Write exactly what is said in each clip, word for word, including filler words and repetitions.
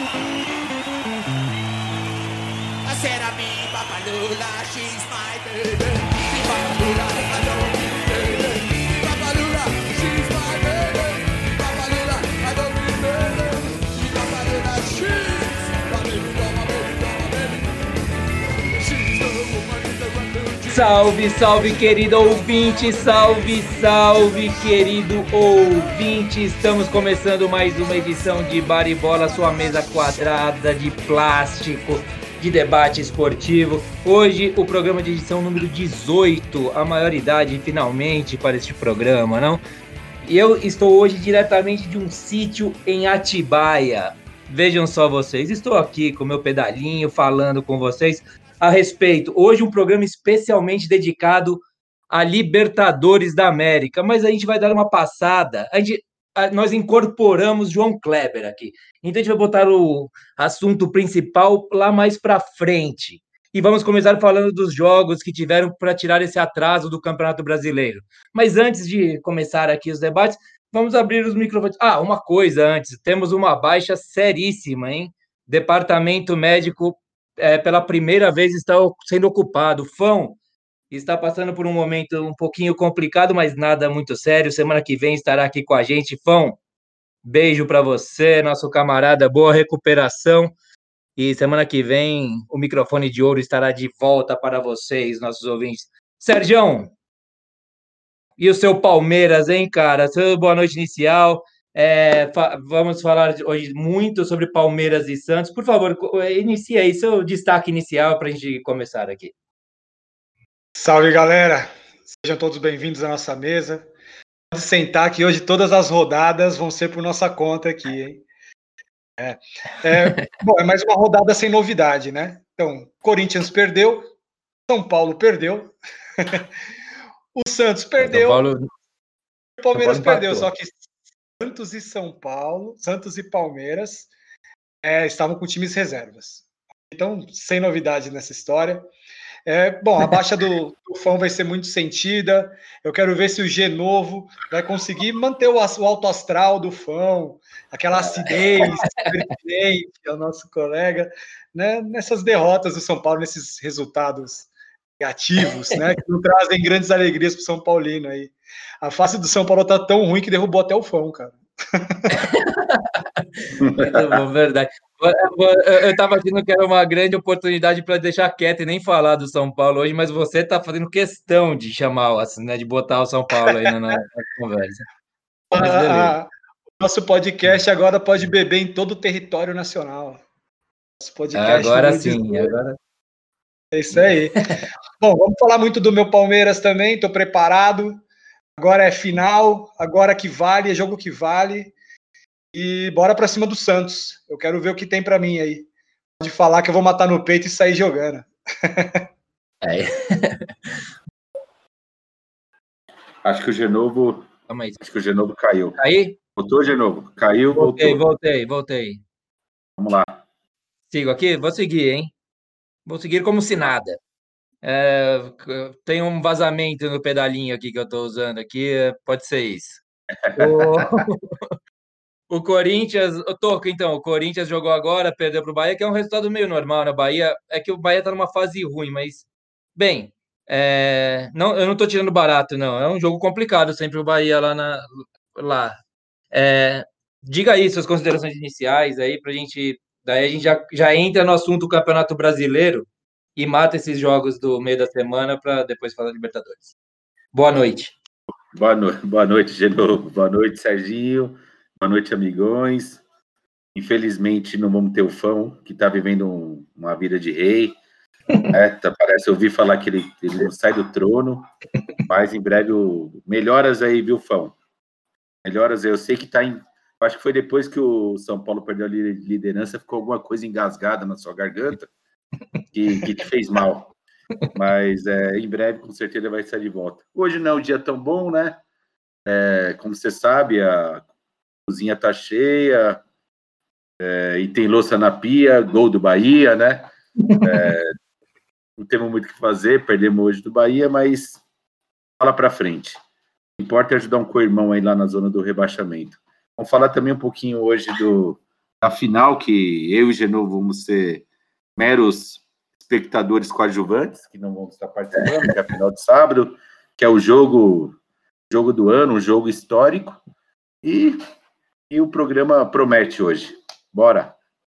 said I mean Papalula, she's my baby. Papalula, I don't mean baby. Papalula, she's my baby. Papalula, I don't mean baby. Papalula, she's my baby, my baby, my baby. She's the woman in the refugee. Salve, salve, querido ouvinte, salve, salve, querido ouvinte. Estamos começando mais uma edição de Bar e Bola, sua mesa quadrada de plástico de debate esportivo. Hoje o programa de edição número dezoito, a maioridade finalmente para este programa, não? E eu estou hoje diretamente de um sítio em Atibaia. Vejam só vocês, estou aqui com meu pedalinho falando com vocês a respeito. Hoje um programa especialmente dedicado a Libertadores da América, mas a gente vai dar uma passada. A gente, a, nós incorporamos João Kleber aqui. Então a gente vai botar o assunto principal lá mais para frente. E vamos começar falando dos jogos que tiveram para tirar esse atraso do Campeonato Brasileiro. Mas antes de começar aqui os debates, vamos abrir os microfones. Ah, uma coisa antes, temos uma baixa seríssima, hein? Departamento médico, é, pela primeira vez, está sendo ocupado. Fão está passando por um momento um pouquinho complicado, mas nada muito sério. Semana que vem estará aqui com a gente. Fão, beijo para você, nosso camarada, boa recuperação. E semana que vem o microfone de ouro estará de volta para vocês, nossos ouvintes. Sergião, e o seu Palmeiras, hein, cara? Seu boa noite inicial. É, fa- vamos falar hoje muito sobre Palmeiras e Santos. Por favor, co- inicie aí seu destaque inicial para a gente começar aqui. Salve, galera! Sejam todos bem-vindos à nossa mesa. Pode sentar que hoje todas as rodadas vão ser por nossa conta aqui, hein? É, é, bom, é mais uma rodada sem novidade, né? Então, Corinthians perdeu, São Paulo perdeu, o Santos perdeu, São Paulo, o Palmeiras São Paulo perdeu, empatou. só que Santos e São Paulo, Santos e Palmeiras é, estavam com times reservas. Então, sem novidade nessa história. É, bom, a baixa do, do Fão vai ser muito sentida. Eu quero ver se o G novo vai conseguir manter o, as- o alto astral do Fão, aquela acidez pertinente ao nosso colega, né, nessas derrotas do São Paulo, nesses resultados negativos, né, que não trazem grandes alegrias para o São Paulino aí. A face do São Paulo tá tão ruim que derrubou até o Fão, cara. Muito bom, verdade. Eu estava achando que era uma grande oportunidade para deixar quieto e nem falar do São Paulo hoje, mas você está fazendo questão de chamar, assim, né, de botar o São Paulo aí na, na conversa. Mas beleza. A- a- o nosso podcast agora pode beber em todo o território nacional. Nosso podcast Agora número sim, dezoito. agora. É isso aí. Bom, vamos falar muito do meu Palmeiras também, estou preparado. Agora é final, agora que vale, é jogo que vale. E bora para cima do Santos. Eu quero ver o que tem para mim aí. Pode falar que eu vou matar no peito e sair jogando. É. Acho que o Genovo, Calma aí. acho que o Genovo caiu. Aí? Voltou, Genovo? Caiu, Voltei, voltou. voltei, voltei. Vamos lá. Sigo aqui? Vou seguir, hein? Vou seguir como se nada. É, tem um vazamento no pedalinho aqui que eu estou usando aqui, é, pode ser isso. O, o Corinthians, o Toco, então, o Corinthians jogou agora, perdeu para o Bahia, que é um resultado meio normal na Bahia. É que o Bahia está numa fase ruim, mas, bem, é, não, eu não estou tirando barato, não. É um jogo complicado sempre o Bahia lá. Na, lá. É, diga aí suas considerações iniciais aí para a gente. Daí a gente já, já entra no assunto do Campeonato Brasileiro e mata esses jogos do meio da semana para depois falar de Libertadores. Boa noite. Boa, no... Boa noite, Genovo. Boa noite, Serginho. Boa noite, amigões. Infelizmente, não vamos ter o Fão, que está vivendo um, uma vida de rei. É, tá, parece, eu ouvi falar que ele, ele não sai do trono, mas em breve, o... melhoras aí, viu, Fão? Melhoras aí. Eu sei que está em... Acho que foi depois que o São Paulo perdeu a liderança, ficou alguma coisa engasgada na sua garganta que, que te fez mal. Mas é, em breve, com certeza, ele vai estar de volta. Hoje não é um dia tão bom, né? É, como você sabe, a cozinha tá cheia é, e tem louça na pia, gol do Bahia, né? É, não temos muito o que fazer, perdemos hoje do Bahia, mas fala para frente. O que importa é ajudar um co-irmão aí lá na zona do rebaixamento. Vamos falar também um pouquinho hoje do, a final, que eu e Genovo vamos ser meros espectadores coadjuvantes, que não vão estar participando, que é a final de sábado, que é o jogo, jogo do ano, um jogo histórico, e, e o programa promete hoje. Bora!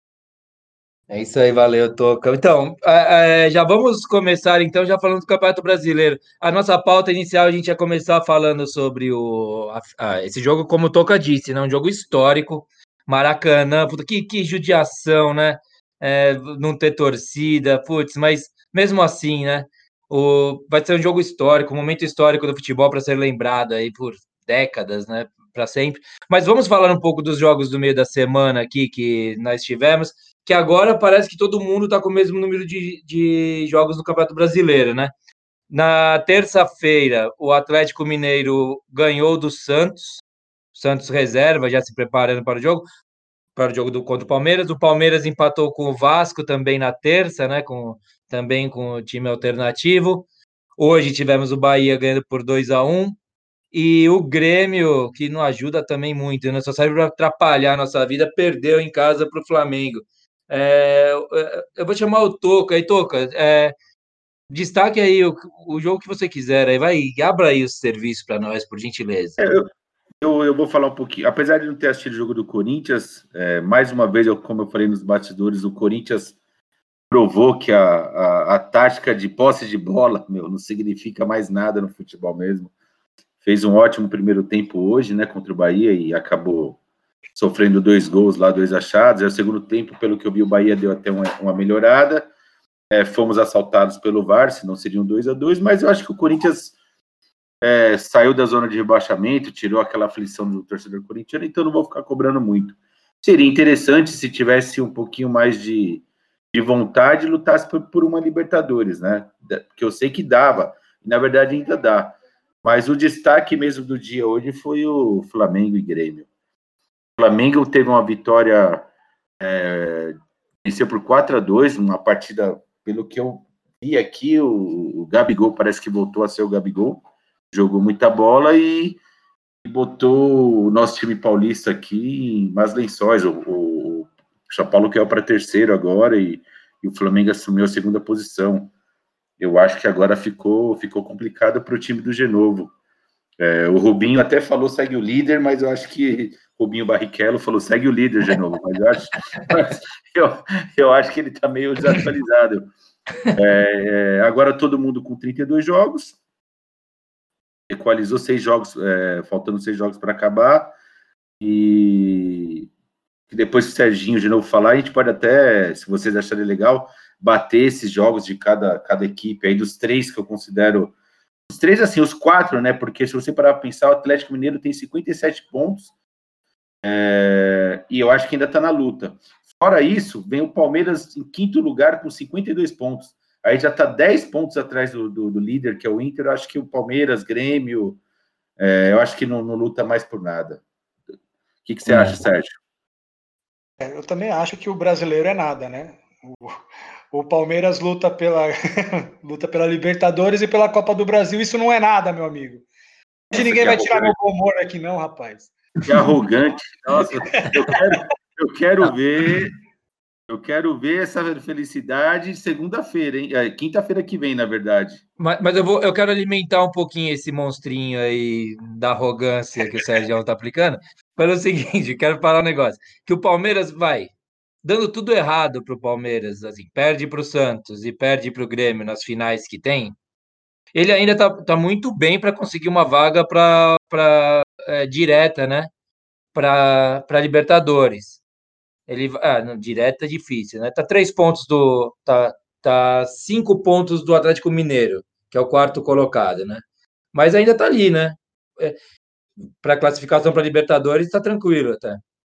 É isso aí, valeu, Toca. Então, é, é, já vamos começar, então, já falando do Campeonato Brasileiro. A nossa pauta inicial, a gente ia começar falando sobre o, a, a, esse jogo, como o Toca disse, né? Um jogo histórico, Maracanã, puta, que, que judiação, né? É, não ter torcida, putz, mas mesmo assim, né? O, vai ser um jogo histórico, um momento histórico do futebol para ser lembrado aí por décadas, né? Para sempre. Mas vamos falar um pouco dos jogos do meio da semana aqui que nós tivemos, que agora parece que todo mundo está com o mesmo número de, de jogos no Campeonato Brasileiro, né? Na terça-feira, o Atlético Mineiro ganhou do Santos, Santos reserva, já se preparando para o jogo, para o jogo do, contra o Palmeiras. O Palmeiras empatou com o Vasco também na terça, né? Com, também com o time alternativo. Hoje tivemos o Bahia ganhando por dois a um. E o Grêmio, que não ajuda também muito, né? Só serve para atrapalhar a nossa vida, perdeu em casa para o Flamengo. É, eu vou chamar o Toca aí, Toca. É, destaque aí o, o jogo que você quiser, aí vai, abra aí o serviço para nós, por gentileza. É, eu, eu, eu vou falar um pouquinho, apesar de não ter assistido o jogo do Corinthians, é, mais uma vez, eu, como eu falei nos bastidores, o Corinthians provou que a, a, a tática de posse de bola, meu, não significa mais nada no futebol mesmo. Fez um ótimo primeiro tempo hoje, né, contra o Bahia, e acabou sofrendo dois gols lá, dois achados. E o segundo tempo, pelo que eu vi, o Bahia deu até uma, uma melhorada. É, fomos assaltados pelo V A R, senão seriam dois a dois, mas eu acho que o Corinthians é, saiu da zona de rebaixamento, tirou aquela aflição do torcedor corintiano, então não vou ficar cobrando muito. Seria interessante se tivesse um pouquinho mais de, de vontade e lutasse por, por uma Libertadores, né? Porque eu sei que dava, e na verdade ainda dá. Mas o destaque mesmo do dia hoje foi o Flamengo e Grêmio. O Flamengo teve uma vitória, é, venceu por quatro a dois, uma partida, pelo que eu vi aqui, o, o Gabigol parece que voltou a ser o Gabigol, jogou muita bola e, e botou o nosso time paulista aqui em mais lençóis. O, o, o São Paulo caiu para terceiro agora e, e o Flamengo assumiu a segunda posição. Eu acho que agora ficou, ficou complicado para o time do Genovo. É, o Rubinho até falou segue o líder, mas eu acho que Rubinho Barrichello falou segue o líder, Genovo, mas eu acho, mas eu, eu acho que ele está meio desatualizado. É, agora todo mundo com trinta e dois jogos, equalizou seis jogos, é, faltando seis jogos para acabar, e depois que o Serginho de novo falar, a gente pode até, se vocês acharem legal, bater esses jogos de cada, cada equipe, aí dos três que eu considero, os três assim, os quatro, né, porque se você parar para pensar, o Atlético Mineiro tem cinquenta e sete pontos, é, e eu acho que ainda está na luta. Fora isso, vem o Palmeiras em quinto lugar com cinquenta e dois pontos, aí já está dez pontos atrás do, do, do líder, que é o Inter. Eu acho que o Palmeiras, Grêmio, é, eu acho que não, não luta mais por nada. O que, que você é. acha, Sérgio? Eu também acho que o brasileiro é nada, né? O, o Palmeiras luta pela, luta pela Libertadores e pela Copa do Brasil. Isso não é nada, meu amigo. Hoje ninguém vai tirar meu bom humor aqui, não, rapaz. Que arrogante. Nossa, eu quero, eu quero ver. Eu quero ver essa felicidade segunda-feira, hein? É, quinta-feira que vem, na verdade. Mas, mas eu, vou, eu quero alimentar um pouquinho esse monstrinho aí da arrogância que o Sérgio está aplicando. Pelo seguinte, quero falar um negócio. Que o Palmeiras vai dando tudo errado para o Palmeiras, assim, perde para o Santos e perde para o Grêmio nas finais que tem. Ele ainda está tá muito bem para conseguir uma vaga para é, direta, né? Para Libertadores. Ele, ah, não, direta é difícil, né? Tá três pontos do. Tá, tá cinco pontos do Atlético Mineiro, que é o quarto colocado, né? Mas ainda tá ali, né? É, para classificação para Libertadores, tá tranquilo até.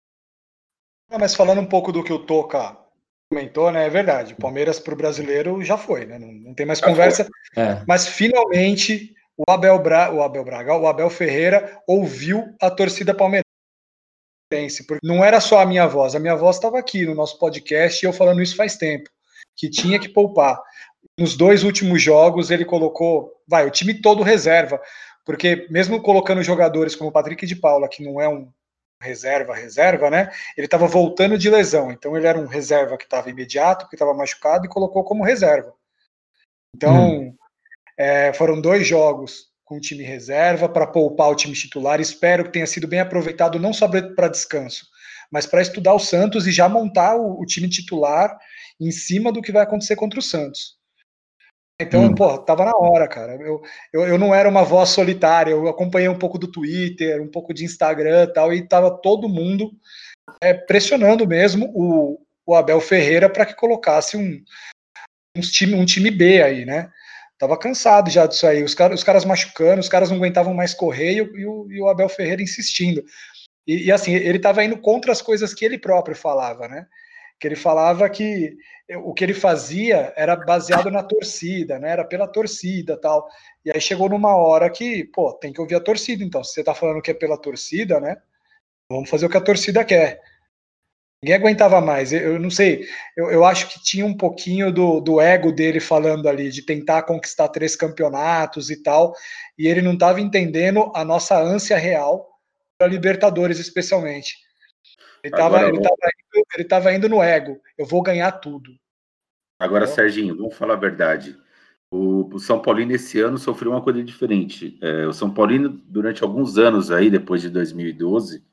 É, mas falando um pouco do que o Toca comentou, né? É verdade. O Palmeiras para o brasileiro já foi, né? Não, não tem mais conversa. É. Mas finalmente o Abel, Bra... o Abel Braga, o Abel Ferreira ouviu a torcida palmeirense. Porque não era só a minha voz, a minha voz estava aqui no nosso podcast e eu falando isso faz tempo, que tinha que poupar. Nos dois últimos jogos ele colocou, vai, o time todo reserva, porque mesmo colocando jogadores como o Patrick de Paula, que não é um reserva, reserva, né? Ele estava voltando de lesão, então ele era um reserva que estava imediato, que estava machucado e colocou como reserva. Então, hum. é, foram dois jogos com o time reserva para poupar o time titular. Espero que tenha sido bem aproveitado, não só para descanso, mas para estudar o Santos e já montar o, o time titular em cima do que vai acontecer contra o Santos. Então, hum. pô, tava na hora, cara. Eu, eu, eu não era uma voz solitária, eu acompanhei um pouco do Twitter, um pouco de Instagram e tal, e tava todo mundo é, pressionando mesmo o, o Abel Ferreira para que colocasse um, um, time, um time B aí, né? Tava cansado já disso aí, os, cara, os caras machucando, os caras não aguentavam mais correr e, e, o, e o Abel Ferreira insistindo. E, e assim, ele tava indo contra as coisas que ele próprio falava, né? Que ele falava que o que ele fazia era baseado na torcida, né? Era pela torcida, tal. E aí chegou numa hora que, pô, tem que ouvir a torcida. Então, se você tá falando que é pela torcida, né? Vamos fazer o que a torcida quer. Ninguém aguentava mais. Eu, eu não sei. Eu, eu acho que tinha um pouquinho do, do ego dele falando ali de tentar conquistar três campeonatos e tal. E ele não estava entendendo a nossa ânsia real para Libertadores, especialmente. Ele estava ele indo, ele tava indo no ego. Eu vou ganhar tudo. Agora, então, Serginho, vamos falar a verdade. O, o São Paulino esse ano sofreu uma coisa diferente. É, o São Paulino, durante alguns anos aí, depois de dois mil e doze,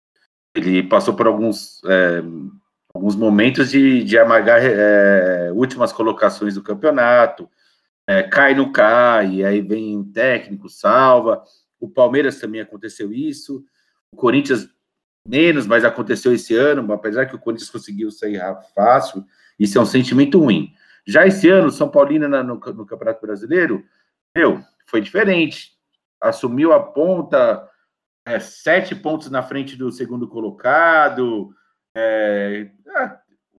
ele passou por alguns, é, alguns momentos de, de amargar é, últimas colocações do campeonato. É, cai no cai, aí vem um técnico, salva. O Palmeiras também aconteceu isso. O Corinthians menos, mas aconteceu esse ano, apesar que o Corinthians conseguiu sair fácil, isso é um sentimento ruim. Já esse ano, o São Paulino no, no Campeonato Brasileiro, meu, foi diferente. Assumiu a ponta, é, sete pontos na frente do segundo colocado, é, é,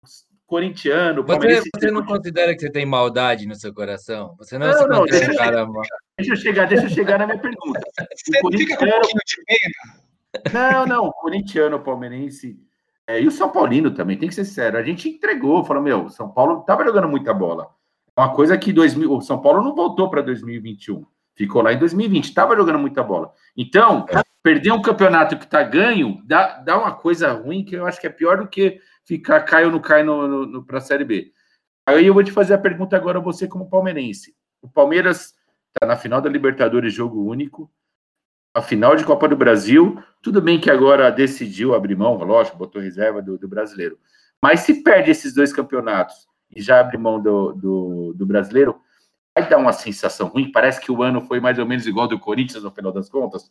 corintiano, você, você não considera que você tem maldade no seu coração? Você não, não se não, deixa, um cara... deixa eu chegar, deixa eu chegar na minha pergunta. Você fica com um pouquinho de pena. Não, não, o corintiano, o palmeirense é, e o São Paulino também, tem que ser sério. A gente entregou, falou, meu, São Paulo estava jogando muita bola. É uma coisa que dois mil, o São Paulo não voltou para dois mil e vinte e um, ficou lá em dois mil e vinte, estava jogando muita bola. Então, perder um campeonato que está ganho dá, dá uma coisa ruim que eu acho que é pior do que ficar cai ou não cai no, no, no, para a Série B. Aí eu vou te fazer a pergunta agora, você como palmeirense. O Palmeiras está na final da Libertadores, jogo único. A final de Copa do Brasil, tudo bem que agora decidiu abrir mão, lógico, botou reserva do, do brasileiro. Mas se perde esses dois campeonatos e já abre mão do, do, do brasileiro, vai dar uma sensação ruim. Parece que o ano foi mais ou menos igual ao do Corinthians no final das contas.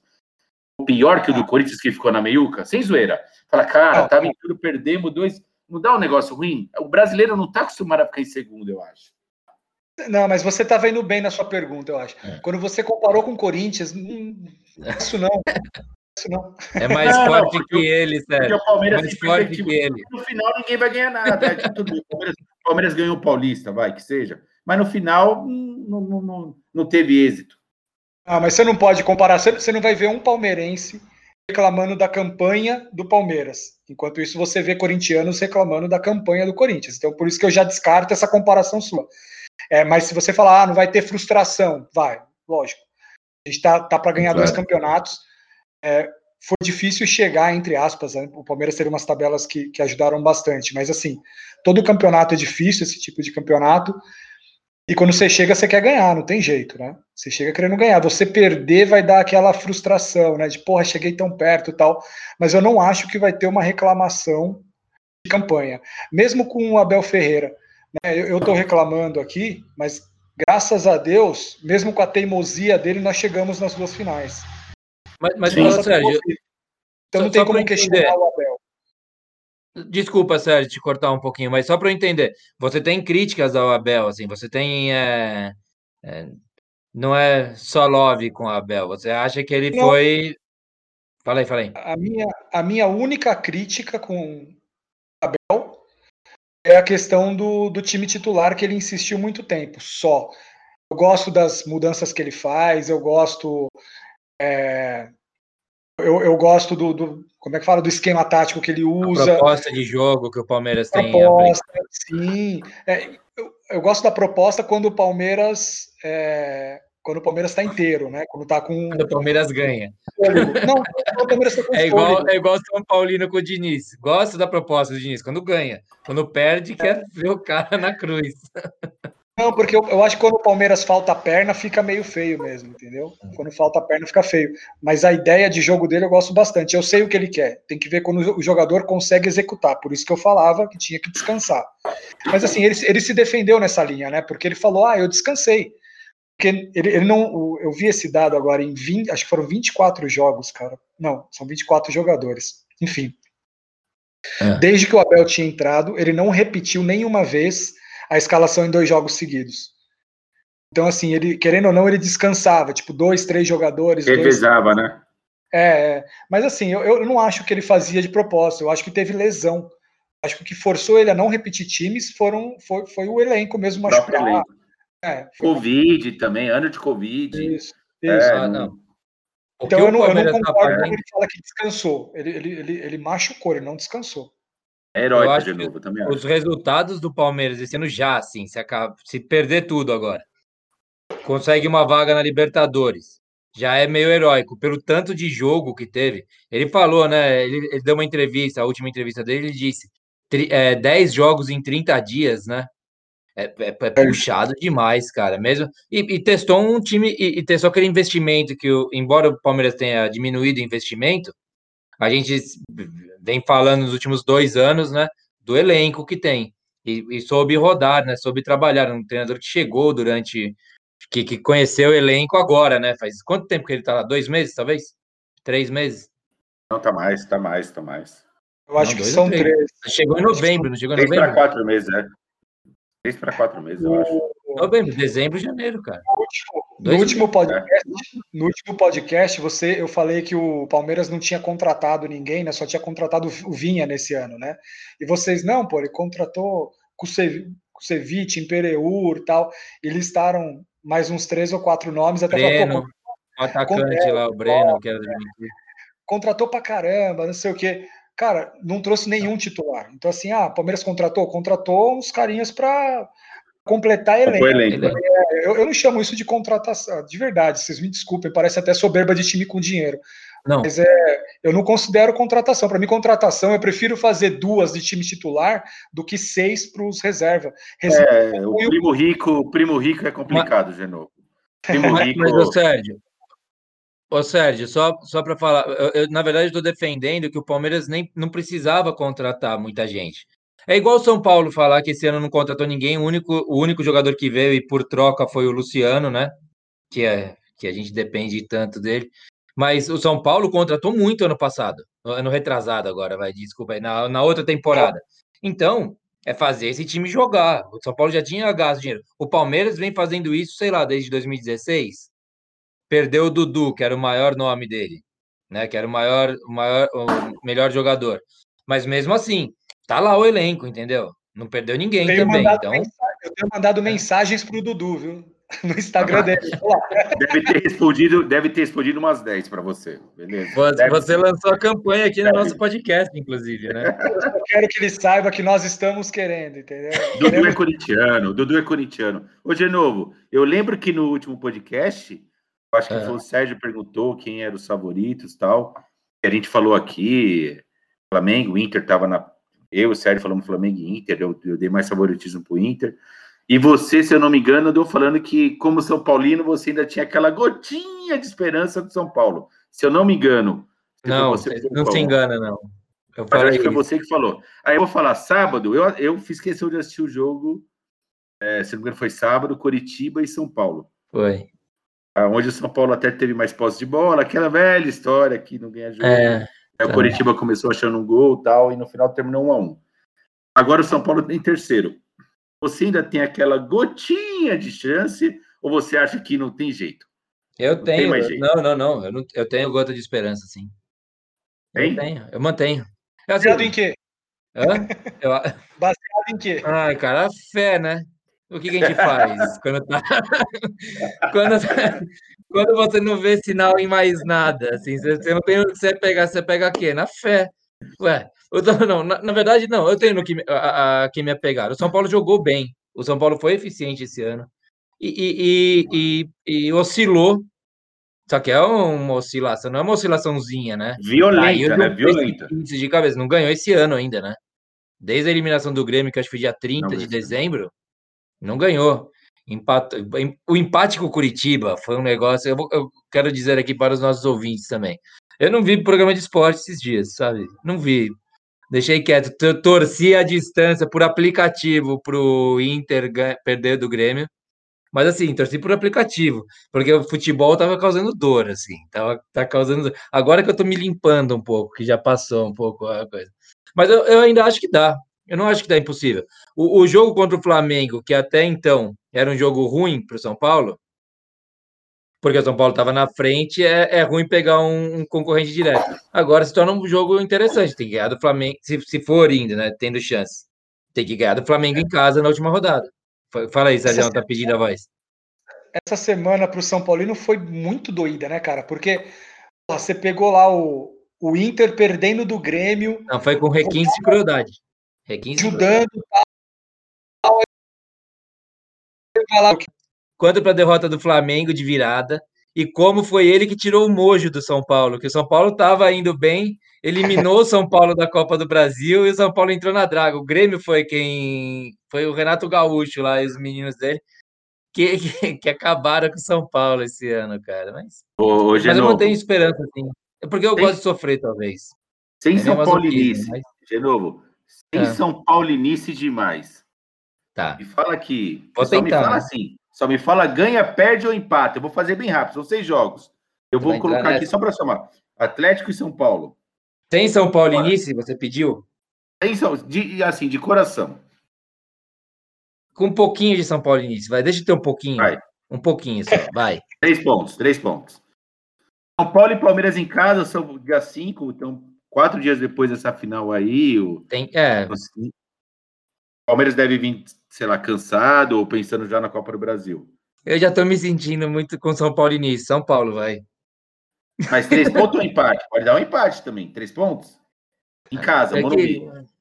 O pior que o do Corinthians que ficou na meiuca, sem zoeira. Fala, cara, tava em tudo, perdemos dois. Não dá um negócio ruim? O brasileiro não tá acostumado a ficar em segundo, eu acho. Não, mas você estava indo bem na sua pergunta, eu acho. É. Quando você comparou com o Corinthians, hum, isso não. Isso não. É mais não, forte não, que eu, ele, sério. O Palmeiras mais forte que ele. No final ninguém vai ganhar nada. É, tudo bem. O Palmeiras, o Palmeiras ganhou o Paulista, vai, que seja. Mas no final não, não, não, não teve êxito. Ah, mas você não pode comparar. Você não vai ver um palmeirense reclamando da campanha do Palmeiras. Enquanto isso, você vê corintianos reclamando da campanha do Corinthians. Então, por isso que eu já descarto essa comparação sua. É, mas se você falar, ah, não vai ter frustração, vai, lógico. A gente tá, tá para ganhar claro. dois campeonatos. É, foi difícil chegar, entre aspas, né? O Palmeiras teve umas tabelas que, que ajudaram bastante, mas assim, todo campeonato é difícil, esse tipo de campeonato, e quando você chega, você quer ganhar, não tem jeito, né? Você chega querendo ganhar, você perder vai dar aquela frustração, né? De, porra, cheguei tão perto e tal, mas eu não acho que vai ter uma reclamação de campanha, mesmo com o Abel Ferreira. Eu estou reclamando aqui, mas graças a Deus, mesmo com a teimosia dele, nós chegamos nas duas finais. Mas, mas Sérgio, então só, não tem como questionar o Abel. Desculpa, Sérgio, te cortar um pouquinho, mas só para eu entender, você tem críticas ao Abel, assim, você tem, é, é, não é só love com o Abel, você acha que ele não. foi... Fala aí, fala aí. A minha, a minha única crítica com o Abel é a questão do, do time titular, que ele insistiu muito tempo, só. Eu gosto das mudanças que ele faz, eu gosto... É, eu, eu gosto do, do... Como é que fala? Do esquema tático que ele usa. A proposta de jogo que o Palmeiras tem. Proposta, sim. É, eu, eu gosto da proposta quando o Palmeiras é, Quando o Palmeiras está inteiro, né? Quando tá com. Quando o Palmeiras ganha. Não, quando o Palmeiras tá com É igual, fôlego. é igual São Paulino com o Diniz. Gosto da proposta do Diniz quando ganha. Quando perde, quer ver o cara na cruz. Não, porque eu, eu acho que quando o Palmeiras falta a perna, fica meio feio mesmo, entendeu? Quando falta a perna, fica feio. Mas a ideia de jogo dele eu gosto bastante. Eu sei o que ele quer. Tem que ver quando o jogador consegue executar. Por isso que eu falava que tinha que descansar. Mas assim, ele, ele se defendeu nessa linha, né? Porque ele falou, ah, eu descansei. Porque ele, ele não. Eu vi esse dado agora em vinte, acho que foram vinte e quatro jogos, cara. Não, são vinte e quatro jogadores. Enfim. É. Desde que o Abel tinha entrado, ele não repetiu nenhuma vez a escalação em dois jogos seguidos. Então, assim, ele, querendo ou não, ele descansava, tipo, dois, três jogadores. Revezava, dois... né? É, mas assim, eu, eu não acho que ele fazia de propósito, eu acho que teve lesão. Acho que o que forçou ele a não repetir times foram, foi, foi o elenco mesmo machucado. É, Covid uma... também, ano de Covid. Isso, isso. É, ah, não... não. Então eu não, eu não concordo quando ele fala que descansou. Ele, ele, ele, ele machucou, ele não descansou. É heróico de novo, também os acho. resultados do Palmeiras esse ano já, assim, se, acaba, se perder tudo agora, consegue uma vaga na Libertadores, já é meio heróico, pelo tanto de jogo que teve. Ele falou, né, ele, ele deu uma entrevista, a última entrevista dele, ele disse, é, dez jogos em trinta dias, né, é, é, é puxado demais, cara, mesmo, e, e testou um time, e, e testou aquele investimento que, o, embora o Palmeiras tenha diminuído o investimento, a gente vem falando nos últimos dois anos, né, do elenco que tem, e, e soube rodar, né, soube trabalhar, um treinador que chegou durante, que, que conheceu o elenco agora, né, faz quanto tempo que ele tá lá? Dois meses, talvez? Três meses? Não, tá mais, tá mais, tá mais. Eu acho não, que são três. três. Chegou em novembro, não chegou em três novembro? Três para quatro meses, é. Três para quatro meses, eu acho. Novembro, dezembro, janeiro, cara. No último, no último podcast, no último podcast, você, eu falei que o Palmeiras não tinha contratado ninguém, né? Só tinha contratado o Vinha nesse ano, né? E vocês, não, pô, ele contratou Kusevich, Impereur e tal, e listaram mais uns três ou quatro nomes, até Breno, falar, pô, o atacante é, lá, o Breno, que era do contratou pra caramba, não sei o quê. Cara, não trouxe nenhum titular. Então, assim, ah, Palmeiras contratou? Contratou uns carinhas pra completar elenco. elenco. É, eu, eu não chamo isso de contratação, de verdade, vocês me desculpem, parece até soberba de time com dinheiro. Não. Mas é, eu não considero contratação. Para mim, contratação, eu prefiro fazer duas de time titular do que seis para os reserva. reserva. É, o primo rico, o primo rico é complicado, mas, Genovo. Primo mas, rico. Mas, ô Sérgio, ô Sérgio, só, só para falar, eu, eu, na verdade, estou defendendo que o Palmeiras nem não precisava contratar muita gente. É igual o São Paulo falar que esse ano não contratou ninguém, o único, o único jogador que veio e por troca foi o Luciano, né? Que, é, que a gente depende tanto dele. Mas o São Paulo contratou muito ano passado, ano retrasado agora, vai, desculpa, na, na outra temporada. Então, é fazer esse time jogar. O São Paulo já tinha gasto dinheiro. O Palmeiras vem fazendo isso, sei lá, desde dois mil e dezesseis. Perdeu o Dudu, que era o maior nome dele, né? Que era o maior, o maior, o melhor jogador. Mas mesmo assim, tá lá o elenco, entendeu? Não perdeu ninguém também. Então... Eu tenho mandado mensagens pro Dudu, viu? No Instagram dele. Deve ter respondido, deve ter respondido umas dez para você. Beleza. Você, você lançou a campanha aqui no nosso podcast, inclusive, né? Eu só quero que ele saiba que nós estamos querendo, entendeu? Dudu Queremos... é corintiano, Dudu é corintiano. Ô, de novo, eu lembro que no último podcast, acho que é. foi o Sérgio que perguntou quem eram os favoritos e tal. A gente falou aqui, Flamengo, Inter estava na. Eu e o Sérgio falamos Flamengo e Inter, eu, eu dei mais favoritismo pro Inter. E você, se eu não me engano, eu estou falando que, como São Paulino, você ainda tinha aquela gotinha de esperança do São Paulo. Se eu não me engano. Não, você não se engana, não. Eu falei acho que foi você que falou. Aí eu vou falar, sábado, eu, eu fiz questão de assistir o jogo, é, se não me engano, foi sábado, Coritiba e São Paulo. Foi. Onde o São Paulo até teve mais posse de bola, aquela velha história que não ganha jogo. É, Aí o Coritiba começou achando um gol e tal, e no final terminou um a um. Agora o São Paulo tem terceiro. Você ainda tem aquela gotinha de chance ou você acha que não tem jeito? Eu não tenho. Tem jeito. Não, não, não. Eu, não. eu tenho gota de esperança, sim. Tem? Eu tenho. Eu mantenho. É assim, baseado em quê? Hã? Eu... Baseado em quê? Ai, cara, a fé, né? O que, que a gente faz quando tá... quando... quando você não vê sinal em mais nada, assim, você não tem o que você pegar, você pega o quê? Na fé. Ué, eu tô, não, na, na verdade, não, eu tenho no que, a, a, a que me apegar. O São Paulo jogou bem, o São Paulo foi eficiente esse ano, e, e, e, e, e oscilou. Só que é uma oscilação, não é uma oscilaçãozinha, né? Aí Violenta, o né? jogo foi Violenta. esse de cabeça, não ganhou esse ano ainda, né? Desde a eliminação do Grêmio, que acho que foi dia trinta Não, de esse ano. dezembro, não ganhou. Empate, o empate com o Curitiba foi um negócio. Eu, vou, eu quero dizer aqui para os nossos ouvintes também. Eu não vi programa de esporte esses dias, sabe? Não vi. Deixei quieto. Eu torci a distância por aplicativo para o Inter perder do Grêmio. Mas assim, torci por aplicativo, porque o futebol tava causando dor, assim, tava tá causando. Agora que eu tô me limpando um pouco, que já passou um pouco a coisa. Mas eu, eu ainda acho que dá. Eu não acho que dá impossível. O, o jogo contra o Flamengo, que até então era um jogo ruim para o São Paulo, porque o São Paulo estava na frente, é, é ruim pegar um, um concorrente direto. Agora se torna um jogo interessante. Tem que ganhar do Flamengo, se, se for indo, né? Tendo chance. Tem que ganhar do Flamengo em casa na última rodada. Fala aí, Sérgio, tá pedindo a voz. Essa semana para o São Paulino foi muito doída, né, cara? Porque ó, você pegou lá o, o Inter perdendo do Grêmio. Não, foi com requinte de crueldade. Requinte ajudando e tal. Quanto para a derrota do Flamengo de virada, e como foi ele que tirou o mojo do São Paulo, que o São Paulo estava indo bem, eliminou o São Paulo da Copa do Brasil e o São Paulo entrou na draga. O Grêmio foi quem. Foi o Renato Gaúcho lá e os meninos dele que, que, que acabaram com o São Paulo esse ano, cara. Mas, Ô, mas eu mantenho esperança, assim. É porque eu sem, gosto de sofrer, talvez. Sem é São Paulinice, mas... de novo. Sem ah. São Paulinice demais. Tá. Me fala aqui. Vou só tentar, me fala né? assim. Só me fala ganha, perde ou empata. Eu vou fazer bem rápido. São seis jogos. Eu vou colocar aqui nessa? Só para somar. Atlético e São Paulo. Tem São Paulinice, você pediu? Tem, de, assim, de coração. Com um pouquinho de São Paulinice. Vai, deixa eu ter um pouquinho. Vai. Um pouquinho só, vai. Três pontos, três pontos. São Paulo e Palmeiras em casa são dia cinco, então quatro dias depois dessa final aí. O... Tem, é. O Palmeiras deve vir, sei lá, cansado ou pensando já na Copa do Brasil. Eu já tô me sentindo muito com São Paulo início. São Paulo, vai. Mas três pontos ou empate? Pode dar um empate também. Três pontos? Em casa, é Morumbi. Que...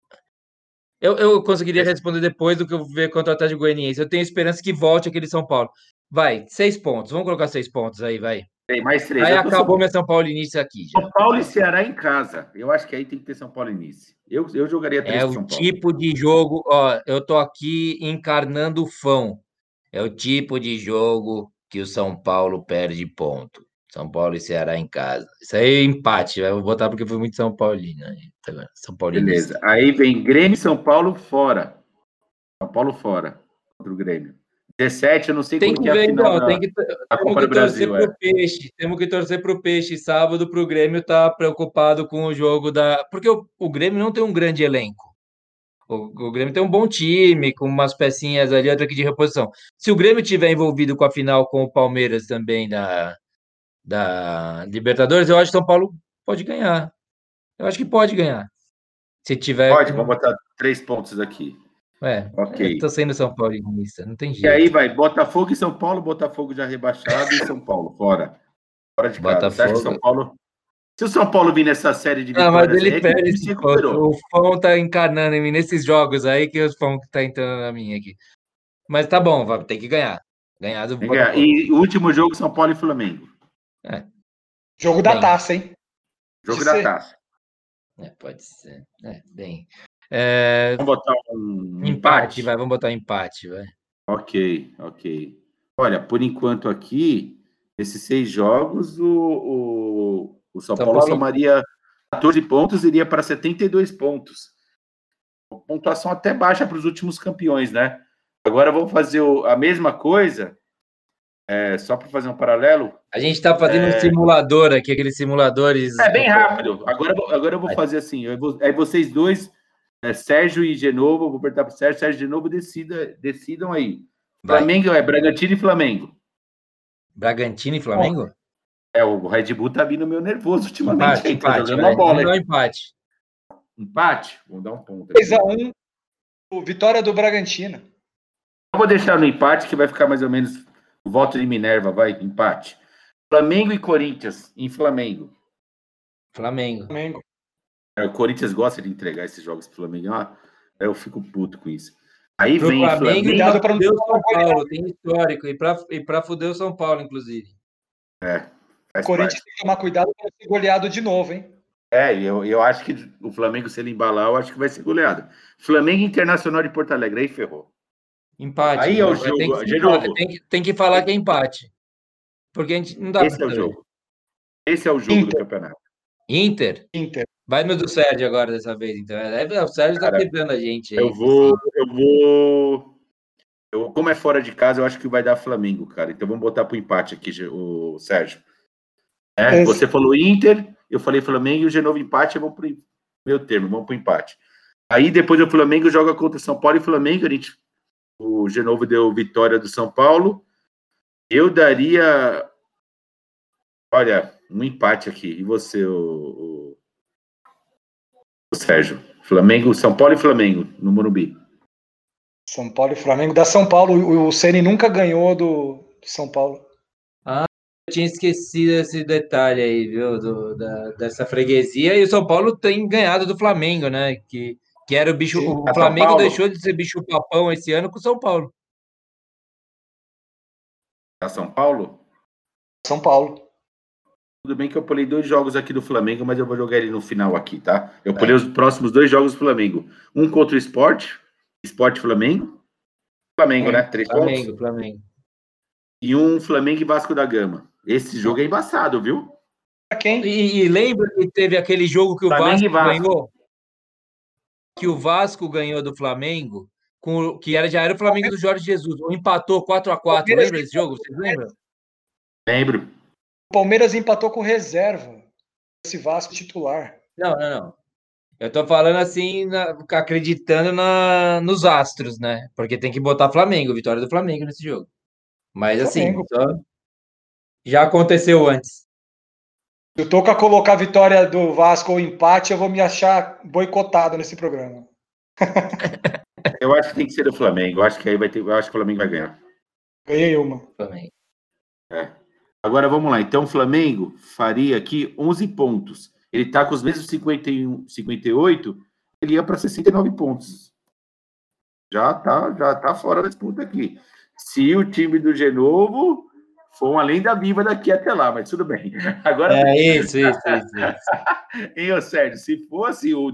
Eu, eu conseguiria responder depois do que eu ver contra o Atlético Goianiense. Eu tenho esperança que volte aquele São Paulo. Vai, seis pontos. Vamos colocar seis pontos aí, vai. Tem mais três. Aí acabou minha São Paulo início aqui. Já. São Paulo e Ceará em casa. Eu acho que aí tem que ter São Paulo início. Eu, eu jogaria três É São o Paulo. tipo de jogo, ó, eu tô aqui encarnando o fão. É o tipo de jogo que o São Paulo perde ponto. São Paulo e Ceará em casa. Isso aí é empate, eu vou botar porque foi muito São Paulino. São Paulino. Beleza. Aí vem Grêmio e São Paulo fora. São Paulo fora contra o Grêmio. dezessete, eu não sei tem quando que que é a final não, da, tem que, da Copa do Brasil. É. Peixe, temos que torcer para o Peixe sábado para o Grêmio estar tá preocupado com o jogo da... Porque o, o Grêmio não tem um grande elenco. O, o Grêmio tem um bom time, com umas pecinhas ali, outra aqui de reposição. Se o Grêmio tiver envolvido com a final com o Palmeiras também da, da Libertadores, eu acho que São Paulo pode ganhar. Eu acho que pode ganhar. Se tiver... Pode, vamos botar três pontos aqui. É, ok. Eu tô sendo São Paulista, não tem jeito. E aí vai Botafogo e São Paulo, Botafogo já rebaixado e São Paulo fora. Fora de casa. Botafogo. Você acha que São Paulo... Se o São Paulo vir nessa série de vitórias... Ah, mas ele aí, perde ele esse ponto. O Fão tá encarnando em mim nesses jogos aí que o Fão tá entrando na minha aqui. Mas tá bom, tem que ganhar. Ganhar do Botafogo. E o último jogo, São Paulo e Flamengo. É. Jogo da bem. taça, hein? Jogo de da ser. taça. É, pode ser. É, bem... É... Vamos botar um empate, empate, vai, vamos botar um empate, vai. Ok, ok. Olha, por enquanto aqui, esses seis jogos, o, o, o São, São Paulo, Paulo somaria quatorze pontos, iria para setenta e dois pontos. Pontuação até baixa para os últimos campeões, né? Agora vamos fazer o, a mesma coisa, é, só para fazer um paralelo. A gente está fazendo é... um simulador aqui, aqueles simuladores... É bem rápido. Agora, agora eu vou fazer assim, eu vou, aí vocês dois... É, Sérgio e Genovo, vou perguntar para o Sérgio, Sérgio e Genovo, decida, decidam aí. Vai. Flamengo é Bragantino e Flamengo. Bragantino e Flamengo? É, o Red Bull tá vindo meio nervoso ultimamente. Empate, aí, empate, tá jogando uma bola. Vamos dar um empate. Empate? Vamos dar um ponto. três a um, vitória do Bragantino. Eu vou deixar no empate, que vai ficar mais ou menos o voto de Minerva, vai, empate. Flamengo e Corinthians, em Flamengo. Flamengo. Flamengo. O Corinthians gosta de entregar esses jogos pro Flamengo. Ah, eu fico puto com isso. Aí Pro vem Flamengo, Flamengo. Cuidado pra não fuder o tomar São goleada. Paulo, tem histórico. E pra, e pra fuder o São Paulo, inclusive. É, O faz Corinthians parte. tem que tomar cuidado para ser goleado de novo, hein? É, eu, eu acho que o Flamengo, se ele embalar, eu acho que vai ser goleado. Flamengo Internacional de Porto Alegre, aí ferrou. Empate. Aí é o Vai- Tem jogo, que, de falar, novo, tem, que, tem que falar que é empate. Porque a gente não dá esse pra é o saber. jogo. Esse é o jogo do Inter. campeonato. Inter? Inter. Vai no do Sérgio agora dessa vez, então. É, o Sérgio tá Cara, quebrando a gente aí. Eu vou, eu vou, eu, como é fora de casa, eu acho que vai dar Flamengo, cara. Então vamos botar pro empate aqui, o Sérgio. É, você falou Inter, eu falei Flamengo e o Genovo empate, vamos pro meu termo, vamos pro empate. Aí depois o Flamengo joga contra São Paulo e Flamengo, a gente, o Genovo deu vitória do São Paulo. Eu daria, olha, um empate aqui. E você, o, o, o Sérgio? Flamengo, São Paulo e Flamengo, no Morumbi. São Paulo e Flamengo. Da São Paulo, o, o Ceni nunca ganhou do, do São Paulo. Eu tinha esquecido esse detalhe aí, viu? Do, da, dessa freguesia. E o São Paulo tem ganhado do Flamengo, né? Que, que era o bicho. Sim. O A São Flamengo Paulo? deixou de ser bicho-papão esse ano com o São Paulo. A São Paulo? São Paulo. Tudo bem que eu pulei dois jogos aqui do Flamengo, mas eu vou jogar ele no final aqui, tá? Eu pulei os próximos dois jogos do Flamengo. Um contra o Sport, Sport Flamengo. Flamengo, Hum, né? Três Flamengo, pontos. Flamengo. E um Flamengo e Vasco da Gama. Esse jogo é embaçado, viu? Pra quem? E, e lembra que teve aquele jogo que o Flamengo e Vasco, Vasco. ganhou? Que o Vasco ganhou do Flamengo, com, que era, já era o Flamengo do Jorge Jesus. Ou empatou quatro a quatro. Lembra desse jogo? Vocês lembram? Lembro. O Palmeiras empatou com reserva. Esse Vasco titular. Não, não, não. Eu tô falando assim, na- acreditando na, nos astros, né? Porque tem que botar Flamengo, vitória do Flamengo nesse jogo. Mas assim, Flamengo. só- já aconteceu antes. Se o Toca colocar a vitória do Vasco ou empate, eu vou me achar boicotado nesse programa. Eu acho que tem que ser do Flamengo. Eu acho que aí vai ter. Eu acho que o Flamengo vai ganhar. Ganhei uma. Flamengo. É. Agora vamos lá. Então o Flamengo faria aqui onze pontos. Ele tá com os mesmos cinquenta e um, cinquenta e oito, ele ia para sessenta e nove pontos. Já tá, já tá fora da disputa aqui. Se o time do Genovo for uma lenda viva daqui até lá, mas tudo bem. Agora, É isso, isso, isso, isso. hein, ô Sérgio, se fosse o,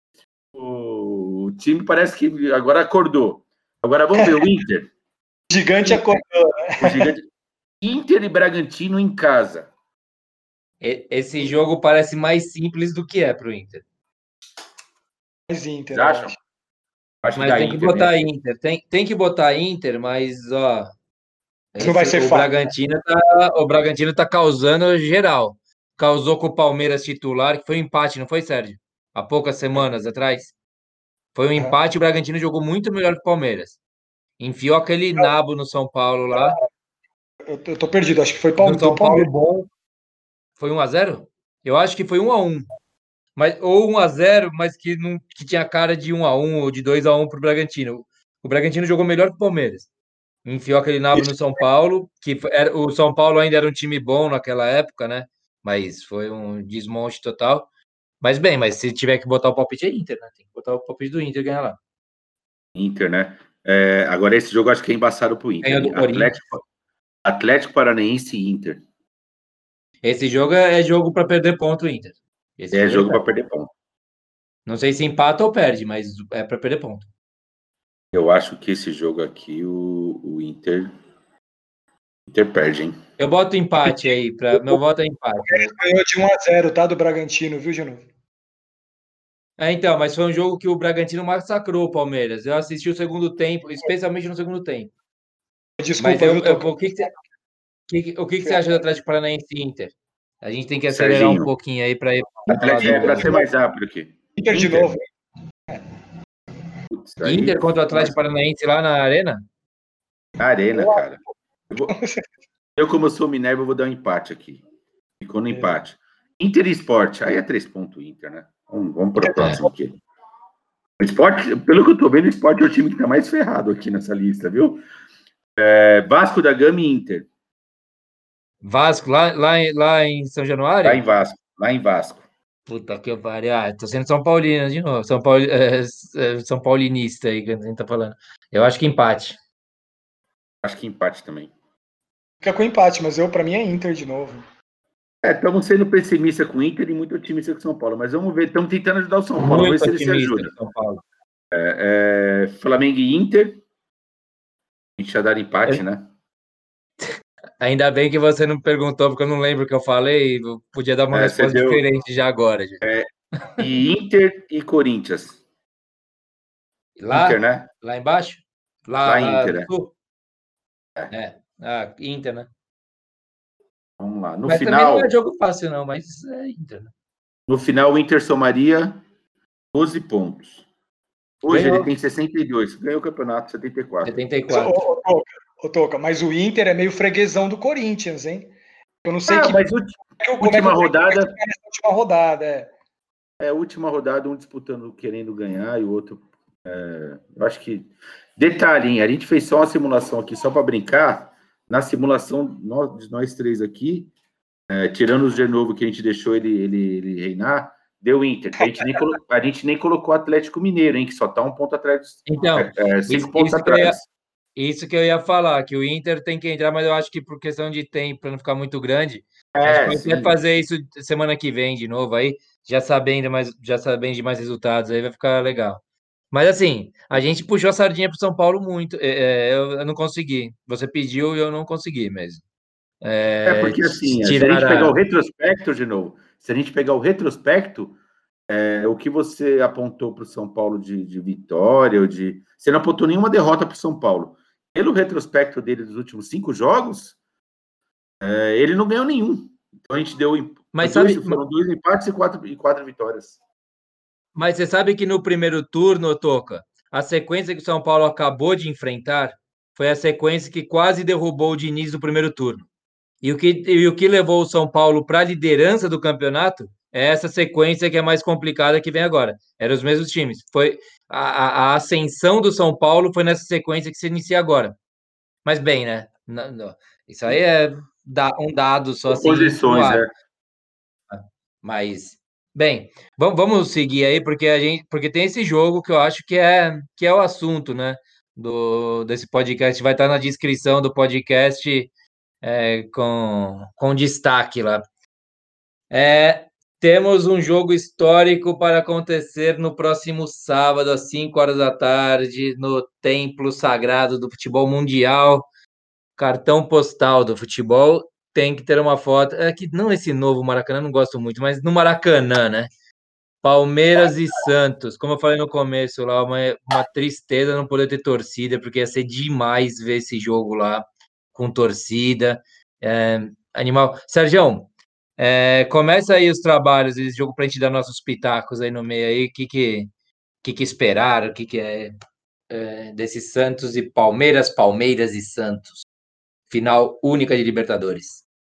o, o time, parece que agora acordou. Agora vamos ver o Inter. O gigante acordou. O gigante. Inter e Bragantino em casa. E- Esse jogo parece mais simples do que é pro Inter. Mais Inter. Vocês eu acham? acho. Acho Mas dá tem que Inter, botar né? Inter. Tem, tem que botar Inter, mas ó. Mas não vai ser o fácil. Bragantino tá, o Bragantino tá causando geral. Causou com o Palmeiras titular, que foi um empate, não foi, Sérgio? Há poucas semanas atrás. Foi um Uhum. empate e o Bragantino jogou muito melhor que o Palmeiras. Enfiou aquele nabo no São Paulo lá. Eu, eu tô perdido, acho que foi No Palme- São do Palmeiras. Paulo bom. Foi um a zero? Eu acho que foi um a um. Mas, ou um a zero, mas que, não, que tinha cara de um a um ou de dois a um pro Bragantino. O Bragantino jogou melhor que o Palmeiras. Enfiou aquele nabo no São Paulo, que foi- era, o São Paulo ainda era um time bom naquela época, né? Mas foi um desmonte total. Mas bem, mas se tiver que botar o palpite é Inter, né? Tem que botar o palpite do Inter e ganhar lá. Inter, né? É, agora esse jogo eu acho que é embaçado pro Inter. Ganhou do hein? Corinthians. Atlético, Atlético Paranaense e Inter. Esse jogo é jogo para perder ponto, Inter. Esse É jogo é para perder ponto. Não sei se empata ou perde, mas é para perder ponto. Eu acho que esse jogo aqui, o, o Inter. Inter perde, hein? Eu boto empate aí, pra... meu voto é empate. Ganhou de um a zero, tá? Do Bragantino, viu, Genovo? É, então, mas foi um jogo que o Bragantino massacrou o Palmeiras. Eu assisti o segundo tempo, especialmente no segundo tempo. Desculpa, Mas eu, viu, eu, Toca? o que, que, você, que, o que, que você acha do Atlético Paranaense e Inter? A gente tem que acelerar Serginho. um pouquinho aí para ir. Atlético é para ser mais rápido aqui. Inter de Inter. novo. Putz, aí- Inter contra o Atlético Paranaense lá na Arena? Na arena, cara. Eu, vou- eu, como eu sou Minerva, eu vou dar um empate aqui. Ficou no empate. Inter e Sport. Aí é três pontos Inter, né? Vamos, vamos para o próximo aqui. O Sport, pelo que eu tô vendo, o Sport é o time que tá mais ferrado aqui nessa lista, viu? É, Vasco da Gama e Inter. Vasco, lá, lá, em- lá em São Januário? Lá em Vasco. Lá em Vasco. Puta que pariu. Ah, tô sendo São Paulino de novo. São, Pauli... é, é, São Paulinista aí que a gente tá falando. Eu acho que empate. Acho que empate também. Fica com empate, mas eu, para mim, é Inter de novo. É, estamos sendo pessimistas com o Inter e muito otimistas com o São Paulo, mas vamos ver, estamos tentando ajudar o São Paulo, vamos ver se ele se ajuda. São Paulo. É, é, Flamengo e Inter, a gente já dá empate, é. né? Ainda bem que você não perguntou, porque eu não lembro o que eu falei, eu podia dar uma É, resposta deu, diferente já agora. É, e Inter e Corinthians. Lá? Inter, né? Lá embaixo? Lá, lá lá Inter, do Sul? É. é. Ah, Inter, né? Vamos lá. No mas final, também não é jogo fácil, não, mas é Inter. Né? No final, o Inter somaria doze pontos. Hoje Ganhou. ele tem sessenta e dois, ganhou o campeonato, setenta e quatro. setenta e quatro. Ô, ô, ô, Toca, mas o Inter é meio freguesão do Corinthians, hein? Eu não sei ah, que. Mas o, como última é que rodada. última rodada, é. É, última rodada, um disputando, querendo ganhar e o outro. É, eu acho que. Detalhe, hein, a gente fez só uma simulação aqui, só para brincar. Na simulação, nós, nós três aqui, é, tirando os de novo que a gente deixou ele, ele, ele reinar, deu Inter. A gente, nem colocou, a gente nem colocou o Atlético Mineiro, hein, que só está um ponto atrás. Então, é, é, cinco isso, pontos isso atrás. Que eu ia, isso que eu ia falar, que o Inter tem que entrar, mas eu acho que por questão de tempo, para não ficar muito grande, é, a gente pode sim. até fazer isso semana que vem de novo aí, já sabendo, mais, já sabendo de mais resultados, aí vai ficar legal. Mas assim, a gente puxou a sardinha para o São Paulo muito, é, eu, eu não consegui. Você pediu e eu não consegui mesmo. É, é porque assim, se a gente pegar o retrospecto de novo, se a gente pegar o retrospecto, é, o que você apontou para o São Paulo de, de vitória, ou de. Você não apontou nenhuma derrota para o São Paulo. Pelo retrospecto dele dos últimos cinco jogos, é, ele não ganhou nenhum. Então a gente deu. Mas dois, sabe, foram dois empates e quatro, e quatro vitórias. Mas você sabe que no primeiro turno, Toca, a sequência que o São Paulo acabou de enfrentar foi a sequência que quase derrubou o Diniz no primeiro turno. E o que, e o que levou o São Paulo para a liderança do campeonato é essa sequência que é mais complicada que vem agora. Eram os mesmos times. Foi a, a ascensão do São Paulo foi nessa sequência que se inicia agora. Mas bem, né? Não, não. Isso aí é um dado só assim. Posições, é. Mas bem, vamos seguir aí porque a gente, porque tem esse jogo que eu acho que é que é o assunto, né? Do desse podcast vai estar na descrição do podcast. É, com, com destaque lá. É, temos um jogo histórico para acontecer no próximo sábado, às cinco horas da tarde, no Templo Sagrado do Futebol Mundial. Cartão postal do futebol tem que ter uma foto. É que não esse novo Maracanã, não gosto muito, mas no Maracanã, né? Palmeiras e Santos. Como eu falei no começo lá, uma, uma tristeza não poder ter torcida, porque ia ser demais ver esse jogo lá com torcida. É, animal. Sérgio, é, começa aí os trabalhos desse jogo para a gente dar nossos pitacos aí no meio aí. O que, que, que, que esperaram? O que, que é, é desse Santos e Palmeiras, Palmeiras e Santos? Final única de Libertadores.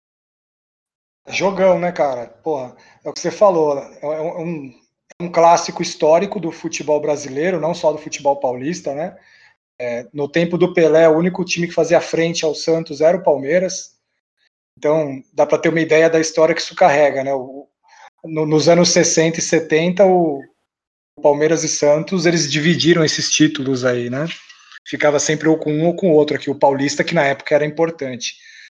Jogão, né, cara? Porra, é o que você falou. É um, é um clássico histórico do futebol brasileiro, não só do futebol paulista, né? É, no tempo do Pelé, o único time que fazia frente ao Santos era o Palmeiras. Então, dá para ter uma ideia da história que isso carrega, né? O, no, nos anos sessenta e setenta, o, o Palmeiras e Santos, eles dividiram esses títulos aí, né? Ficava sempre ou com um ou com o outro aqui, o paulista, que na época era importante.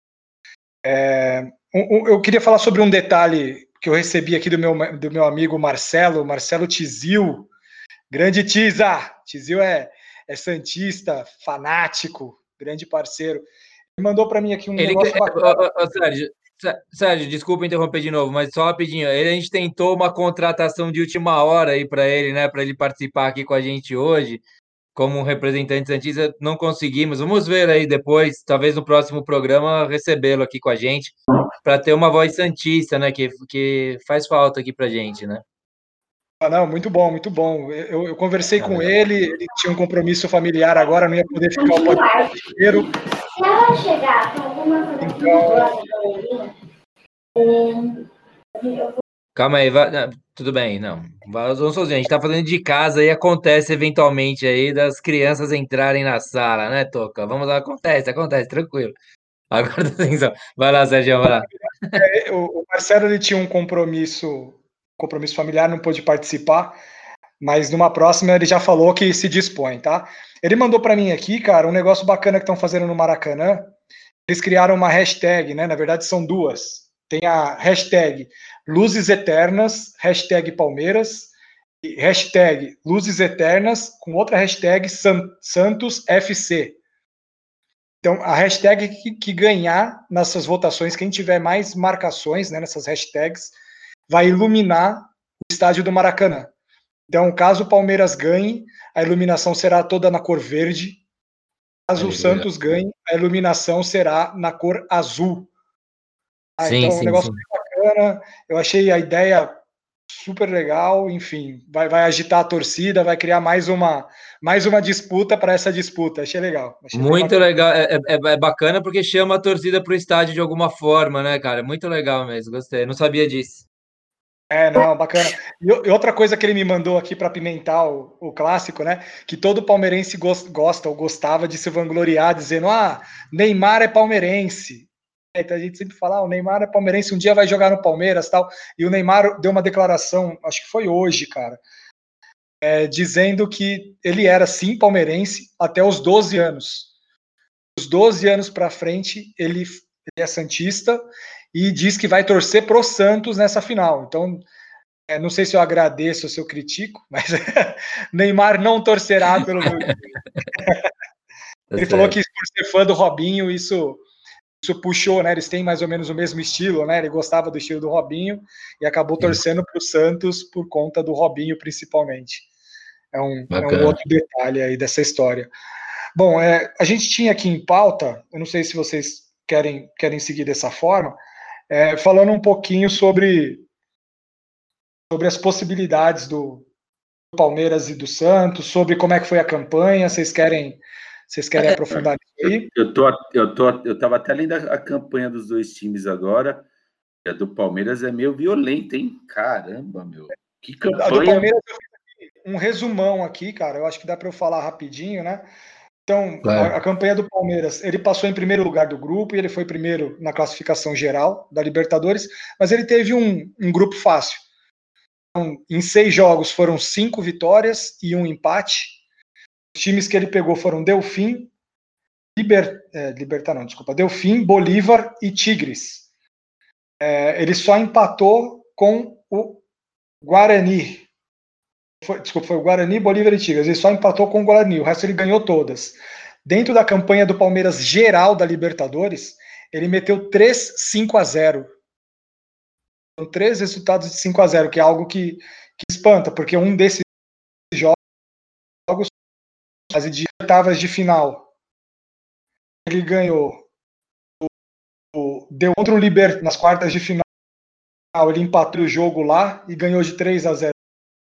É, um, um, eu queria falar sobre um detalhe que eu recebi aqui do meu, do meu amigo Marcelo, Marcelo Tizil, grande Tiza, Tizil é, é santista, fanático, grande parceiro. Ele mandou para mim aqui um Ele, negócio bacana. Ô, ô, Sérgio, Sérgio, desculpa interromper de novo, mas só rapidinho. Ele, a gente tentou uma contratação de última hora aí para ele, né? Para ele participar aqui com a gente hoje, como um representante santista. Não conseguimos. Vamos ver aí depois, talvez no próximo programa, recebê-lo aqui com a gente, para ter uma voz santista, né? Que, que faz falta aqui para gente, né? Ah, não, muito bom, muito bom. Eu, eu conversei com ele, ele tinha um compromisso familiar agora, não ia poder ficar o podcast inteiro. Se ela chegar com alguma coisa então... Calma aí, vai, não, tudo bem, não. Vamos sozinho. A gente tá fazendo de casa e acontece eventualmente aí das crianças entrarem na sala, né, Toca? Vamos lá, acontece, acontece, tranquilo. Agora atenção. Vai lá, Sérgio, vai lá. É, o Marcelo ele tinha um compromisso compromisso familiar, não pôde participar, mas numa próxima ele já falou que se dispõe, tá? Ele mandou para mim aqui, cara, um negócio bacana que estão fazendo no Maracanã. Eles criaram uma hashtag, né? Na verdade são duas. Tem a hashtag Luzes Eternas, hashtag Palmeiras, e hashtag Luzes Eternas, com outra hashtag Santos F C. Então, a hashtag que, que ganhar nessas votações, quem tiver mais marcações, né, nessas hashtags, vai iluminar o estádio do Maracanã. Então, caso o Palmeiras ganhe, a iluminação será toda na cor verde. Caso Aí, o Santos é. ganhe, a iluminação será na cor azul. Ah, sim, então, sim, um negócio sim. bem bacana. Eu achei a ideia super legal. Enfim, vai, vai agitar a torcida, vai criar mais uma, mais uma disputa para essa disputa. Achei legal. Achei Muito legal. É, é, é bacana porque chama a torcida para o estádio de alguma forma, né, cara? Muito legal mesmo. Gostei. Não sabia disso. É, não, bacana. E outra coisa que ele me mandou aqui para pimentar o, o clássico, né? Que todo palmeirense gosta ou gostava de se vangloriar, dizendo: ah, Neymar é palmeirense. É, então a gente sempre fala: ah, o Neymar é palmeirense, um dia vai jogar no Palmeiras tal. E o Neymar deu uma declaração, acho que foi hoje, cara, é, dizendo que ele era sim palmeirense até os doze anos. Os doze anos para frente, ele, ele é santista e diz que vai torcer pro Santos nessa final. Então, é, não sei se eu agradeço ou se eu critico, mas Neymar não torcerá pelo meu time. Ele tá falou certo. Que por ser fã do Robinho, isso, isso puxou, né? Eles têm mais ou menos o mesmo estilo, né? Ele gostava do estilo do Robinho e acabou torcendo para o Santos por conta do Robinho, principalmente. É um, é um outro detalhe aí dessa história. Bom, é, a gente tinha aqui em pauta, eu não sei se vocês querem, querem seguir dessa forma, é, falando um pouquinho sobre, sobre as possibilidades do, do Palmeiras e do Santos, sobre como é que foi a campanha, vocês querem, vocês querem é, aprofundar isso aí? Eu, tô, eu, tô, eu tava até lendo a, a campanha dos dois times agora, a do Palmeiras é meio violenta, hein? Caramba, meu. Que campanha... A do Palmeiras eu fiz um resumão aqui, cara, eu acho que dá para eu falar rapidinho, né? Então, claro. a, a campanha do Palmeiras, ele passou em primeiro lugar do grupo e ele foi primeiro na classificação geral da Libertadores, mas ele teve um, um grupo fácil. Então, em seis jogos foram cinco vitórias e um empate. Os times que ele pegou foram Delfim, Liber, é, Libertar não, desculpa, Delfim, Bolívar e Tigres. É, ele só empatou com o Guarani. Foi, desculpa, foi o Guarani, Bolívar e Tigres. Ele só empatou com o Guarani, o resto ele ganhou todas. Dentro da campanha do Palmeiras geral da Libertadores, ele meteu três cinco a zero. São três resultados de cinco a zero, que é algo que, que espanta, porque um desses jogos, quase de oitavas de final, ele ganhou. O, deu contra o Liber nas quartas de final, ele empatou o jogo lá e ganhou de três a zero.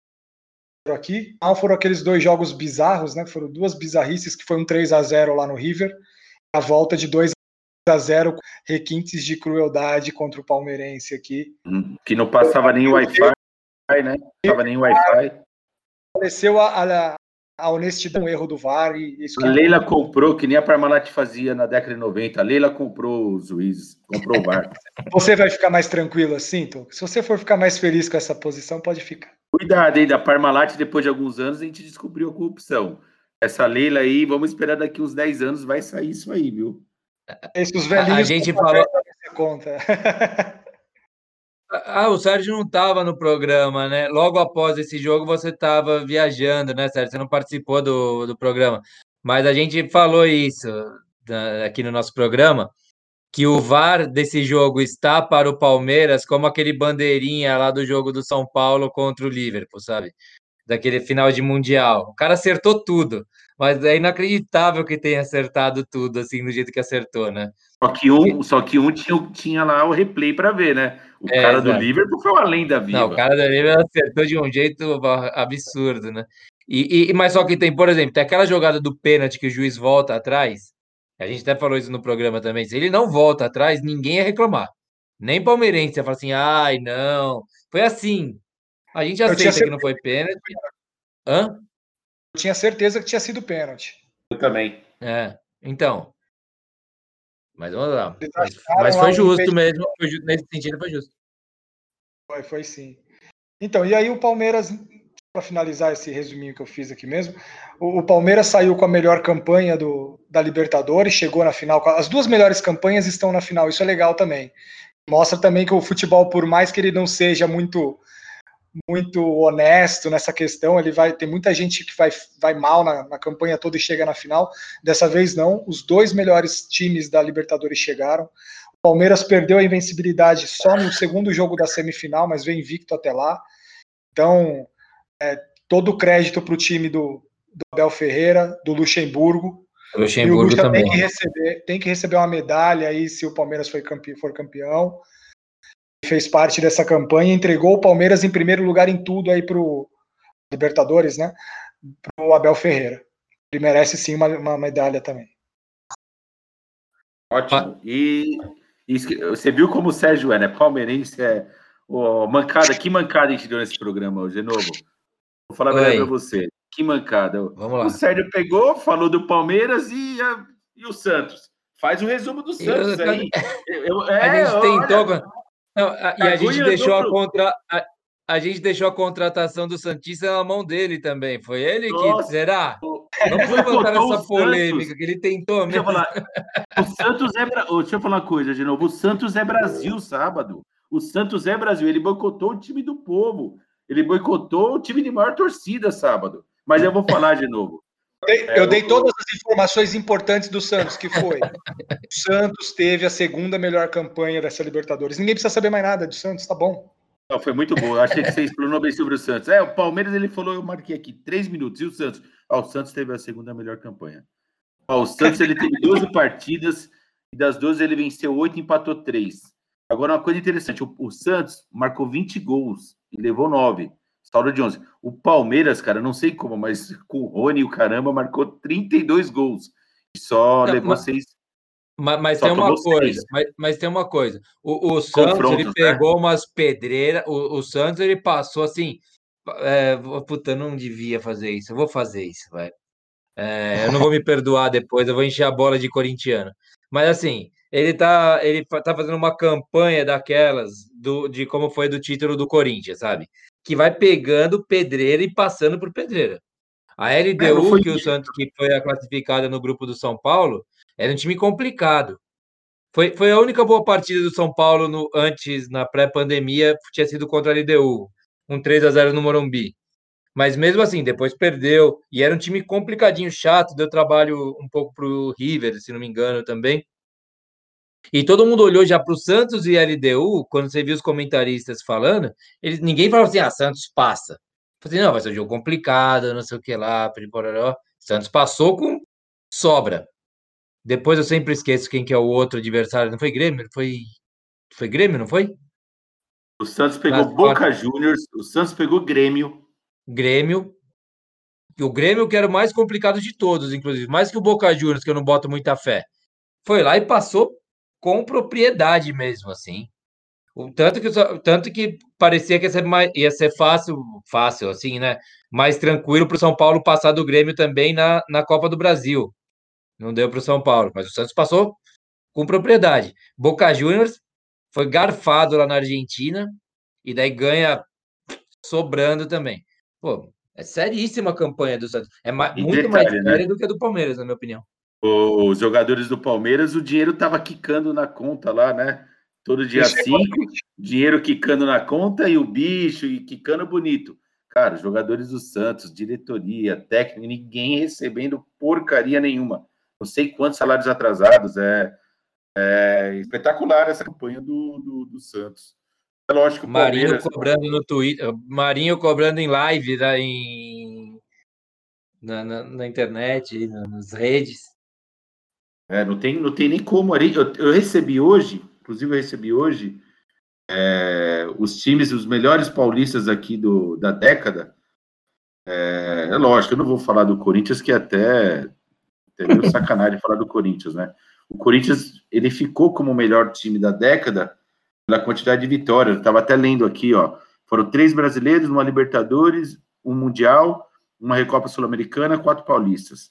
Aqui. Não foram aqueles dois jogos bizarros, né? Foram duas bizarrices, que foi um três a zero lá no River, a volta de dois a zero, requintes de crueldade contra o palmeirense aqui. Que não passava nem Wi-Fi, né? Não passava nem Wi-Fi. Apareceu a, a, a honestidade, um erro do V A R. E isso a Leila comprou, que nem a Parmalat fazia na década de noventa. A Leila comprou os juízes, comprou o V A R. Você vai ficar mais tranquilo assim, Tom? Se você for ficar mais feliz com essa posição, pode ficar. Cuidado aí, da Parmalat, depois de alguns anos, a gente descobriu a corrupção. Essa Leila aí, vamos esperar daqui uns dez anos, vai sair isso aí, viu? Esses velhinhos a gente falou... conta. Ah, o Sérgio não estava no programa, né? Logo após esse jogo, você estava viajando, né, Sérgio? Você não participou do, do programa. Mas a gente falou isso aqui no nosso programa, que o V A R desse jogo está para o Palmeiras como aquele bandeirinha lá do jogo do São Paulo contra o Liverpool, sabe? Daquele final de Mundial. O cara acertou tudo, mas é inacreditável que tenha acertado tudo, assim, do jeito que acertou, né? Só que um, só que um tinha, tinha lá o replay para ver, né? O é, cara exato. do Liverpool foi uma lenda viva. Não, o cara do Liverpool acertou de um jeito absurdo, né? E, e, mas só que tem, por exemplo, tem aquela jogada do pênalti que o juiz volta atrás. A gente até falou isso no programa também. Se ele não volta atrás, ninguém ia reclamar. Nem palmeirense ia falar assim, ai, não. Foi assim. A gente aceita que não foi pênalti. Hã? Eu tinha certeza que tinha sido pênalti. Eu também. É, então. Mas vamos lá. Mas, mas foi justo mesmo. Foi, nesse sentido, foi justo. Foi, foi sim. Então, e aí o Palmeiras, para finalizar esse resuminho que eu fiz aqui mesmo, o, o Palmeiras saiu com a melhor campanha do, da Libertadores, chegou na final, as duas melhores campanhas estão na final, isso é legal também. Mostra também que o futebol, por mais que ele não seja muito muito honesto nessa questão, ele vai, tem muita gente que vai, vai mal na, na campanha toda e chega na final, dessa vez não, os dois melhores times da Libertadores chegaram, o Palmeiras perdeu a invencibilidade só no segundo jogo da semifinal, mas veio invicto até lá, então é, todo o crédito para o time do, do Abel Ferreira, do Luxemburgo, Luxemburgo e o Luxa também. Tem que, receber, tem que receber uma medalha aí se o Palmeiras for campeão, for campeão. Fez parte dessa campanha, entregou o Palmeiras em primeiro lugar em tudo aí pro Libertadores, né? Pro Abel Ferreira. Ele merece sim uma, uma medalha também. Ótimo. E, e você viu como o Sérgio é, né? Palmeirense é. Oh, mancada, que mancada a gente deu nesse programa hoje, de novo. Vou falar a verdade pra você. Que mancada. Vamos lá. O Sérgio pegou, falou do Palmeiras e, e o Santos. Faz o resumo do Santos eu, aí. Eu, eu, é, a gente tentou. Olha, não, a, e a gente deixou a, contra, a, a gente deixou a contratação do Santista na mão dele também. Foi ele Nossa, que. Será? Vamos levantar essa polêmica que ele tentou mesmo. Deixa eu falar. O Santos é. Deixa eu falar uma coisa de novo. O Santos é Brasil sábado. O Santos é Brasil. Ele boicotou o time do povo. Ele boicotou o time de maior torcida sábado. Mas eu vou falar de novo. Eu, eu dei todas as informações importantes do Santos, que foi o Santos teve a segunda melhor campanha dessa Libertadores. Ninguém precisa saber mais nada do Santos, tá bom. Não, foi muito bom. Eu achei que você explanou bem sobre o Santos. É, o Palmeiras, ele falou, eu marquei aqui, três minutos. E o Santos? Ah, o Santos teve a segunda melhor campanha. Ah, o Santos, ele teve doze partidas, e das doze ele venceu oito e empatou três. Agora, uma coisa interessante, o, o Santos marcou vinte gols e levou nove. Saldo de onze. O Palmeiras, cara, não sei como, mas com o Rony e o caramba, marcou trinta e dois gols. E só não, levou mas, seis. Mas, mas tem uma coisa, mas, mas tem uma coisa. O, o Santos, ele pegou né? umas pedreiras, o, o Santos, ele passou assim, é, puta, eu não devia fazer isso, eu vou fazer isso, vai. É, eu não vou me perdoar depois, eu vou encher a bola de corintiano. Mas assim, ele tá, ele tá fazendo uma campanha daquelas, do, de como foi do título do Corinthians, sabe? Que vai pegando pedreira e passando por pedreira. A L D U, é, que o Santos, que foi a classificada no grupo do São Paulo, era um time complicado. Foi, foi a única boa partida do São Paulo no, antes, na pré-pandemia, tinha sido contra a L D U. Um três a zero no Morumbi. Mas mesmo assim, depois perdeu. E era um time complicadinho, chato. Deu trabalho um pouco pro River, se não me engano, também. E todo mundo olhou já para o Santos e a L D U, quando você viu os comentaristas falando, eles, ninguém falava assim, ah, Santos passa. Falei, não, vai ser um jogo complicado, não sei o que lá, peripororó. Santos passou com sobra. Depois eu sempre esqueço quem que é o outro adversário. Não foi Grêmio? Foi, foi Grêmio, não foi? O Santos pegou Mas, Boca ó, Juniors, o Santos pegou Grêmio. Grêmio. E o Grêmio que era o mais complicado de todos, inclusive. Mais que o Boca Juniors, que eu não boto muita fé. Foi lá e passou com propriedade mesmo, assim. O tanto que, tanto que parecia que ia ser, mais, ia ser fácil, fácil, assim, né? Mais tranquilo para o São Paulo passar do Grêmio também na, na Copa do Brasil. Não deu para o São Paulo, mas o Santos passou com propriedade. Boca Juniors foi garfado lá na Argentina e daí ganha sobrando também. Pô, é seríssima a campanha do Santos. É ma- muito detalhe, mais séria, né, do que a do Palmeiras, na minha opinião. Os jogadores do Palmeiras, o dinheiro tava quicando na conta lá, né? Todo dia cinco, dinheiro quicando na conta e o bicho e quicando bonito. Cara, os jogadores do Santos, diretoria, técnico, ninguém recebendo porcaria nenhuma. Não sei quantos salários atrasados. É, é espetacular essa campanha do, do, do Santos. É lógico que o Marinho Palmeiras... cobrando no Twitter, Marinho cobrando em live, né, em, na, na, na internet, nas redes. É, não tem, não tem nem como. Eu, eu recebi hoje, inclusive eu recebi hoje, é, os times, os melhores paulistas aqui do, da década. É, é lógico, eu não vou falar do Corinthians, que até entendeu? Sacanagem falar do Corinthians, né? O Corinthians, ele ficou como o melhor time da década pela quantidade de vitórias. Eu estava até lendo aqui, ó. Foram três brasileiros, uma Libertadores, um Mundial, uma Recopa Sul-Americana, quatro paulistas.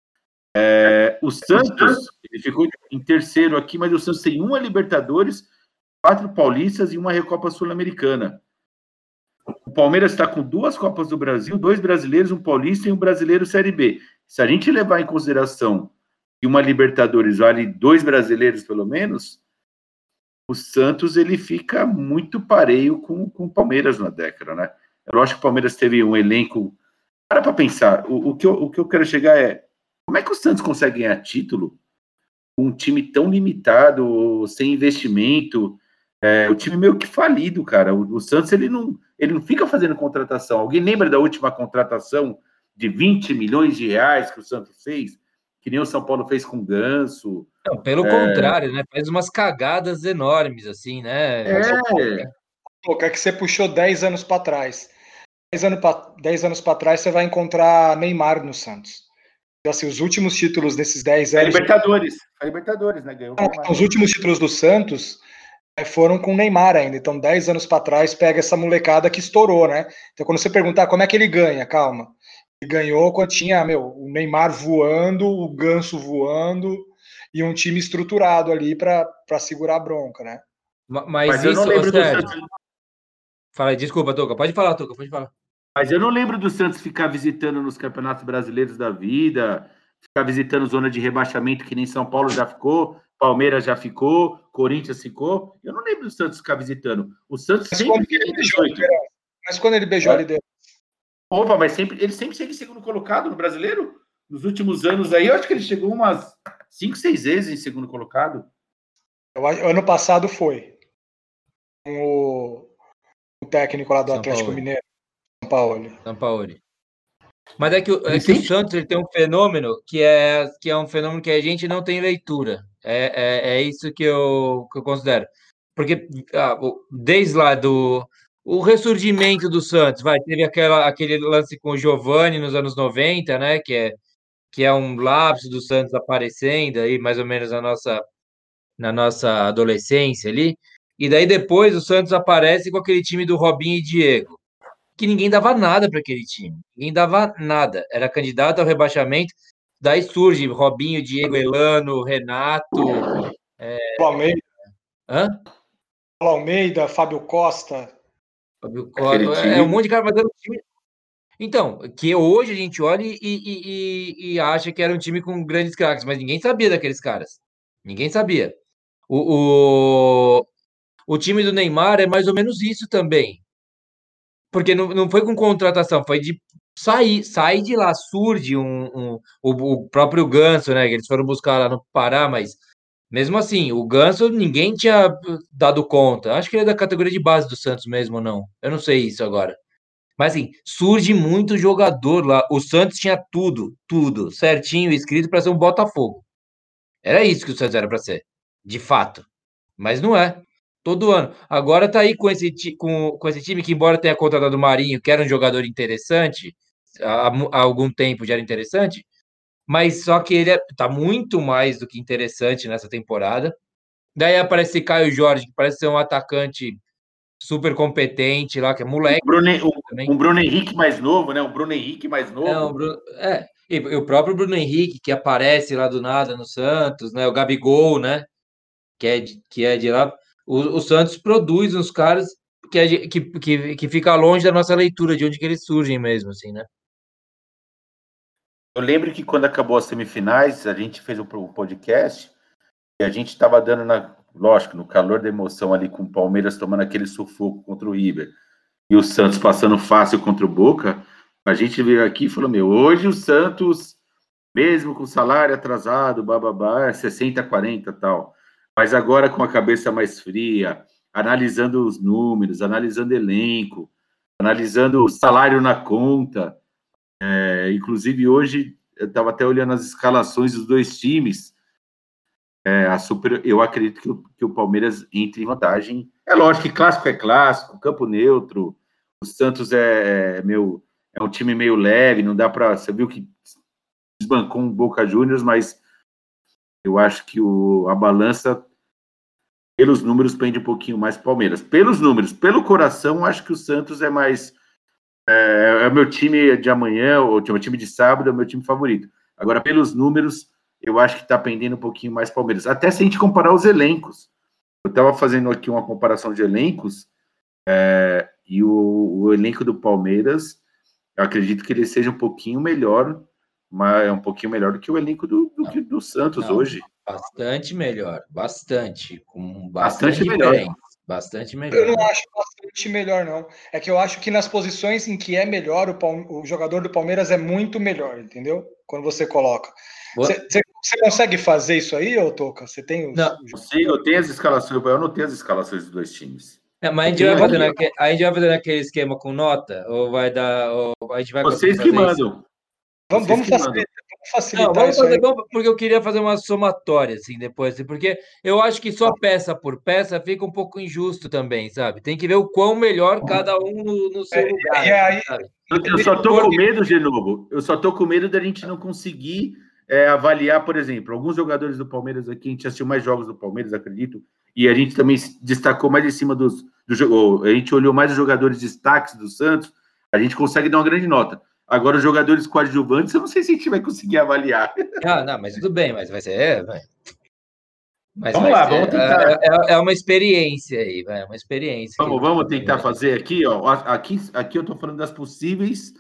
É, o Santos, ele ficou em terceiro aqui, mas o Santos tem uma Libertadores, quatro paulistas e uma Recopa Sul-Americana. O Palmeiras está com duas Copas do Brasil, dois brasileiros, um paulista e um brasileiro Série B. Se a gente levar em consideração que uma Libertadores vale dois brasileiros, pelo menos, o Santos ele fica muito pareio com, com o Palmeiras na década, né? Eu acho que o Palmeiras teve um elenco... Para para pensar, o, o, que eu, o que eu quero chegar é, como é que o Santos consegue ganhar título com um time tão limitado, sem investimento, é, o time meio que falido, cara. O, o Santos ele não, ele não fica fazendo contratação. Alguém lembra da última contratação de vinte milhões de reais que o Santos fez? Que nem o São Paulo fez com o Ganso. Não, pelo é... contrário, né? Faz umas cagadas enormes, assim, né? É. Pô, é que você puxou dez anos para trás. dez anos para dez anos para trás você vai encontrar Neymar no Santos. Então, assim, os últimos títulos desses dez anos... A Libertadores. A Libertadores, né? Ganhou. Ah, os últimos títulos do Santos foram com o Neymar ainda. Então, dez anos para trás, pega essa molecada que estourou, né? Então, quando você perguntar como é que ele ganha, calma. Ele ganhou quando tinha, meu, o Neymar voando, o Ganso voando e um time estruturado ali para segurar a bronca, né? Mas, Mas isso, eu não lembro do Sérgio, Santos. Fala aí, desculpa, Tuca. Pode falar, Tuca, pode falar. Mas eu não lembro do Santos ficar visitando nos campeonatos brasileiros da vida, ficar visitando zona de rebaixamento que nem São Paulo já ficou, Palmeiras já ficou, Corinthians ficou. Eu não lembro do Santos ficar visitando. O Santos Mas sempre quando fica ele em beijou a dezoito. liderança? Mas quando ele beijou É. a liderança? Opa, mas sempre, ele sempre chega em segundo colocado no brasileiro. Nos últimos anos aí, eu acho que ele chegou umas cinco, seis vezes em segundo colocado. Eu, ano passado foi. O, o técnico lá do São Atlético Paulo. Mineiro, São Paulo. São Paulo. Mas é que, o- é Ele que o sempre- Santos ele tem um fenômeno que é, que é um fenômeno que a gente não tem leitura. É, é, é isso que eu, que eu considero. Porque ah, o- desde lá do o ressurgimento do Santos, vai, teve aquela, aquele lance com o Giovani nos anos noventa, né? Que é, que é um lapso do Santos aparecendo aí, mais ou menos na nossa, na nossa adolescência ali. E daí depois o Santos aparece com aquele time do Robinho e Diego, que ninguém dava nada para aquele time. Ninguém dava nada. Era candidato ao rebaixamento. Daí surge Robinho, Diego Elano, Renato. O Almeida, Hã? o Almeida, Fábio Costa. Fábio Aquele Costa. time- É um monte de cara fazendo time. Então, que hoje a gente olha e, e, e, e acha que era um time com grandes craques, mas ninguém sabia daqueles caras. Ninguém sabia. O, o, o time do Neymar é mais ou menos isso também. Porque não, não foi com contratação, foi de sair, sair de lá, surge um, um- o, o próprio Ganso, né? Que eles foram buscar lá no Pará, mas mesmo assim, o Ganso ninguém tinha dado conta. Acho que ele é da categoria de base do Santos mesmo, ou não? Eu não sei isso agora. Mas assim, surge muito jogador lá. O Santos tinha tudo, tudo certinho escrito para ser um Botafogo. Era isso que o Santos era para ser, de fato. Mas não é. Todo ano. Agora tá aí com esse, ti- com, com esse time que, embora tenha contratado o Marinho, que era um jogador interessante, há, mu- há algum tempo já era interessante, mas só que ele é, tá muito mais do que interessante nessa temporada. Daí aparece Caio Jorge, que parece ser um atacante super competente lá, que é moleque Um Bruno, um, também. um Bruno Henrique mais novo, né? Um Bruno Henrique mais novo. É, o Bruno- é, e e o próprio Bruno Henrique, que aparece lá do nada no Santos, né? O Gabigol, né? Que é de, que é de lá. O, o Santos produz uns caras que, é de- que, que, que fica longe da nossa leitura, de onde que eles surgem mesmo, assim, né? Eu lembro que quando acabou as semifinais, a gente fez o um podcast e a gente estava dando, na, lógico, no calor da emoção ali com o Palmeiras tomando aquele sufoco contra o River e o Santos passando fácil contra o Boca. A gente veio aqui e falou, meu, hoje o Santos, mesmo com salário atrasado, bababá, é sessenta a quarenta e tal. Mas agora com a cabeça mais fria, analisando os números, analisando elenco, analisando o salário na conta. É, inclusive, hoje, eu estava até olhando as escalações dos dois times. É, a super, eu acredito que o, que o Palmeiras entre em vantagem. É lógico que clássico é clássico, campo neutro. O Santos é, é, meu, é um time meio leve, não dá para... Você viu que desbancou um Boca Juniors, mas eu acho que o, a balança, pelos números, pende um pouquinho mais para o Palmeiras. Pelos números, pelo coração, acho que o Santos é mais... É, é o meu time de amanhã, ou o meu time de sábado, é o meu time favorito. Agora, pelos números, eu acho que está pendendo um pouquinho mais Palmeiras. Até se a gente comparar os elencos. Eu estava fazendo aqui uma comparação de elencos. É, E o, o elenco do Palmeiras, eu acredito que ele seja um pouquinho melhor, mas é um pouquinho melhor do que o elenco do, do, do, do Santos Não, hoje. Bastante melhor, bastante, com Bastante bastante melhor. diferença, bastante Eu melhor. não acho bastante melhor, não. É que eu acho que nas posições em que é melhor, o, Palme- o jogador do Palmeiras é muito melhor, entendeu? Quando você coloca. Boa- Você você- você consegue fazer isso aí, ô Toca? Você tem os. Não. os- Consigo, eu tenho as escalações, eu não tenho as escalações dos dois times. É, mas a gente, Eu vai tenho fazendo aqui, aque- a gente vai fazendo aquele esquema com nota? Ou vai dar. Ou a gente vai Vocês conseguir que fazer isso? mandam. Vamos, Vocês vamos que facilitar, mandam. vamos facilitar Não, vamos isso fazer, aí. vamos- porque eu queria fazer uma somatória, assim, depois, assim, porque eu acho que só peça por peça fica um pouco injusto também, sabe? Tem que ver o quão melhor cada um no, no seu É, lugar, e aí- sabe? Eu, eu só tô com medo, de novo. Eu só tô com medo da gente não conseguir é, avaliar, por exemplo, alguns jogadores do Palmeiras aqui, a gente assistiu mais jogos do Palmeiras, acredito, e a gente também se destacou mais em cima dos. Do, jogo. A gente olhou mais os jogadores destaques do Santos, a gente consegue dar uma grande nota. Agora, os jogadores coadjuvantes, eu não sei se a gente vai conseguir avaliar. Ah, não, mas tudo bem, mas vai ser. É, vai. Mas Vamos vai lá, ser, vamos tentar. É, é, é uma experiência aí, vai, é uma experiência. Vamos, que- vamos tentar fazer aqui, ó. Aqui, aqui eu tô falando das possíveis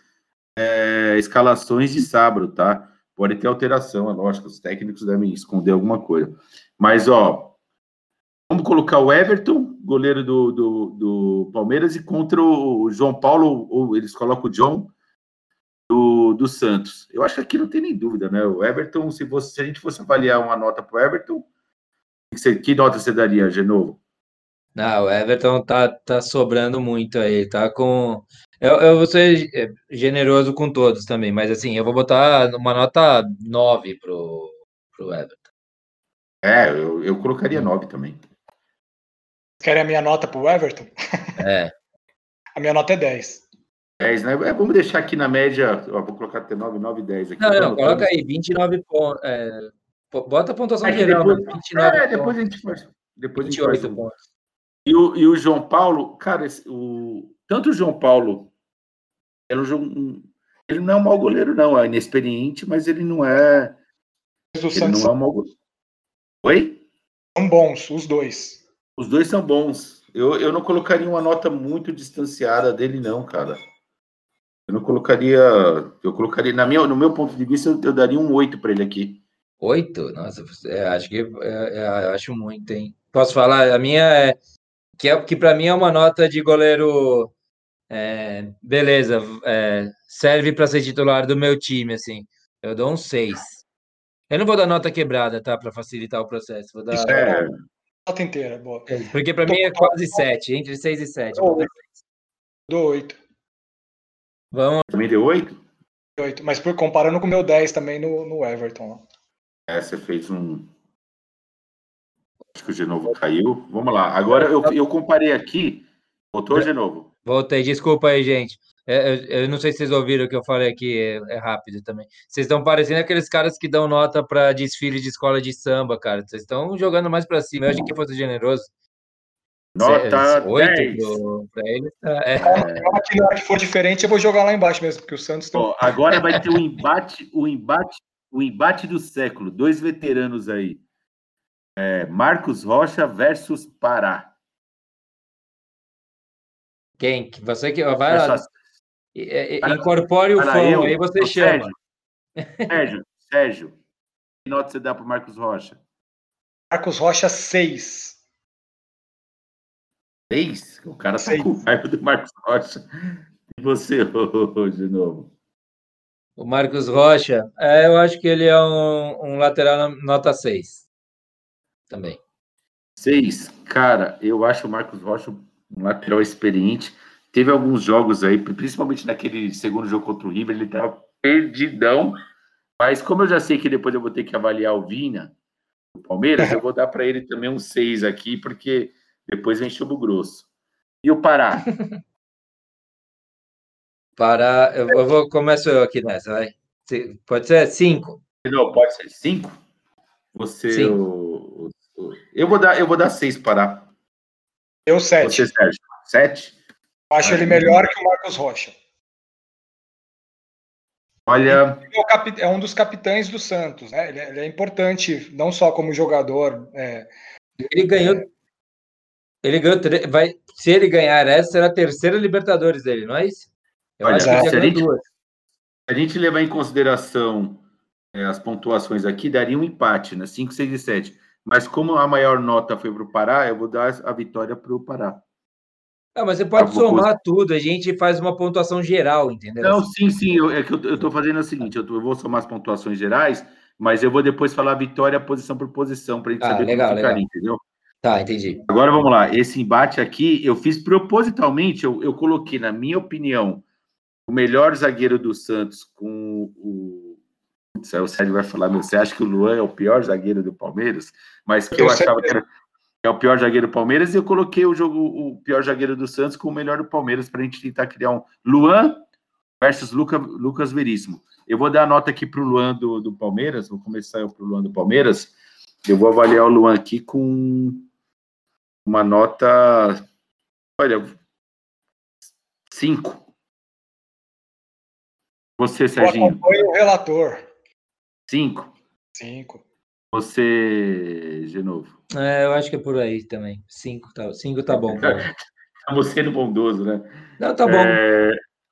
é, escalações de sábado, tá? Pode ter alteração, é lógico, os técnicos devem esconder alguma coisa. Mas, ó, vamos colocar o Everton, goleiro do, do, do Palmeiras, e contra o João Paulo, ou eles colocam o John, do, do Santos. Eu acho que aqui não tem nem dúvida, né? O Everton, se, você, se a gente fosse avaliar uma nota pro Everton, que, você, que nota você daria, Genovo? Não, o Everton tá, tá sobrando muito aí, tá com. Eu, eu vou ser generoso com todos também, mas assim, eu vou botar uma nota nove pro, pro Everton. É, eu, eu colocaria nove também. Querem a minha nota pro Everton? É. A minha nota é dez. dez, né? É, vamos deixar aqui na média, ó, vou colocar até nove, nove, dez aqui. Não, não, Vamos, coloca vamos. aí, vinte e nove pontos. É, bota a pontuação É que geral, depois, né? vinte e nove é, pontos, depois a gente faz. Depois a vinte gente e faz oito um. pontos. E o, e o João Paulo, cara, esse- o, tanto o João Paulo, ele, é um- ele não é um mau goleiro, não, é inexperiente, mas ele não é. Do Ele Santos não é um mau goleiro. Oi? são bons, os dois. Os dois são bons. Eu, eu não colocaria uma nota muito distanciada dele, não, cara. Eu não colocaria. Eu colocaria, na minha, no meu ponto de vista, eu, eu daria um oito para ele aqui. Oito? Nossa, é, acho que é, é, acho muito, hein? Posso falar? A minha é que, é, que para mim é uma nota de goleiro. É, beleza, é, serve para ser titular do meu time, assim. Eu dou um seis. Eu não vou dar nota quebrada, tá? Para facilitar o processo. Vou dar. Isso É, Nota inteira, boa. É, porque para mim é quase sete, entre seis e sete. Dou oito. Dou oito. Vamos. também deu oito? oito. Mas por, comparando com o meu dez também no, no Everton. Ó. É, você fez um. Acho que o Genovo caiu. Vamos lá. Agora eu, eu comparei aqui. Voltou, Genovo? Voltei, desculpa aí, gente. É, eu, eu não sei se vocês ouviram o que eu falei aqui, é, é rápido também. Vocês estão parecendo aqueles caras que dão nota para desfile de escola de samba, cara. Vocês estão jogando mais para cima. Eu achei que fosse generoso. Nota oito dez. para ele. Tá, é. É. Na hora que for diferente, eu vou jogar lá embaixo mesmo, porque o Santos tem. Ó, agora vai ter o embate, o embate, o embate do século. Dois veteranos aí. É, Marcos Rocha versus Pará. Quem? Você que vai lá. Versus- É, é, Incorpore o Vai lá, fã, eu, aí você o chama. Sérgio, Sérgio, Sérgio, que nota você dá para Marcos Rocha? Marcos Rocha, seis. Seis? O cara tá Seis. com raiva do Marcos Rocha. E você, ô, de novo? O Marcos Rocha, é, eu acho que ele é um, um lateral nota seis. Também. Seis, cara, eu acho o Marcos Rocha um lateral experiente. Teve alguns jogos aí, principalmente naquele segundo jogo contra o River, ele tava perdidão. Mas como eu já sei que depois eu vou ter que avaliar o Vina, o Palmeiras, eu vou dar para ele também um seis aqui, porque depois vem chumbo grosso. E o Pará? Pará, eu vou, eu vou começo eu aqui nessa, vai. Se- Pode ser cinco. Não, pode ser cinco? Você, Cinco. o, o- eu vou dar, eu vou dar seis Pará. Eu, sete. Você, Sérgio? Sete? Acho ele melhor que o Marcos Rocha. Olha, É, o capi- é um dos capitães do Santos, né? Ele é, ele é importante, não só como jogador. é, Ele ganhou, Ele ganhou, tre- vai, se ele ganhar essa, será a terceira Libertadores dele, não é isso? Eu Olha, acho que ele já se a ganhou gente- duas. Se a gente levar em consideração é, as pontuações aqui, daria um empate, né? cinco, seis e sete. Mas como a maior nota foi para o Pará, eu vou dar a vitória para o Pará. Ah, mas você pode Eu vou somar tudo, a gente faz uma pontuação geral, entendeu? Não, sim, sim. Eu, é que eu estou fazendo o seguinte: eu, tô- eu vou somar as pontuações gerais, mas eu vou depois falar vitória posição por posição, para a gente Ah, saber legal, como ficaria, legal. entendeu? Tá, entendi. Agora vamos lá. Esse embate aqui, eu fiz propositalmente, eu, eu coloquei, na minha opinião, o melhor zagueiro do Santos com o. Putz, aí o Sérgio vai falar, meu, você acha que o Luan é o pior zagueiro do Palmeiras? Mas que eu achava que era é o pior zagueiro do Palmeiras, e eu coloquei o jogo, o pior zagueiro do Santos com o melhor do Palmeiras, para a gente tentar criar um Luan versus Luca, Lucas Veríssimo. Eu vou dar a nota aqui para o Luan do, do Palmeiras, vou começar eu para o Luan do Palmeiras. Eu vou avaliar o Luan aqui com uma nota, olha, cinco. Você, Eu Serginho? acompanho o relator. Cinco. Cinco. Você, Genovo? É, eu acho que é por aí também. Cinco tá, cinco tá bom. Pra mim. Estamos sendo bondoso, né? Não, tá bom. É,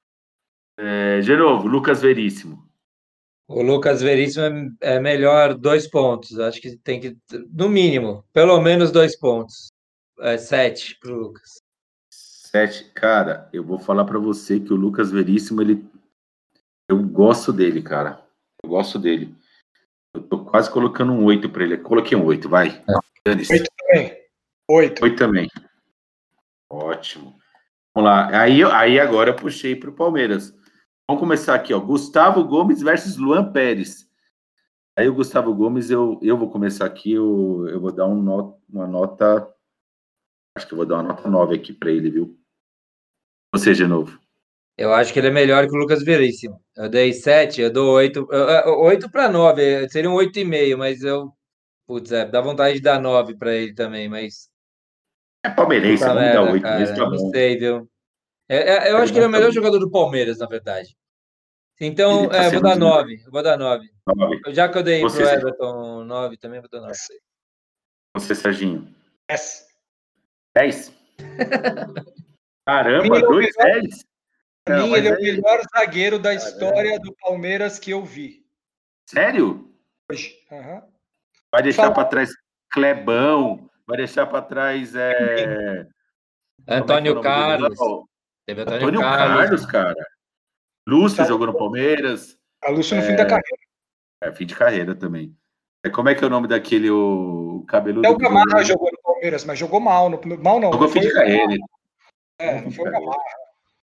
é, Genovo, Lucas Veríssimo. O Lucas Veríssimo é, é melhor dois pontos. Acho que tem que, no mínimo, pelo menos dois pontos. É sete pro Lucas. Sete. Cara, eu vou falar para você que o Lucas Veríssimo, ele, eu gosto dele, cara. Eu gosto dele. Eu tô quase colocando um oito para ele. Coloquei um oito, vai. Dane-se. Oito também. Oito. Oito também. Ótimo. Vamos lá. Aí, eu- aí agora eu puxei para o Palmeiras. Vamos começar aqui, ó. Gustavo Gomes versus Luan Pérez. Aí o Gustavo Gomes, eu, eu vou começar aqui, eu, eu vou dar um not, uma nota. Acho que eu vou dar uma nota nove aqui para ele, viu? Você, de novo. Eu acho que ele é melhor que o Lucas Veríssimo. Eu dei sete, eu dou oito. oito para nove, seria um oito e meio, mas eu. Putz, é, dá vontade de dar nove para ele também, mas. É palmeirense, Puta vamos dar merda, oito mesmo, cara, tá não bom. sei, viu? É, é, eu Tá acho que ele é o bom, tá melhor bom. jogador do Palmeiras, na verdade. Então, Ele tá é, eu vou sendo dar um dos melhores. nove. Eu vou dar nove. Nove. Já que eu dei Você, pro Serginho. Everton nove também, eu vou dar nove. Você, Serginho. Dez. dez? Caramba, Ele é o dois melhor- dez? Pra Não, mim, mas ele é o aí- melhor zagueiro da Caramba. história do Palmeiras que eu vi Sério? hoje. Aham. Vai deixar Fala- para trás Clebão, vai deixar para trás é... Antônio como é que é o nome dele? Carlos. Não, Teve Antônio, Antônio Carlos. Carlos, cara. Lúcio Fala- jogou no Palmeiras. A Lúcio no fim da carreira. É, fim de carreira também. É, como é que é o nome daquele o cabeludo? Até o que Gamarra jogou? jogou no Palmeiras, mas jogou mal. No, no- mal não. Jogou não fim foi, de carreira. é, não foi o Gamarra.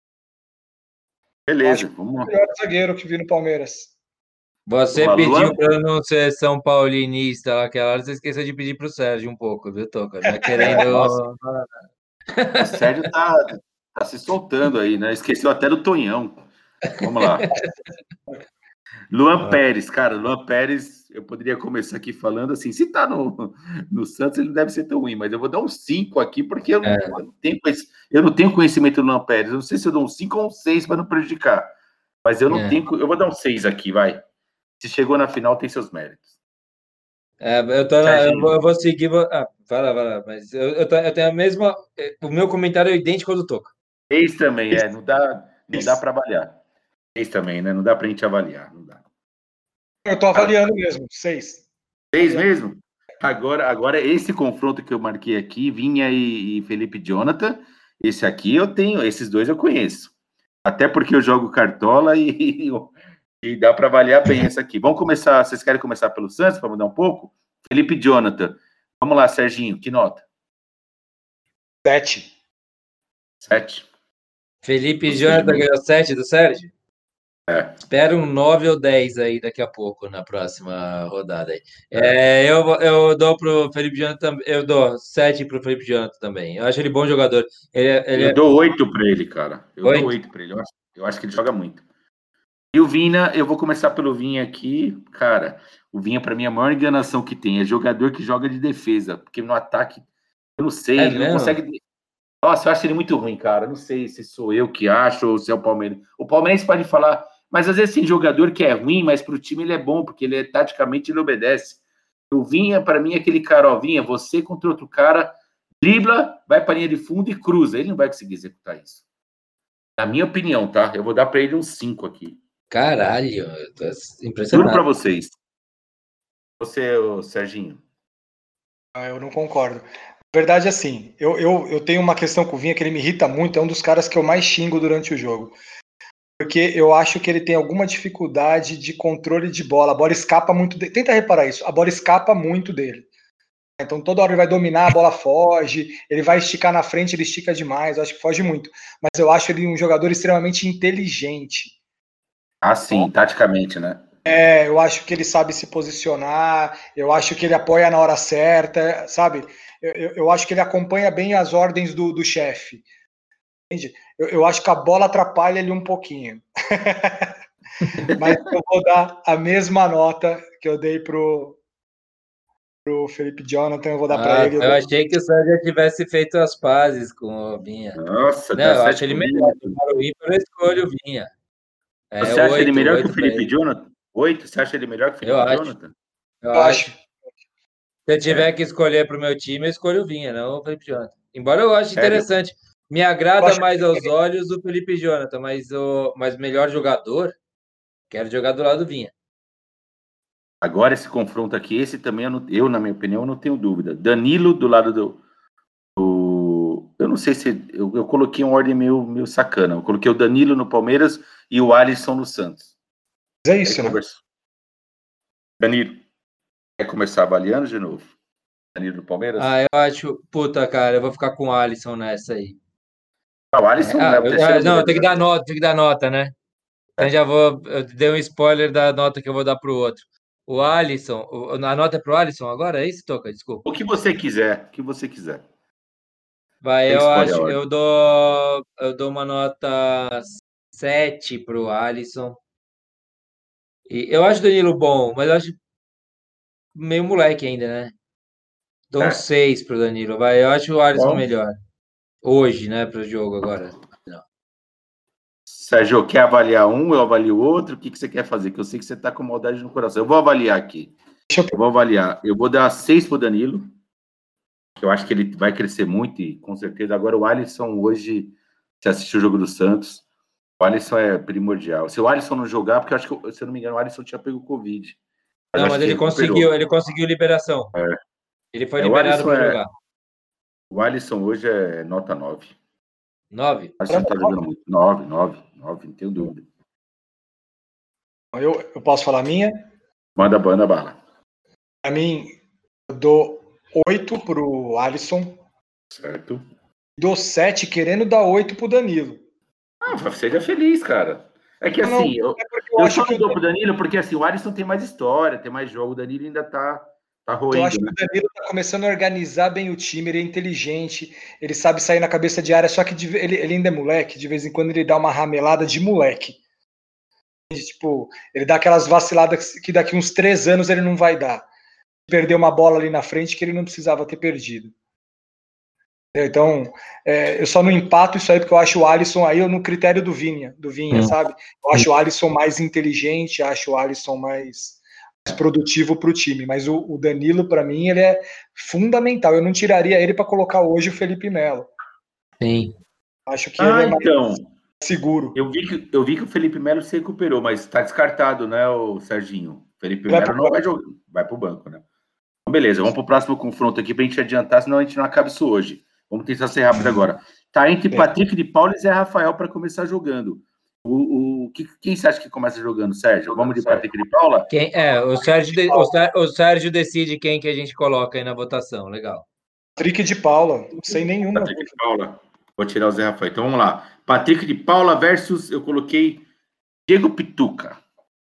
Beleza, Acho vamos O lá. melhor zagueiro que vi no Palmeiras. Você Vamos lá, pediu Luan? para eu não ser São Paulinista lá aquela hora, você esqueceu de pedir pro Sérgio um pouco, viu, Toca? Não é querendo. Nossa. O Sérgio tá, tá se soltando aí, né? Esqueceu até do Tonhão. Vamos lá. Luan Pérez, cara, Luan Pérez, eu poderia começar aqui falando assim, se tá no, no Santos, ele não deve ser tão ruim, mas eu vou dar um cinco aqui, porque eu não, É. eu não tenho, conhec- eu não tenho conhecimento do Luan Pérez. Eu não sei se eu dou um cinco ou um seis para não prejudicar, mas eu não É. tenho. Eu vou dar um seis aqui, vai. Se chegou na final, tem seus méritos. É, eu, tô na- eu, Serginho. vou, eu vou seguir. Vou, ah, vai lá, vai lá. Mas eu, eu, tô- eu tenho a mesma. O meu comentário é idêntico ao do Toca. Seis também, é, não dá, não dá para avaliar. Seis também, né? Não dá pra gente avaliar, não dá. Eu tô avaliando mesmo. Seis. Seis mesmo? Agora, agora esse confronto que eu marquei aqui, Vinha e, e Felipe Jonathan, esse aqui eu tenho, esses dois eu conheço. Até porque eu jogo Cartola e, e dá para avaliar bem esse aqui. Vamos começar, vocês querem começar pelo Santos para mudar um pouco? Felipe Jonathan. Vamos lá, Serginho, que nota? Sete. Sete. Felipe Você, Jonathan João. ganhou sete do Sérgio? É. Espera um nove ou dez aí daqui a pouco, na próxima rodada aí. É, eu, eu dou pro Felipe Jonathan, eu dou sete pro Felipe Jonathan também. Eu acho ele bom jogador. Ele, é- ele Eu é dou oito para ele, cara. Eu Oito? dou oito para ele. Eu acho, eu acho que ele joga muito. E o Vinha, eu vou começar pelo Vinha aqui. Cara, o Vinha, para mim, é a maior enganação que tem. É jogador que joga de defesa. Porque no ataque, eu não sei, É ele não mesmo? consegue. Nossa, eu acho ele muito ruim, cara. Não sei se sou eu que acho ou se é o Palmeiras. O Palmeiras pode falar, mas às vezes tem jogador que é ruim, mas pro time ele é bom, porque ele é taticamente ele obedece. O Vinha, para mim, é aquele cara, ó, Vinha, você contra outro cara dribla, vai para a linha de fundo e cruza. Ele não vai conseguir executar isso. Na minha opinião, tá? Eu vou dar para ele um cinco aqui. Caralho, eu tô Juro impressionado. para vocês. Você, ô, Serginho. Ah, eu não concordo. Na verdade, assim, eu, eu, eu tenho uma questão com o Vinha que ele me irrita muito, é um dos caras que eu mais xingo durante o jogo. Porque eu acho que ele tem alguma dificuldade de controle de bola. A bola escapa muito dele. Tenta reparar isso. A bola escapa muito dele. Então toda hora ele vai dominar, a bola foge, ele vai esticar na frente, ele estica demais, eu acho que foge muito. Mas eu acho ele um jogador extremamente inteligente. Ah, sim, taticamente, né? É, eu acho que ele sabe se posicionar, eu acho que ele apoia na hora certa, sabe? Eu, eu, eu acho que ele acompanha bem as ordens do, do chefe. Entende? Eu, eu acho que a bola atrapalha ele um pouquinho. Mas eu vou dar a mesma nota que eu dei pro, pro Felipe Jonathan, eu vou dar para Ah, ele. Eu eu dou- achei que o Sérgio já tivesse feito as pazes com o Vinha. Nossa, Não, dá eu acho sete ele pro melhor. Vinha. Para o ímpar, eu escolho o Vinha. É, Você acha ele oito, melhor que o oito pra Felipe ele. Jonathan? Oito? Você acha ele melhor que o Eu Felipe acho. Jonathan? Eu eu acho. acho. Se eu tiver É. que escolher para o meu time, eu escolho o Vinha, não o Felipe Jonathan. Embora eu ache Sério? interessante. Me Eu agrada acho mais aos olhos o Felipe Jonathan, mas o mas melhor jogador, quero jogar do lado do Vinha. Agora esse confronto aqui, esse também, eu, não- eu, na minha opinião, não tenho dúvida. Danilo do lado do... do- eu não sei se... Eu, eu coloquei uma ordem meio, meio sacana. Eu coloquei o Danilo no Palmeiras e o Alisson no Santos. é Aí isso, né? conversa. Danilo, quer começar avaliando de novo? Danilo do Palmeiras? Ah, eu acho. Puta, cara, eu vou ficar com o Alisson nessa aí. Ah, o É, Alisson ah, é o eu, terceiro ah, não, melhor tem que dar jogador. nota, tem que dar nota, né? Então já vou. Eu dei um spoiler da nota que eu vou dar pro outro. O Alisson, o- a nota é pro Alisson agora? É isso, Toca? Desculpa. O que você quiser, o que você quiser. Vai, Tem que eu escolher a acho, ordem. eu dou, eu dou uma nota sete pro Alisson. E eu acho o Danilo bom, mas eu acho meio moleque ainda, né? Dou um Certo. seis pro Danilo, vai. Eu acho o Alisson Bom. melhor. Hoje, né, pro jogo agora. Sérgio, quer avaliar um, eu avalio o outro? O que, que você quer fazer? Que eu sei que você está com maldade no coração. Eu vou avaliar aqui. Deixa eu- Eu vou avaliar. Eu vou dar seis pro Danilo, que eu acho que ele vai crescer muito e com certeza. Agora o Alisson hoje, você assistiu o jogo do Santos, o Alisson é primordial. Se o Alisson não jogar, porque eu acho que, se eu não me engano, o Alisson tinha pego Covid. Mas Não, acho mas que ele recuperou. conseguiu, ele conseguiu liberação. É. Ele foi É, o liberado Alisson para é- jogar. O Alisson hoje é nota nove. Nove? O Alisson está jogando muito. nove, nove, nove, não tenho dúvida. Eu, eu posso falar a minha? Manda, manda bala. Para mim, eu dou oito pro Alisson, Certo? dou sete querendo dar oito pro Danilo. Ah, seja feliz, cara. É que Não, não, assim, eu, é porque eu, eu acho só que não o dou pro Danilo porque assim, o Alisson tem mais história, tem mais jogo, o Danilo ainda tá, tá Eu roendo, acho que né? o Danilo tá começando a organizar bem o time, ele é inteligente, ele sabe sair na cabeça de área, só que de- ele, ele ainda é moleque, de vez em quando ele dá uma ramelada de moleque. Tipo, ele dá aquelas vaciladas que daqui uns três anos ele não vai dar. Perdeu uma bola ali na frente que ele não precisava ter perdido. Então, é, eu só não empato isso aí porque eu acho o Alisson aí no critério do Vinha, do Vinha, Hum. sabe? Eu acho o Alisson mais inteligente, acho o Alisson mais, mais produtivo para o time, mas o, o Danilo, para mim, ele é fundamental. Eu não tiraria ele para colocar hoje o Felipe Melo. Sim. Acho que ele Ah, é mais então. seguro. Eu vi, que, eu vi que o Felipe Melo se recuperou, mas tá descartado, né, o Serginho? Felipe Vai Melo pro não vai jogar, vai pro banco, né? Então, beleza, vamos pro próximo confronto aqui pra gente adiantar, senão a gente não acaba isso hoje. Vamos tentar ser rápido agora. Tá entre Sim. Patrick de Paula e Zé Rafael para começar jogando. O, o, que, quem você acha que começa jogando, Sérgio? Vamos de Patrick de Paula? Quem, é, o Sérgio, de- o, Sé- o Sérgio decide quem que a gente coloca aí na votação. Legal. Patrick de Paula, sem nenhuma Patrick dúvida. de Paula. Vou tirar o Zé Rafael. Então vamos lá. Patrick de Paula versus, eu coloquei Diego Pituca.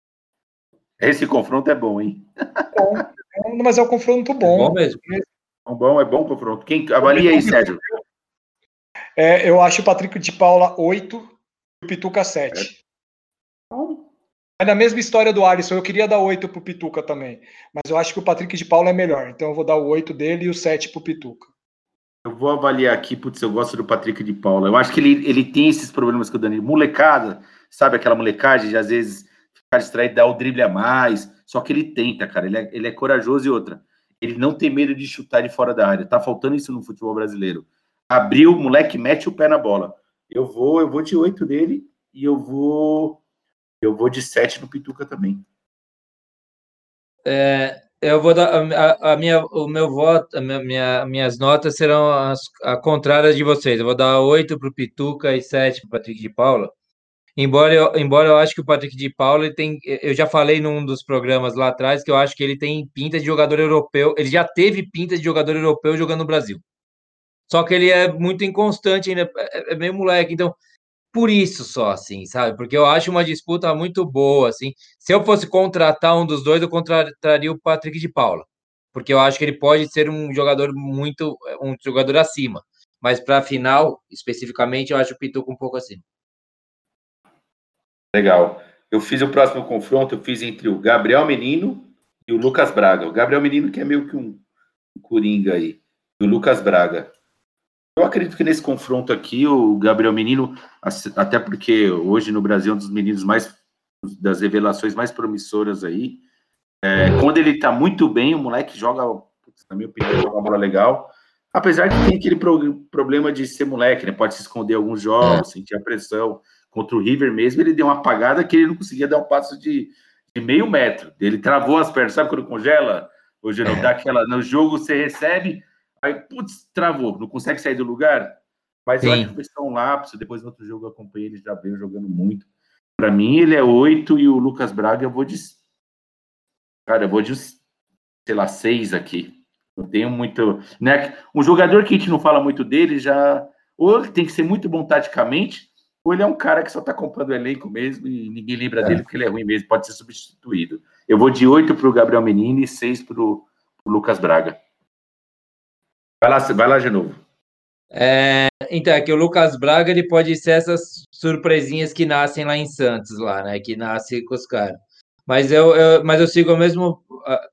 Esse confronto é bom, hein? Bom, mas é um confronto É bom. bom mesmo. É bom, é bom confronto. Quem avalia aí, Sérgio? É, eu acho o Patrick de Paula oito e o Pituca sete. É na mesma história do Alisson, eu queria dar oito pro Pituca também, mas eu acho que o Patrick de Paula é melhor, então eu vou dar o oito dele e o sete pro Pituca. Eu vou avaliar aqui, putz, eu gosto do Patrick de Paula. Eu acho que ele, ele tem esses problemas que o Danilo. Molecada, sabe aquela molecagem de às vezes ficar distraído, dar o drible a mais. Só que ele tenta, cara. Ele é, ele é corajoso e outra. Ele não tem medo de chutar de fora da área. Tá faltando isso no futebol brasileiro. Abriu, o moleque mete o pé na bola. Eu vou, eu vou de oito dele e eu vou, eu vou de sete no Pituca também. É, eu vou dar a, a minha, o meu voto, a minha, minha- minhas notas serão as a contrárias de vocês. Eu vou dar oito para o Pituca e sete para o Patrick de Paula. Embora eu, embora eu acho que o Patrick de Paula ele tem, eu já falei num dos programas lá atrás que eu acho que ele tem pinta de jogador europeu. Ele já teve pinta de jogador europeu jogando no Brasil. Só que ele é muito inconstante ainda, é, é meio moleque. Então, por isso só, assim, sabe? Porque eu acho uma disputa muito boa, assim. Se eu fosse contratar um dos dois, eu contrataria o Patrick de Paula, porque eu acho que ele pode ser um jogador muito, um jogador acima. Mas para a final, especificamente, eu acho o Pituca um pouco acima. Legal. Eu fiz o próximo confronto, eu fiz entre o Gabriel Menino e o Lucas Braga. O Gabriel Menino que é meio que um, um coringa aí. E o Lucas Braga. Eu acredito que nesse confronto aqui, o Gabriel Menino, até porque hoje no Brasil é um dos meninos mais, das revelações mais promissoras aí. É, quando ele tá muito bem, o moleque joga, na minha opinião, joga uma bola legal. Apesar que tem aquele pro, problema de ser moleque, né? Pode se esconder alguns jogos, é. sentir a pressão. Contra o River mesmo, ele deu uma apagada que ele não conseguia dar um passo de, de meio metro. Ele travou as pernas, sabe quando congela? Hoje não dá aquela. No jogo você recebe, aí, putz, travou, não consegue sair do lugar. Mas Sim. eu acho que foi só um lapso. Depois no outro jogo eu acompanhei, ele já veio jogando muito. Para mim, ele é oito e o Lucas Braga eu vou de. Cara, eu vou de, sei lá, seis aqui. Não tenho muito. Né? Um jogador que a gente não fala muito dele já. Ou ele tem que ser muito bom taticamente. Ou ele é um cara que só tá comprando o elenco mesmo e ninguém lembra é. dele porque ele é ruim mesmo, pode ser substituído. Eu vou de oito pro Gabriel Menino e seis pro, pro Lucas Braga. Vai lá, vai lá de novo. É, então, é que o Lucas Braga ele pode ser essas surpresinhas que nascem lá em Santos, lá, né? Que nasce com os caras. Mas eu, eu, mas eu sigo a, mesmo, a,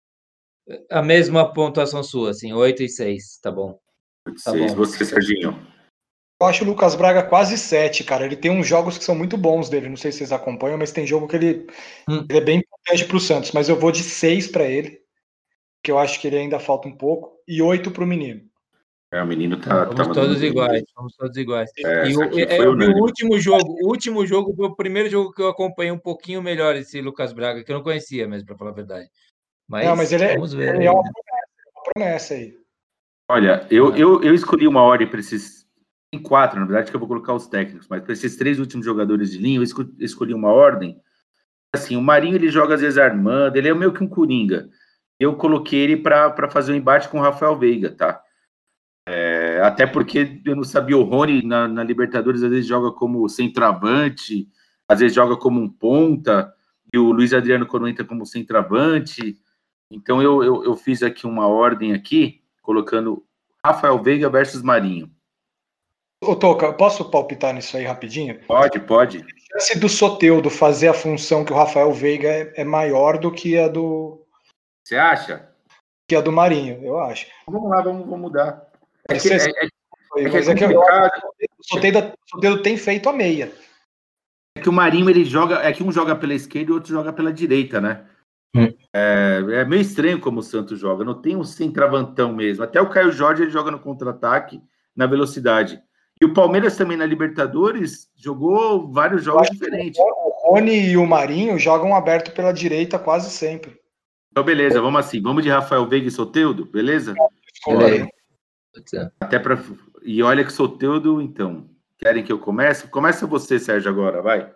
a mesma pontuação sua, assim, oito e seis, tá bom. Tá seis. Bom. Você, Serginho? Eu acho o Lucas Braga quase sete, cara. Ele tem uns jogos que são muito bons dele. Não sei se vocês acompanham, mas tem jogo que ele, hum. ele é bem importante pro Santos. Mas eu vou de seis para ele, que eu acho que ele ainda falta um pouco, e oito pro menino. É, o menino tá. Somos tá todos iguais. Somos todos iguais. É, e o, é, o último jogo, o último jogo foi o primeiro jogo que eu acompanhei um pouquinho melhor esse Lucas Braga, que eu não conhecia mesmo, para falar a verdade. Mas, não, mas ele, vamos é, ver. Ele é uma promessa, uma promessa aí. Olha, eu, eu, eu escolhi uma ordem para esses. Tem quatro, na verdade, que eu vou colocar os técnicos, mas para esses três últimos jogadores de linha, eu escolhi uma ordem. Assim, o Marinho, ele joga às vezes armando, ele é meio que um coringa. Eu coloquei ele para fazer um embate com o Rafael Veiga, tá? É, até porque eu não sabia, o Rony na, na Libertadores às vezes joga como centroavante, às vezes joga como um ponta, e o Luiz Adriano quando entra como centroavante. Então eu, eu, eu fiz aqui uma ordem aqui, colocando Rafael Veiga versus Marinho. Ô, Toca, posso palpitar nisso aí rapidinho? Pode, pode. A chance do Soteldo fazer a função que o Rafael Veiga é, é maior do que a do... Você acha? Que a do Marinho, eu acho. Vamos lá, vamos, vamos mudar. É que, é, é, é, mas é que eu acho que o Soteldo, Soteldo tem feito a meia. É que o Marinho, ele joga... É que um joga pela esquerda e o outro joga pela direita, né? Hum. É, é meio estranho como o Santos joga. Não tem um centravantão mesmo. Até o Caio Jorge, ele joga no contra-ataque, na velocidade. E o Palmeiras também na Libertadores jogou vários jogos diferentes. O Rony e o Marinho jogam aberto pela direita quase sempre. Então, beleza, vamos assim. Vamos de Rafael Veiga e Soteldo, beleza? Beleza. Até pra... E olha que Soteldo, então. Querem que eu comece? Começa você, Sérgio, agora, vai.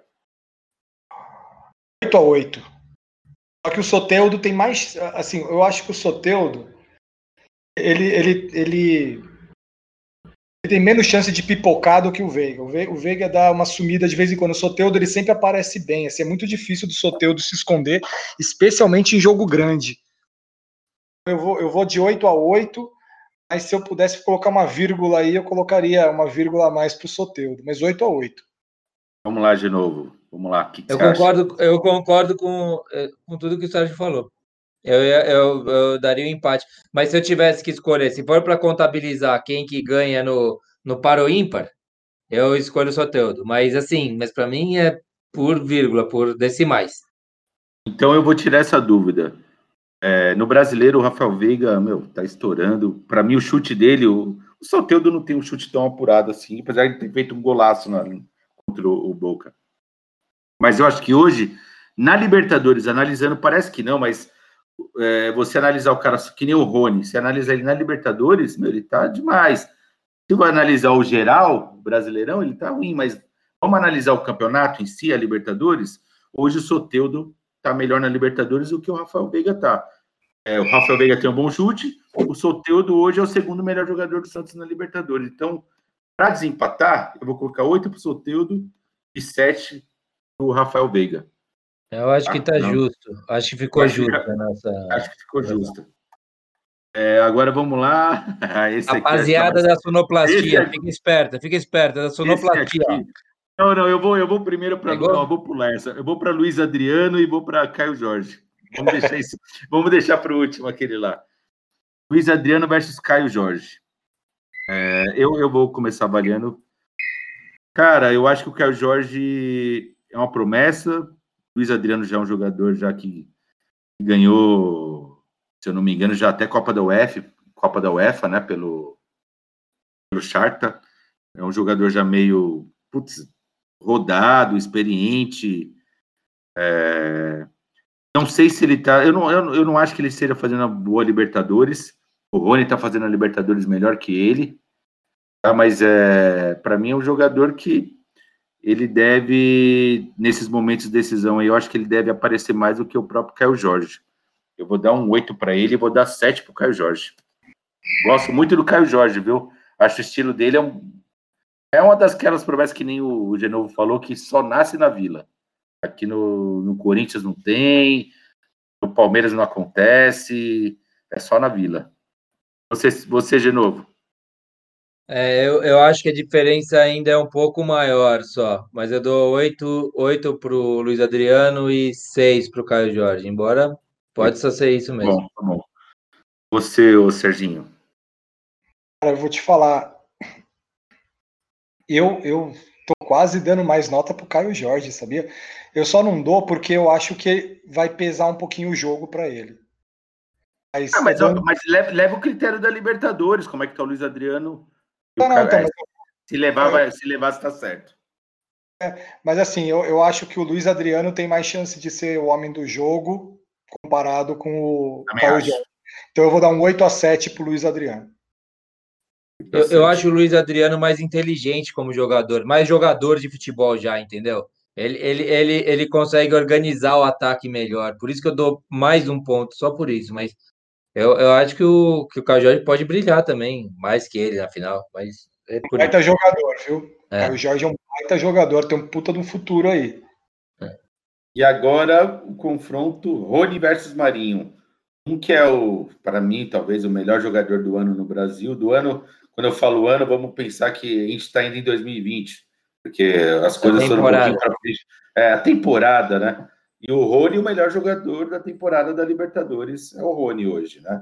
oito a oito. Só que o Soteldo tem mais... Assim, eu acho que o Soteldo ele... ele, ele... Ele tem menos chance de pipocar do que o Veiga. O Veiga, o Veiga dá uma sumida de vez em quando. O Soteldo, ele sempre aparece bem. Assim, é muito difícil do Soteldo se esconder, especialmente em jogo grande. Eu vou, eu vou de oito a oito, mas se eu pudesse colocar uma vírgula aí, eu colocaria uma vírgula a mais para o Soteldo. Mas oito a oito. Vamos lá de novo. Vamos lá. Que que eu, concordo, eu concordo com, com tudo que o Sérgio falou. Eu, eu, eu daria um empate. Mas se eu tivesse que escolher, se for para contabilizar quem que ganha no, no par ou ímpar, eu escolho o Soteldo. Mas assim, mas para mim é por vírgula, por decimais. Então eu vou tirar essa dúvida. É, no brasileiro, o Rafael Veiga, meu, tá estourando. Para mim, o chute dele, o, o Soteldo não tem um chute tão apurado assim, apesar de ter feito um golaço na, contra o, o Boca. Mas eu acho que hoje, na Libertadores, analisando, parece que não, mas é, você analisar o cara que nem o Rony, você analisar ele na Libertadores, meu, ele tá demais. Se vai analisar o geral, o Brasileirão, ele tá ruim, mas vamos analisar o campeonato em si, a Libertadores, hoje o Soteldo tá melhor na Libertadores do que o Rafael Veiga tá. É, o Rafael Veiga tem um bom chute, o Soteldo hoje é o segundo melhor jogador do Santos na Libertadores. Então, para desempatar, eu vou colocar oito pro Soteldo e sete pro Rafael Veiga. Eu acho que Ah, tá não. justo. Acho que ficou Acho que justo fica- a nossa. Acho que ficou justo. É, agora vamos lá. Esse aqui acho que é Rapaziada mais- da Esse sonoplastia, aqui- fica esperta, fica esperta, da Esse sonoplastia. ó. aqui. Não, não, eu vou, eu vou primeiro para. Pegou? Não, eu vou pular essa. Eu vou para Luiz Adriano e vou para Caio Jorge. Vamos deixar isso. Vamos deixar para o último aquele lá. Luiz Adriano versus Caio Jorge. É, eu, eu vou começar avaliando. Cara, eu acho que o Caio Jorge é uma promessa. Luiz Adriano já é um jogador já que ganhou, se eu não me engano, já até Copa da UEFA, Copa da UEFA, né? Pelo, pelo Shakhtar. É um jogador já meio putz, rodado, experiente. É... Não sei se ele tá. Eu não, eu, eu não acho que ele esteja fazendo uma boa Libertadores. O Rony tá fazendo a Libertadores melhor que ele. Tá? Mas é, para mim é um jogador que ele deve, nesses momentos de decisão aí, eu acho que ele deve aparecer mais do que o próprio Caio Jorge. Eu vou dar um oito para ele e vou dar sete pro Caio Jorge. Gosto muito do Caio Jorge, viu? Acho o estilo dele é um. É uma daquelas promessas que nem o Genovo falou, que só nasce na Vila. Aqui no, no Corinthians não tem, no Palmeiras não acontece, é só na Vila. Você, você Genovo. É, eu, eu acho que a diferença ainda é um pouco maior só, mas eu dou oito, oito pro Luiz Adriano e seis pro Caio Jorge, embora pode só ser isso mesmo. Bom, tá bom. Você, ô Serginho. Cara, eu vou te falar. Eu, eu tô quase dando mais nota pro Caio Jorge, sabia? Eu só não dou porque eu acho que vai pesar um pouquinho o jogo para ele. Mas, Ah, mas, dando... mas leva, leva o critério da Libertadores, como é que tá o Luiz Adriano e o não, não, então, Caio. mas, Se levar, vai, se levar, está certo. mas assim, eu, eu acho que o Luiz Adriano tem mais chance de ser o homem do jogo comparado com o Também Caio acho. Jorge. Então eu vou dar um oito a sete pro Luiz Adriano. Eu, eu acho o Luiz Adriano mais inteligente como jogador, mais jogador de futebol já, entendeu? Ele, ele, ele, ele consegue organizar o ataque melhor, por isso que eu dou mais um ponto, só por isso, mas eu, eu acho que o, que o Caio Jorge pode brilhar também, mais que ele na final, mas é por Baita isso. jogador, viu? É. Caio Jorge é um baita jogador, tem um puta de um futuro aí. E agora o confronto Rony versus Marinho. Um que é o, para mim, talvez o melhor jogador do ano no Brasil. Do ano, quando eu falo ano, vamos pensar que a gente está indo em dois mil e vinte, porque as coisas foram um pouquinho para frente. É, a temporada, né? E o Rony, o melhor jogador da temporada da Libertadores, é o Rony hoje, né?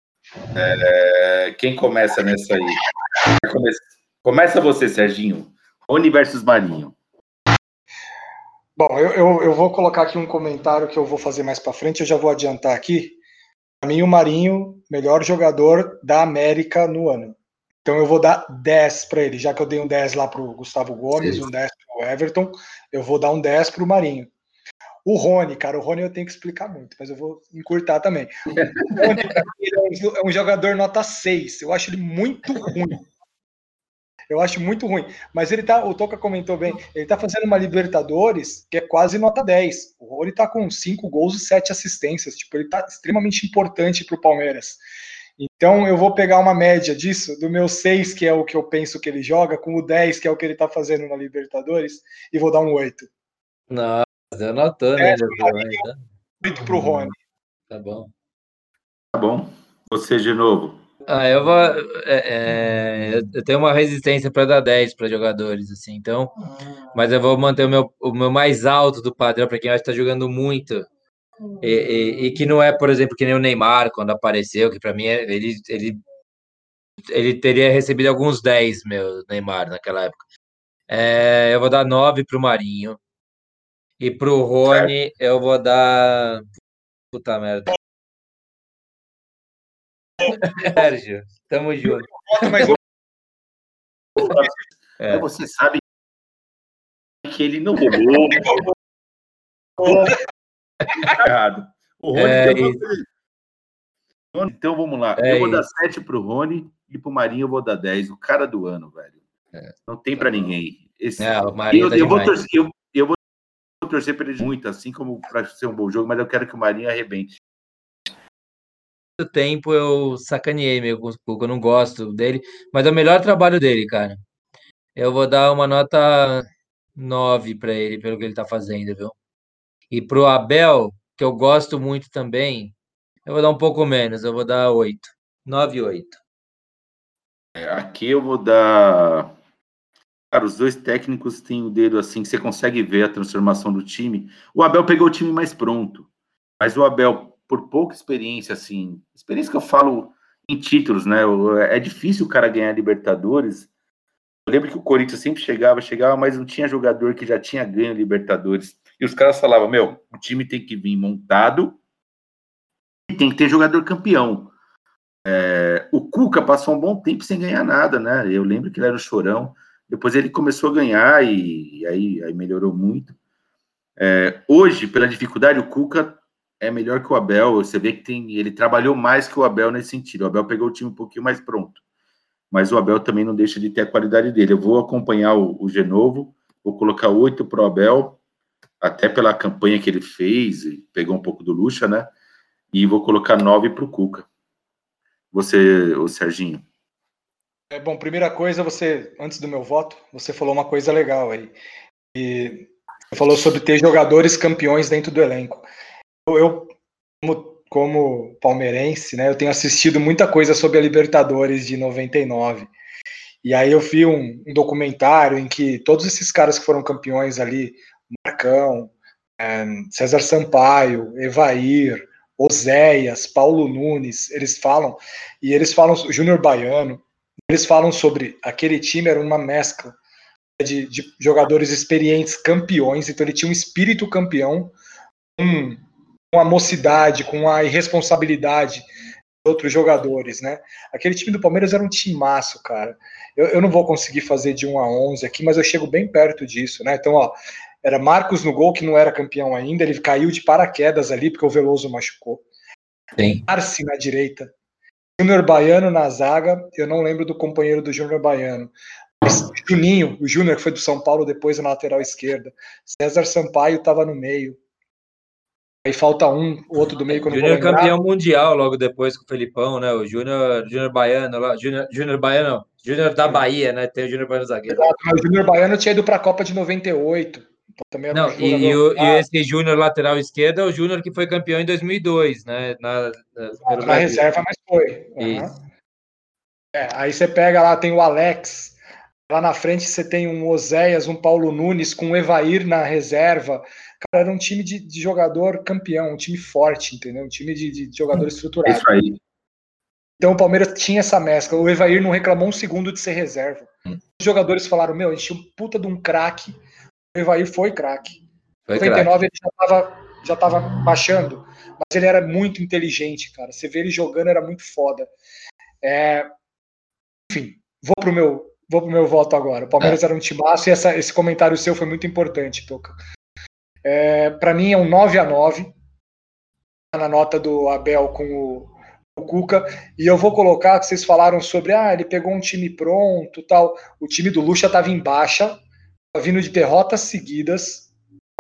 É, quem começa nessa aí? Começa, começa você, Serginho. Rony versus Marinho. Bom, eu, eu, eu vou colocar aqui um comentário que eu vou fazer mais para frente, eu já vou adiantar aqui. Para mim, o Marinho, melhor jogador da América no ano. Então eu vou dar dez para ele, já que eu dei um dez lá para o Gustavo Gomes, Sim. um dez para o Everton, eu vou dar um dez para o Marinho. O Rony, cara, o Rony eu tenho que explicar muito, mas eu vou encurtar também. O Rony ele é um jogador nota seis, eu acho ele muito ruim. Eu acho muito ruim. Mas ele tá, o Toca comentou bem, ele tá fazendo uma Libertadores que é quase nota dez. O Rony tá com cinco gols e sete assistências. Tipo, ele tá extremamente importante pro Palmeiras. Então eu vou pegar uma média disso, do meu seis, que é o que eu penso que ele joga, com o dez, que é o que ele tá fazendo na Libertadores, e vou dar um oito. Nossa, eu notando ainda. oito pro Rony. Tá bom. Tá bom. Você de novo. Ah, eu vou. É, é, eu tenho uma resistência para dar dez para jogadores, assim, então. Mas eu vou manter o meu, o meu mais alto do padrão para quem acha que está jogando muito. E, e, e que não é, por exemplo, que nem o Neymar quando apareceu, que para mim é, ele, ele, ele teria recebido alguns dez, meu, Neymar, naquela época. É, eu vou dar nove para o Marinho. E para o Rony, eu vou dar. Puta merda. Sérgio, tamo junto. Mas É. Você sabe que ele não roubou. Errado. O Rony É tem uma isso. coisa. Então vamos lá. É eu vou isso. dar sete pro Rony e pro Marinho eu vou dar dez. O cara do ano, velho. É. Não tem pra ninguém. Esse... É, o Marinho eu, tá eu, vou demais. torcer, eu, eu vou torcer pra ele muito, assim como pra ser um bom jogo, mas eu quero que o Marinho arrebente. Muito tempo eu sacaneei meio com o Cuca, eu não gosto dele, mas é o melhor trabalho dele, cara. Eu vou dar uma nota nove pra ele, pelo que ele tá fazendo, viu? E pro Abel, que eu gosto muito também, eu vou dar um pouco menos, eu vou dar oito. nove e oito. É, aqui eu vou dar... Cara, os dois técnicos têm o dedo assim, que você consegue ver a transformação do time. O Abel pegou o time mais pronto, mas o Abel, por pouca experiência, assim, experiência que eu falo em títulos, né? É difícil o cara ganhar Libertadores. Eu lembro que o Corinthians sempre chegava, chegava, mas não tinha jogador que já tinha ganho Libertadores. E os caras falavam, meu, o time tem que vir montado e tem que ter jogador campeão. É, o Cuca passou um bom tempo sem ganhar nada, né? Eu lembro que ele era o chorão. Depois ele começou a ganhar e, e aí, aí melhorou muito. É, hoje, pela dificuldade, o Cuca é melhor que o Abel. Você vê que tem, ele trabalhou mais que o Abel nesse sentido. O Abel pegou o time um pouquinho mais pronto. Mas o Abel também não deixa de ter a qualidade dele. Eu vou acompanhar o, o Genovo, vou colocar oito para o Abel, até pela campanha que ele fez, e pegou um pouco do Lucha, né? E vou colocar nove para o Cuca. Você, o Serginho. É, bom, primeira coisa, você, antes do meu voto, você falou uma coisa legal aí. E você falou sobre ter jogadores campeões dentro do elenco. Eu, eu como, como palmeirense, né, eu tenho assistido muita coisa sobre a Libertadores de noventa e nove. E aí eu vi um, um documentário em que todos esses caras que foram campeões ali, Marcão, é, César Sampaio, Evair, Oséias, Paulo Nunes, eles falam, e eles falam, Júnior Baiano, eles falam sobre aquele time, era uma mescla de, de jogadores experientes, campeões, então ele tinha um espírito campeão, um, com a mocidade, com a irresponsabilidade de outros jogadores, né? Aquele time do Palmeiras era um timaço, cara. Eu, eu não vou conseguir fazer de um a onze aqui, mas eu chego bem perto disso, né? Então, ó, era Marcos no gol, que não era campeão ainda, ele caiu de paraquedas ali, porque o Veloso machucou. Sim. Arce na direita. Júnior Baiano na zaga, eu não lembro do companheiro do Júnior Baiano. Mas Juninho, o Júnior que foi do São Paulo depois na lateral esquerda. César Sampaio estava no meio. Aí falta um, o outro do meio que eu não Júnior vou lembrar. campeão mundial logo depois com o Felipão, né? O Júnior, Júnior Baiano lá, Júnior, Júnior Baiano, Júnior da Bahia, né? Tem o Júnior Baiano zagueiro. Exato, mas o Júnior Baiano tinha ido para a Copa de noventa e oito. Então também era Não, um e, jogador. e, o, e esse Júnior lateral esquerdo é o Júnior que foi campeão em dois mil e dois, né? Na, na, na reserva, mas foi. Isso. Uhum. É, aí você pega lá, tem o Alex. Lá na frente você tem um Oséias, um Paulo Nunes, com o Evair na reserva. Cara, era um time de, de jogador campeão, um time forte, entendeu? Um time de, de jogador estruturado. Isso aí. Então o Palmeiras tinha essa mescla. O Evair não reclamou um segundo de ser reserva. Os jogadores falaram, meu, a gente tinha um puta de um craque. O Evair foi craque. Em noventa e nove ele já estava já tava baixando, mas ele era muito inteligente, cara. Você vê ele jogando, era muito foda. É... Enfim, vou pro meu, vou pro meu voto agora. O Palmeiras é. era um timaço e essa, esse comentário seu foi muito importante, Toca. É, para mim é um nove a nove na nota do Abel com o, o Cuca, e eu vou colocar que vocês falaram sobre, ah, ele pegou um time pronto, tal. O time do Lucha estava em baixa, vindo de derrotas seguidas.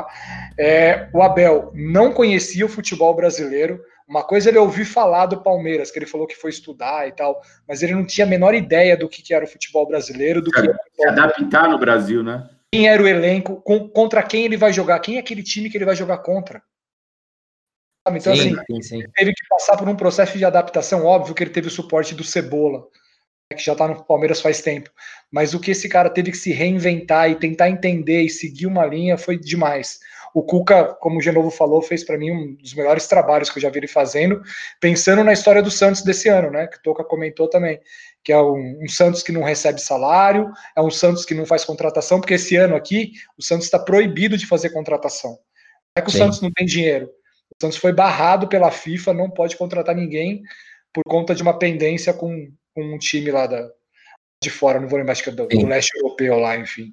É, o Abel não conhecia o futebol brasileiro. Uma coisa ele ouviu falar do Palmeiras, que ele falou que foi estudar e tal, mas ele não tinha a menor ideia do que era o futebol brasileiro, do que era se adaptar no Brasil, né? Quem era o elenco, com, contra quem ele vai jogar, quem é aquele time que ele vai jogar contra. Então, sim, assim, sim, sim. ele teve que passar por um processo de adaptação. Óbvio que ele teve o suporte do Cebola, que já tá no Palmeiras faz tempo, mas o que esse cara teve que se reinventar e tentar entender e seguir uma linha foi demais. O Cuca, como o Genovo falou, fez para mim um dos melhores trabalhos que eu já vi ele fazendo, pensando na história do Santos desse ano, né? Que o Toca comentou também, que é um, um Santos que não recebe salário, é um Santos que não faz contratação, porque esse ano aqui o Santos está proibido de fazer contratação. Não é que o Sim. Santos não tem dinheiro. O Santos foi barrado pela FIFA, não pode contratar ninguém, por conta de uma pendência com, com um time lá da, de fora, não vou lembrar, acho que é do, do leste europeu lá, enfim.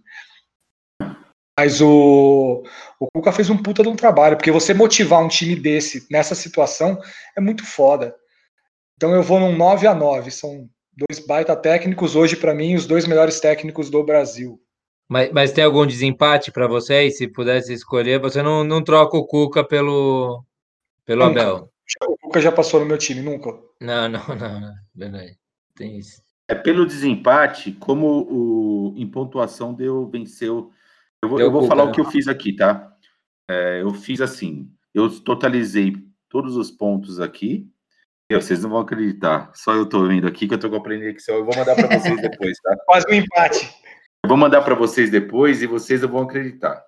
Mas o, o Cuca fez um puta de um trabalho, porque você motivar um time desse, nessa situação, é muito foda. Então eu vou num nove a nove, são dois baita técnicos, hoje para mim, os dois melhores técnicos do Brasil. Mas, mas tem algum desempate para vocês? Se pudesse escolher, você não, não troca o Cuca pelo, pelo Nunca. Abel? O Cuca já passou no meu time, nunca. Não, não, não, não. Verdade. Tem isso. É pelo desempate, como o, em pontuação deu, venceu. Eu vou, Deu eu vou Cuca, falar né? o que eu fiz aqui, tá? É, eu fiz assim, eu totalizei todos os pontos aqui. Meu, vocês não vão acreditar. Só eu tô vendo aqui que eu tô aprendendo Excel. Eu vou mandar para vocês depois, tá? Quase um empate. Eu vou mandar para vocês depois e vocês não vão acreditar.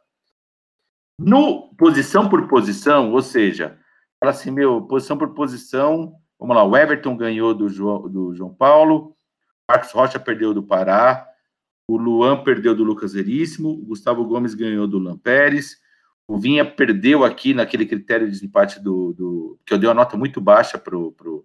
No posição por posição, ou seja, fala assim, meu, posição por posição, vamos lá, o Everton ganhou do João, do João Paulo, o Marcos Rocha perdeu do Pará, o Luan perdeu do Lucas Veríssimo, o Gustavo Gomes ganhou do Luan Pérez, o Vinha perdeu aqui naquele critério de desempate do, do que eu dei uma nota muito baixa pro, pro,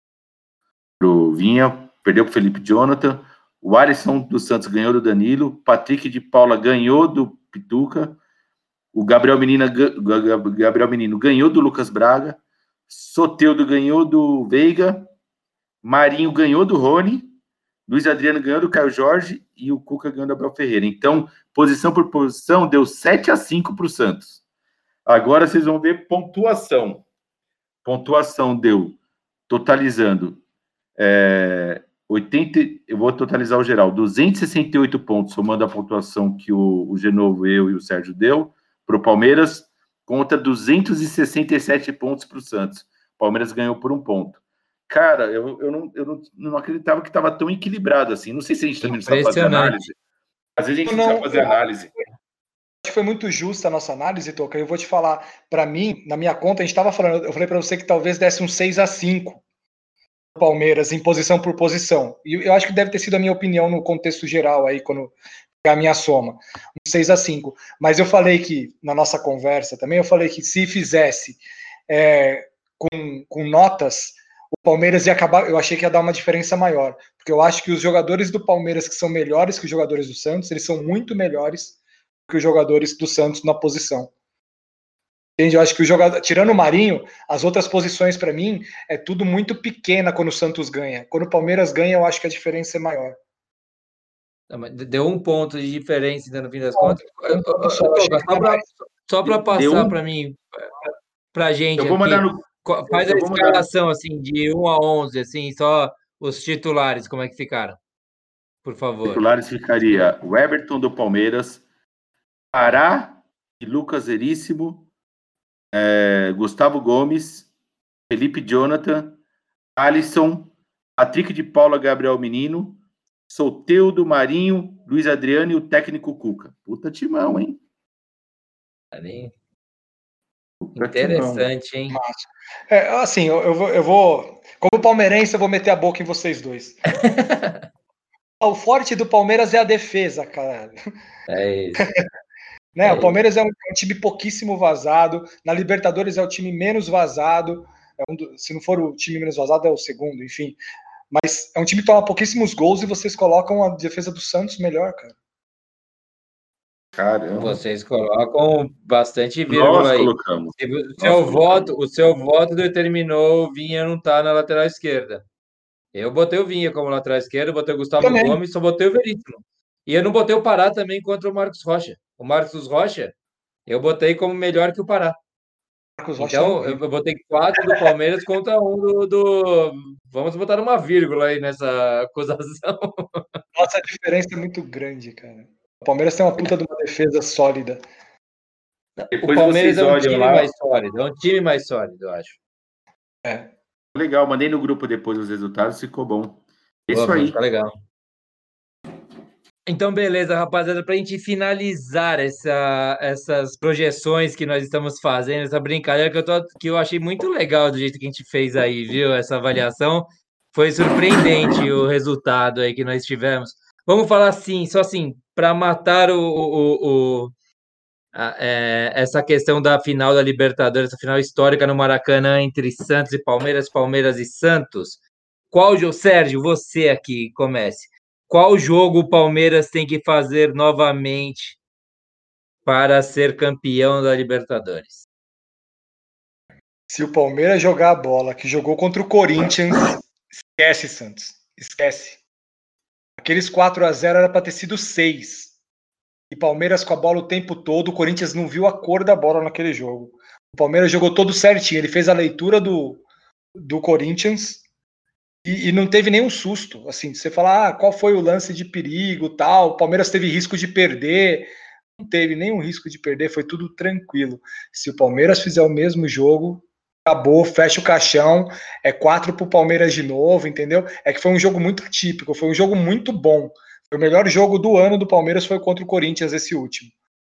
pro Vinha, perdeu pro Felipe Jonathan, o Alisson dos Santos ganhou do Danilo, o Patrick de Paula ganhou do Pituca, o Gabriel Menino, Gabriel Menino ganhou do Lucas Braga, Soteldo ganhou do Veiga, Marinho ganhou do Rony, Luiz Adriano ganhou do Caio Jorge e o Cuca ganhou do Abel Ferreira. Então, posição por posição, deu sete a cinco para o Santos. Agora vocês vão ver pontuação. Pontuação deu, totalizando, é, oitenta, eu vou totalizar o geral, duzentos e sessenta e oito pontos, somando a pontuação que o, o Genovo, eu e o Sérgio deu, para o Palmeiras, contra duzentos e sessenta e sete pontos para o Santos. O Palmeiras ganhou por um ponto. Cara, eu, eu, não, eu não, não acreditava que estava tão equilibrado assim. Não sei se a gente também não sabe fazer análise. Às vezes a gente não, não sabe fazer análise. Acho que foi muito justa a nossa análise, Toca. Eu vou te falar, para mim, na minha conta, a gente estava falando, eu falei para você que talvez desse um seis a cinco Palmeiras em posição por posição. E eu acho que deve ter sido a minha opinião no contexto geral aí, quando a minha soma, um seis a cinco. Mas eu falei que, na nossa conversa também, eu falei que se fizesse é, com, com notas, o Palmeiras ia acabar, eu achei que ia dar uma diferença maior, porque eu acho que os jogadores do Palmeiras que são melhores que os jogadores do Santos, eles são muito melhores que os jogadores do Santos na posição. Entende? Eu acho que o jogador, tirando o Marinho, as outras posições para mim é tudo muito pequena quando o Santos ganha. Quando o Palmeiras ganha, eu acho que a diferença é maior. Deu um ponto de diferença, ainda no fim das contas. Só para passar para mim, para a gente eu vou aqui, mandar no... faz a escalação assim, de um a onze, assim, só os titulares, como é que ficaram? Por favor. Titulares ficaria o Everton do Palmeiras, Pará e Lucas Veríssimo, é, Gustavo Gomes, Felipe Jonathan, Alisson, Patrick de Paula, Gabriel Menino, Soteldo, Marinho, Luiz Adriano e o técnico Cuca. Puta timão, hein? Puta Interessante, timão. Hein? É, assim, eu, eu, vou, eu vou... Como palmeirense, eu vou meter a boca em vocês dois. O forte do Palmeiras é a defesa, cara. É isso. Né? É o Palmeiras isso. É, um, é um time pouquíssimo vazado. Na Libertadores é o time menos vazado. É um do, se não for o time menos vazado, é o segundo, enfim. Mas é um time que toma pouquíssimos gols e vocês colocam a defesa do Santos melhor, cara. Caramba. Vocês colocam bastante vírgula Nós aí. colocamos. O seu, Nós voto, colocamos. o seu voto determinou o Vinha não estar tá na lateral esquerda. Eu botei o Vinha como lateral esquerdo, botei o Gustavo também. Gomes, só botei o Veríssimo. E eu não botei o Pará também contra o Marcos Rocha. O Marcos Rocha, eu botei como melhor que o Pará. Então, eu botei quatro do Palmeiras contra um do, do... Vamos botar uma vírgula aí nessa acusação. Nossa, a diferença é muito grande, cara. O Palmeiras tem uma puta de uma defesa sólida. Depois o Palmeiras é um time lá... mais sólido. É um time mais sólido, eu acho. É. Legal, mandei no grupo depois os resultados, ficou bom. Isso Pô, aí. Fica legal. Então, beleza, rapaziada, para a gente finalizar essa, essas projeções que nós estamos fazendo, essa brincadeira que eu, tô, que eu achei muito legal do jeito que a gente fez aí, viu? Essa avaliação. Foi surpreendente o resultado aí que nós tivemos. Vamos falar assim, só assim, para matar o, o, o, a, é, essa questão da final da Libertadores, essa final histórica no Maracanã entre Santos e Palmeiras, Palmeiras e Santos. qual jogo, Sérgio, você aqui comece. Qual jogo o Palmeiras tem que fazer novamente para ser campeão da Libertadores? Se o Palmeiras jogar a bola que jogou contra o Corinthians, esquece, Santos. Esquece. Aqueles quatro a zero era para ter sido seis. E Palmeiras com a bola o tempo todo, o Corinthians não viu a cor da bola naquele jogo. O Palmeiras jogou todo certinho, ele fez a leitura do, do Corinthians e, e não teve nenhum susto. Assim, você fala, ah, qual foi o lance de perigo, tal, o Palmeiras teve risco de perder, não teve nenhum risco de perder, foi tudo tranquilo. Se o Palmeiras fizer o mesmo jogo, acabou, fecha o caixão, é quatro pro Palmeiras de novo, entendeu? É que foi um jogo muito atípico, foi um jogo muito bom. O melhor jogo do ano do Palmeiras foi contra o Corinthians, esse último.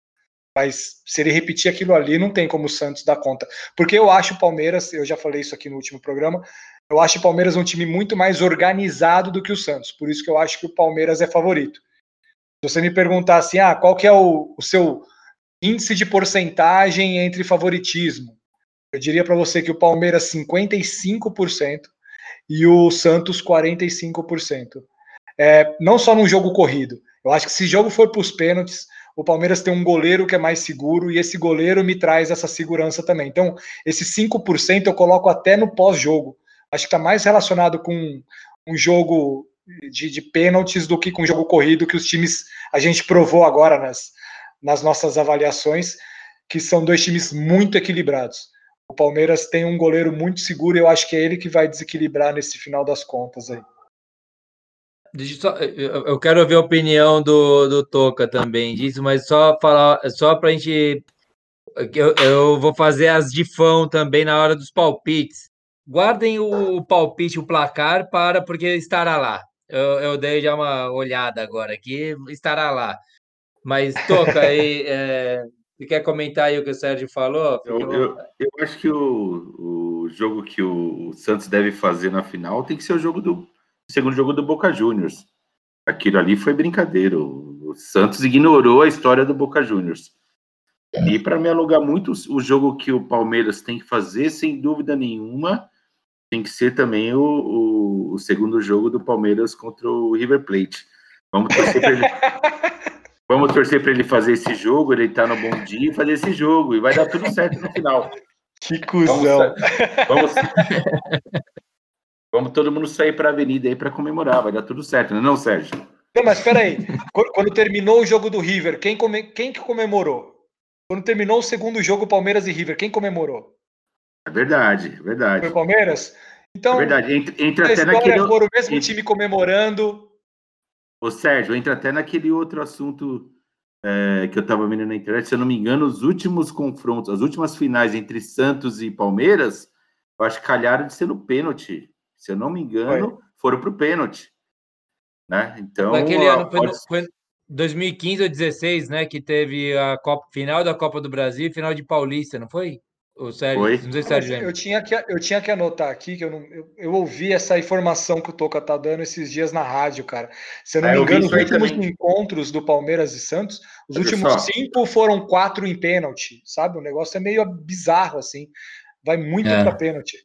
Mas se ele repetir aquilo ali, não tem como o Santos dar conta. Porque eu acho o Palmeiras, eu já falei isso aqui no último programa, eu acho o Palmeiras um time muito mais organizado do que o Santos. Por isso que eu acho que o Palmeiras é favorito. Se você me perguntar assim, ah, qual que é o, o seu índice de porcentagem entre favoritismo? Eu diria para você que o Palmeiras cinquenta e cinco por cento e o Santos quarenta e cinco por cento. É, não só num jogo corrido. Eu acho que se o jogo for para os pênaltis, o Palmeiras tem um goleiro que é mais seguro e esse goleiro me traz essa segurança também. Então, esse cinco por cento eu coloco até no pós-jogo. Acho que está mais relacionado com um jogo de, de pênaltis do que com um jogo corrido que os times, a gente provou agora nas, nas nossas avaliações, que são dois times muito equilibrados. O Palmeiras tem um goleiro muito seguro e eu acho que é ele que vai desequilibrar nesse final das contas aí. Deixa eu, só, eu eu quero ouvir a opinião do, do Toca também disso, mas só falar, só para a gente. Eu, eu vou fazer as de fão também na hora dos palpites. Guardem o palpite, o placar, para porque estará lá. Eu, eu dei já uma olhada agora aqui, estará lá. Mas, Toca, aí, é, você quer comentar aí o que o Sérgio falou? Eu, Eu... eu, eu acho que o, o jogo que o Santos deve fazer na final tem que ser o jogo do o segundo jogo do Boca Juniors. Aquilo ali foi brincadeira. O, o Santos ignorou a história do Boca Juniors. E para me alugar muito, o jogo que o Palmeiras tem que fazer, sem dúvida nenhuma, tem que ser também o, o, o segundo jogo do Palmeiras contra o River Plate. Vamos torcer para ele. Vamos torcer para ele fazer esse jogo, ele tá no bom dia e fazer esse jogo, e vai dar tudo certo no final. Que cuzão. Vamos, vamos, vamos todo mundo sair para a avenida aí para comemorar, vai dar tudo certo, não é não, Sérgio? Não, mas espera aí, quando terminou o jogo do River, quem, come... quem que comemorou? Quando terminou o segundo jogo, Palmeiras e River, quem comemorou? É verdade, é verdade. Foi o Palmeiras? Então, é verdade, entra, entra a até naquele... for o mesmo time comemorando... Ô, Sérgio, entra até naquele outro assunto é, que eu estava vendo na internet. Se eu não me engano, os últimos confrontos, as últimas finais entre Santos e Palmeiras, eu acho que calharam de ser no pênalti. Se eu não me engano, foi. foram para o pênalti. Né? Então, naquele ano foi, pode... foi dois mil e quinze ou dezesseis, né? Que teve a Copa, final da Copa do Brasil e final de Paulista, não foi? O Sérgio, foi. Não sei se Sérgio eu, tinha que, eu tinha que anotar aqui, que eu, não, eu, eu ouvi essa informação que o Toca tá dando esses dias na rádio, cara. Se eu não é, me engano, os últimos também. encontros do Palmeiras e Santos, os Olha últimos só. cinco foram quatro em pênalti, sabe? O negócio é meio bizarro, assim. Vai muito É. para pênalti.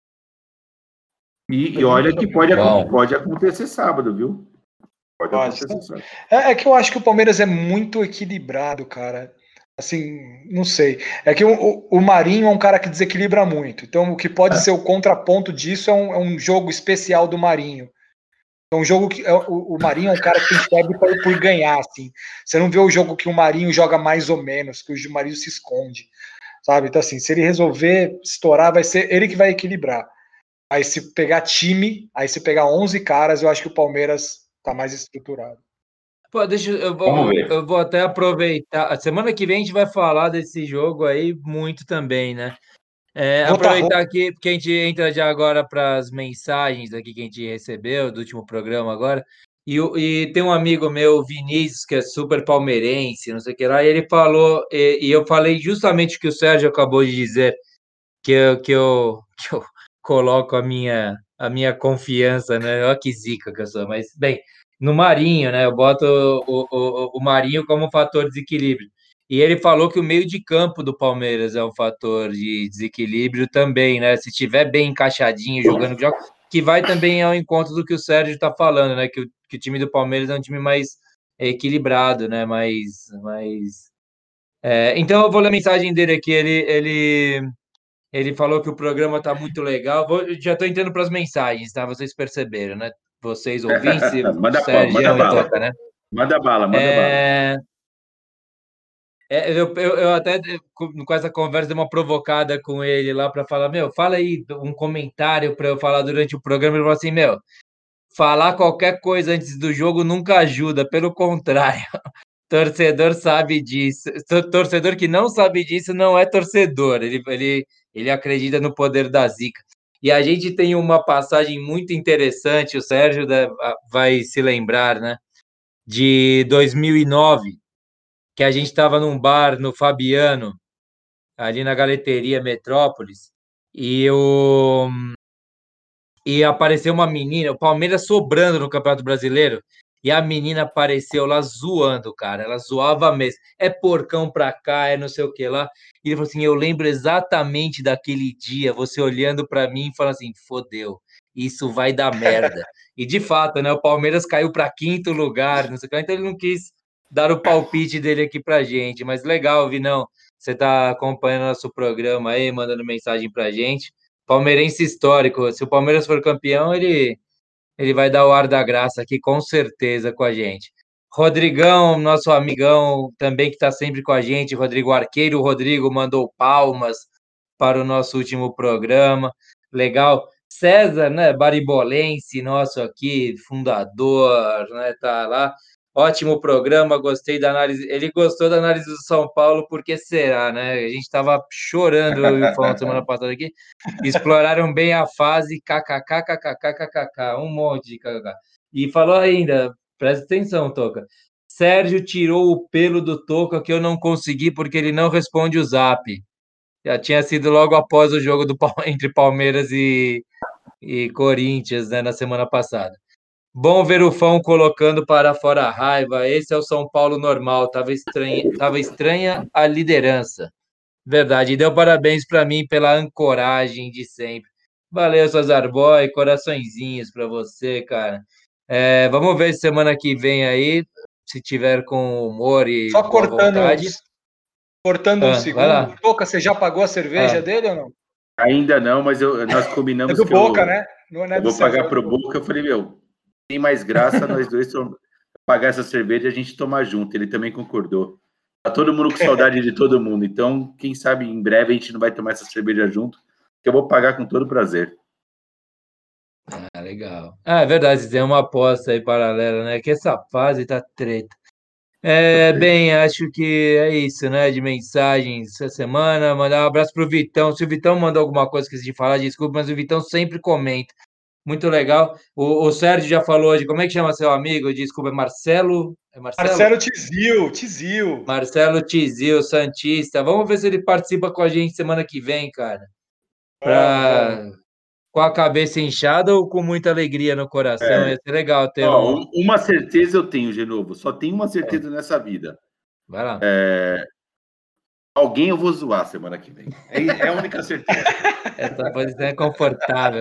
E, e olha que pode, pode acontecer sábado, viu? Pode, pode acontecer sábado. É, é que eu acho que o Palmeiras é muito equilibrado, cara. Assim, não sei. É que o, o Marinho é um cara que desequilibra muito. Então, o que pode é. ser o contraponto disso é um, é um jogo especial do Marinho. É um jogo que é, o, o Marinho é um cara que tem febre por, por ganhar, assim. Você não vê o jogo que o Marinho joga mais ou menos, que o Marinho se esconde, sabe? Então, assim, se ele resolver estourar, vai ser ele que vai equilibrar. Aí, se pegar time, aí se pegar onze caras, eu acho que o Palmeiras tá mais estruturado. Pô, deixa eu, eu, vou, eu vou até aproveitar. A semana que vem a gente vai falar desse jogo aí muito também, né? É, aproveitar aqui, porque a gente entra já agora para as mensagens aqui que a gente recebeu do último programa agora. E, e tem um amigo meu, Vinícius, que é super palmeirense, não sei o que lá, e ele falou, e, e eu falei justamente o que o Sérgio acabou de dizer, que eu, que eu, que eu coloco a minha, a minha confiança, né? Olha que zica que eu sou, mas bem. No Marinho, né? Eu boto o, o, o Marinho como um fator de desequilíbrio. E ele falou que o meio de campo do Palmeiras é um fator de desequilíbrio também, né? Se estiver bem encaixadinho, jogando jogos, que vai também ao encontro do que o Sérgio está falando, né? Que o, que o time do Palmeiras é um time mais equilibrado, né? Mais, mais... É, então eu vou ler a mensagem dele aqui. Ele, ele, ele falou que o programa está muito legal. Vou, já estou entrando para as mensagens, tá? Vocês perceberam, né? Vocês ouvintes, manda, Sérgio manda e bala. Toca, né? Manda bala, manda é... bala. É, eu, eu, eu até com essa conversa dei uma provocada com ele lá para falar, meu, fala aí um comentário para eu falar durante o programa. Ele falou assim, meu, falar qualquer coisa antes do jogo nunca ajuda, pelo contrário. Torcedor sabe disso. Torcedor que não sabe disso não é torcedor. Ele, ele, ele acredita no poder da zica. E a gente tem uma passagem muito interessante, o Sérgio vai se lembrar, né? De dois mil e nove, que a gente estava num bar no Fabiano, ali na Galeteria Metrópolis, e o e apareceu uma menina, o Palmeiras sobrando no Campeonato Brasileiro, e a menina apareceu lá zoando, cara, ela zoava mesmo, é porcão pra cá, é não sei o que lá, e ele falou assim, eu lembro exatamente daquele dia, você olhando para mim e falando assim, fodeu, isso vai dar merda, e de fato, né, o Palmeiras caiu para quinto lugar, não sei o que, então ele não quis dar o palpite dele aqui pra gente, mas legal, Vinão, você tá acompanhando nosso programa aí, mandando mensagem pra gente, palmeirense histórico. Se o Palmeiras for campeão, ele, ele vai dar o ar da graça aqui, com certeza, com a gente. Rodrigão, nosso amigão, também que está sempre com a gente, Rodrigo Arqueiro. O Rodrigo mandou palmas para o nosso último programa. Legal. César, né, baribolense, nosso aqui, fundador, né, tá lá. Ótimo programa, gostei da análise. Ele gostou da análise do São Paulo, porque será, né? A gente estava chorando, eu e o Fão, semana passada aqui. Exploraram bem a fase, kkkkkkkkk, um monte de kkk. E falou ainda, presta atenção, Toca. Sérgio tirou o pelo do Toca que eu não consegui porque ele não responde o zap. Já tinha sido logo após o jogo do, entre Palmeiras e, e Corinthians, né, na semana passada. Bom ver o Fão colocando para fora a raiva. Esse é o São Paulo normal. Tava estranha, tava estranha a liderança. Verdade. E deu parabéns para mim pela ancoragem de sempre. Valeu, Cesar Boy. Coraçõezinhos para você, cara. É, vamos ver semana que vem aí, se tiver com humor e Só boa cortando, vontade. Cortando ah, um segundo. Boca, você já pagou a cerveja ah. dele ou não? Ainda não, mas eu, nós combinamos é do que Boca, eu, né? Não é eu vou pagar para o Boca. Eu falei, meu, tem mais graça nós dois pagar essa cerveja e a gente tomar junto. Ele também concordou. Tá todo mundo com saudade de todo mundo. Então, quem sabe em breve a gente não vai tomar essa cerveja junto, que eu vou pagar com todo prazer. Ah, legal. Ah, é verdade, tem uma aposta aí paralela, né? Que essa fase tá treta. É, bem, acho que é isso, né? De mensagens essa semana. Mandar um abraço pro Vitão. Se o Vitão mandou alguma coisa que esqueci de falar, desculpa, mas o Vitão sempre comenta. Muito legal. O, o Sérgio já falou hoje. Como é que chama seu amigo? Desculpa, é Marcelo? É Marcelo? Marcelo Tizil, Tizil. Marcelo Tizil, Santista. Vamos ver se ele participa com a gente semana que vem, cara. Pra... Vamos. Com a cabeça inchada ou com muita alegria no coração? É. Ia ser legal ter Ó, um... Uma certeza eu tenho, de novo. Só tenho uma certeza é. nessa vida. Vai lá. É... Alguém eu vou zoar semana que vem. É, é a única certeza. Essa posição é confortável.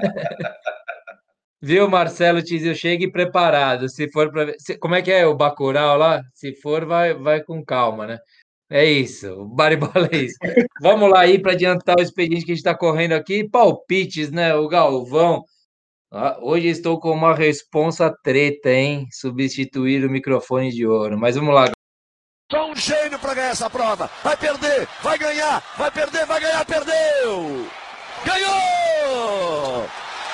Viu, Marcelo Tizil? Chegue preparado. Se for para se... Como é que é o Bacurau lá? Se for, vai, vai com calma, né? É isso. O Baribola é isso. Vamos lá aí para adiantar o expediente que a gente está correndo aqui. Palpites, né? O Galvão. Ah, hoje estou com uma responsa treta, hein? Substituir o microfone de ouro. Mas vamos lá. Só um gênio para ganhar essa prova. Vai perder, vai ganhar, vai perder, vai ganhar, perdeu! Ganhou!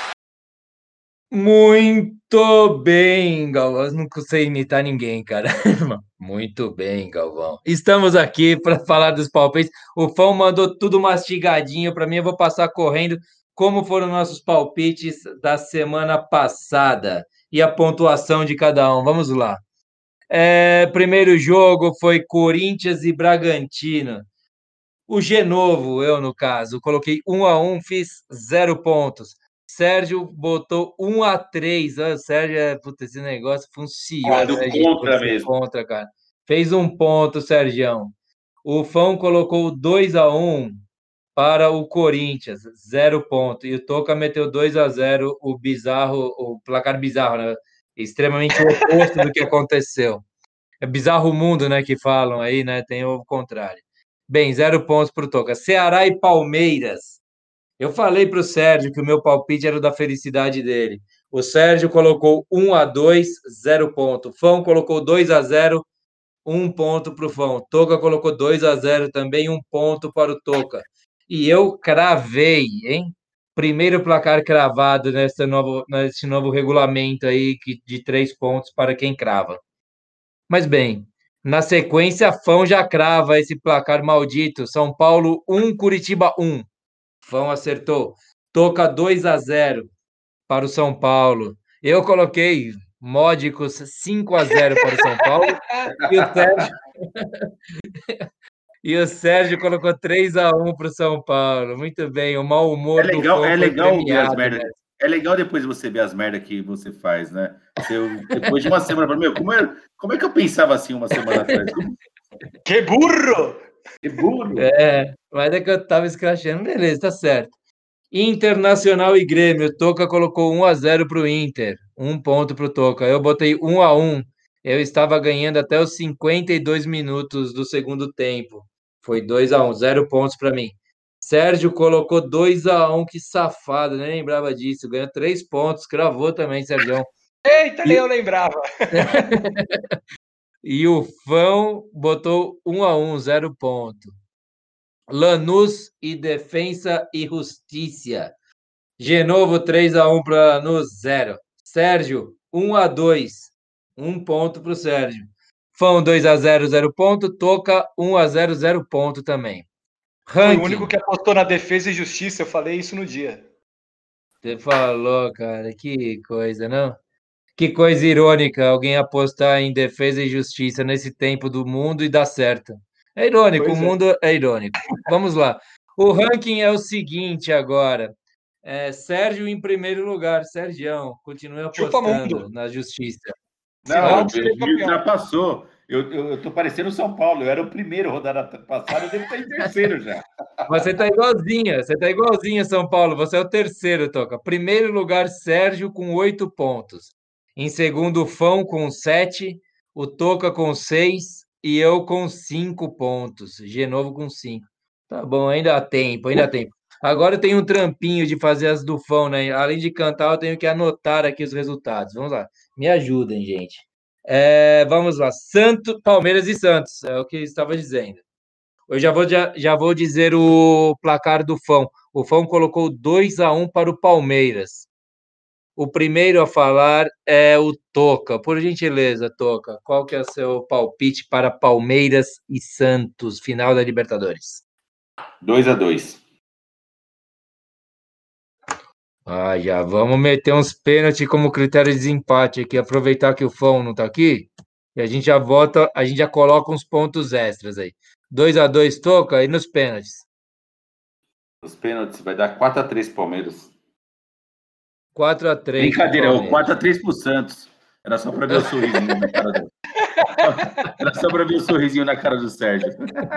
Muito bem, Galvão. Eu não sei imitar ninguém, cara. Muito bem, Galvão. Estamos aqui para falar dos palpites. O Fão mandou tudo mastigadinho para mim. Eu vou passar correndo como foram nossos palpites da semana passada e a pontuação de cada um. Vamos lá. É, primeiro jogo foi Corinthians e Bragantino. O Genovo, eu no caso, coloquei um a um, fiz zero pontos. Sérgio botou um a três. Ah, Sérgio, é, puta, esse negócio funciona. Ah, do né, contra mesmo. Contra, cara. Fez um ponto, Sérgio. O Fão colocou dois a um. para o Corinthians, zero ponto. E o Toca meteu dois a zero, o bizarro, o placar bizarro, né? Extremamente o oposto do que aconteceu. É bizarro o mundo, né, que falam aí, né? Tem o contrário. Bem, zero pontos para o Toca. Ceará e Palmeiras. Eu falei para o Sérgio que o meu palpite era o da felicidade dele. O Sérgio colocou um a dois, zero ponto. Fão colocou dois a zero, um ponto para o Fão. Toca colocou dois a zero também, um ponto para o Toca. E eu cravei, hein? Primeiro placar cravado nesse novo, nesse novo regulamento aí de três pontos para quem crava. Mas bem, na sequência, Fão já crava esse placar maldito. São Paulo um, Curitiba um. Fão acertou. Toca dois a zero para o São Paulo. Eu coloquei módicos cinco a zero para o São Paulo. E o Sérgio, e o Sérgio colocou três a um para o São Paulo. Muito bem, o mau humor é legal, do Fão é foi legal ver premiado. as merdas. Né? É legal depois você ver as merdas que você faz, né? Você, depois de uma semana, meu, como é, como é que eu pensava assim uma semana atrás? Como... Que burro! Que burro! É, mas é que eu tava escrachando. Beleza, tá certo. Internacional e Grêmio. Toca colocou um a zero para o Inter. Um ponto para o Toca. Eu botei um a um. Eu estava ganhando até os cinquenta e dois minutos do segundo tempo. Foi dois a um, zero pontos para mim. Sérgio colocou dois a um, que safado, nem lembrava disso. Ganhou três pontos, cravou também, Sérgio. Eita, nem eu lembrava. E o Fão botou um a um, zero ponto. Lanús e Defensa e Justiça. Genovo três a um para Lanús, zero. Sérgio, um a dois. Um ponto para o Sérgio. Fão dois a zero, zero ponto. Toca um a zero, zero ponto também. Foi o único que apostou na Defesa e Justiça, eu falei isso no dia. Você falou, cara, que coisa, não? Que coisa irônica alguém apostar em Defesa e Justiça nesse tempo do mundo e dar certo. É irônico, pois o mundo é. é irônico. Vamos lá. O ranking é o seguinte agora. É, Sérgio em primeiro lugar. Sergião, continua apostando na Justiça. Não, me ultrapassou. Eu, eu, eu tô parecendo São Paulo. Eu era o primeiro rodada passada, eu devo estar em terceiro já. Você tá igualzinha, você tá igualzinha, São Paulo. Você é o terceiro, Toca. Primeiro lugar, Sérgio, com oito pontos. Em segundo, Fão, com sete. O Toca, com seis. E eu, com cinco pontos. Genovo, com cinco. Tá bom, ainda há tempo, ainda há tempo. Agora eu tenho um trampinho de fazer as do Fão, né? Além de cantar, eu tenho que anotar aqui os resultados. Vamos lá. Me ajudem, gente. É, vamos lá. Santos, Palmeiras e Santos. É o que eu estava dizendo. Eu já vou, já, já vou dizer o placar do Fão. O Fão colocou dois a um para o Palmeiras. O primeiro a falar é o Toca. Por gentileza, Toca, qual que é o seu palpite para Palmeiras e Santos, final da Libertadores? dois a dois. Ah, já vamos meter uns pênaltis como critério de desempate aqui, aproveitar que o Fão não está aqui, e a gente já volta, a gente já coloca uns pontos extras aí. dois a dois, Toca, e nos pênaltis? Nos pênaltis vai dar quatro a três Palmeiras. quatro a três. Brincadeira, o quatro a três pro Santos. Era só para ver o sorrisinho na cara do... Era só para ver o sorrisinho na cara do Sérgio.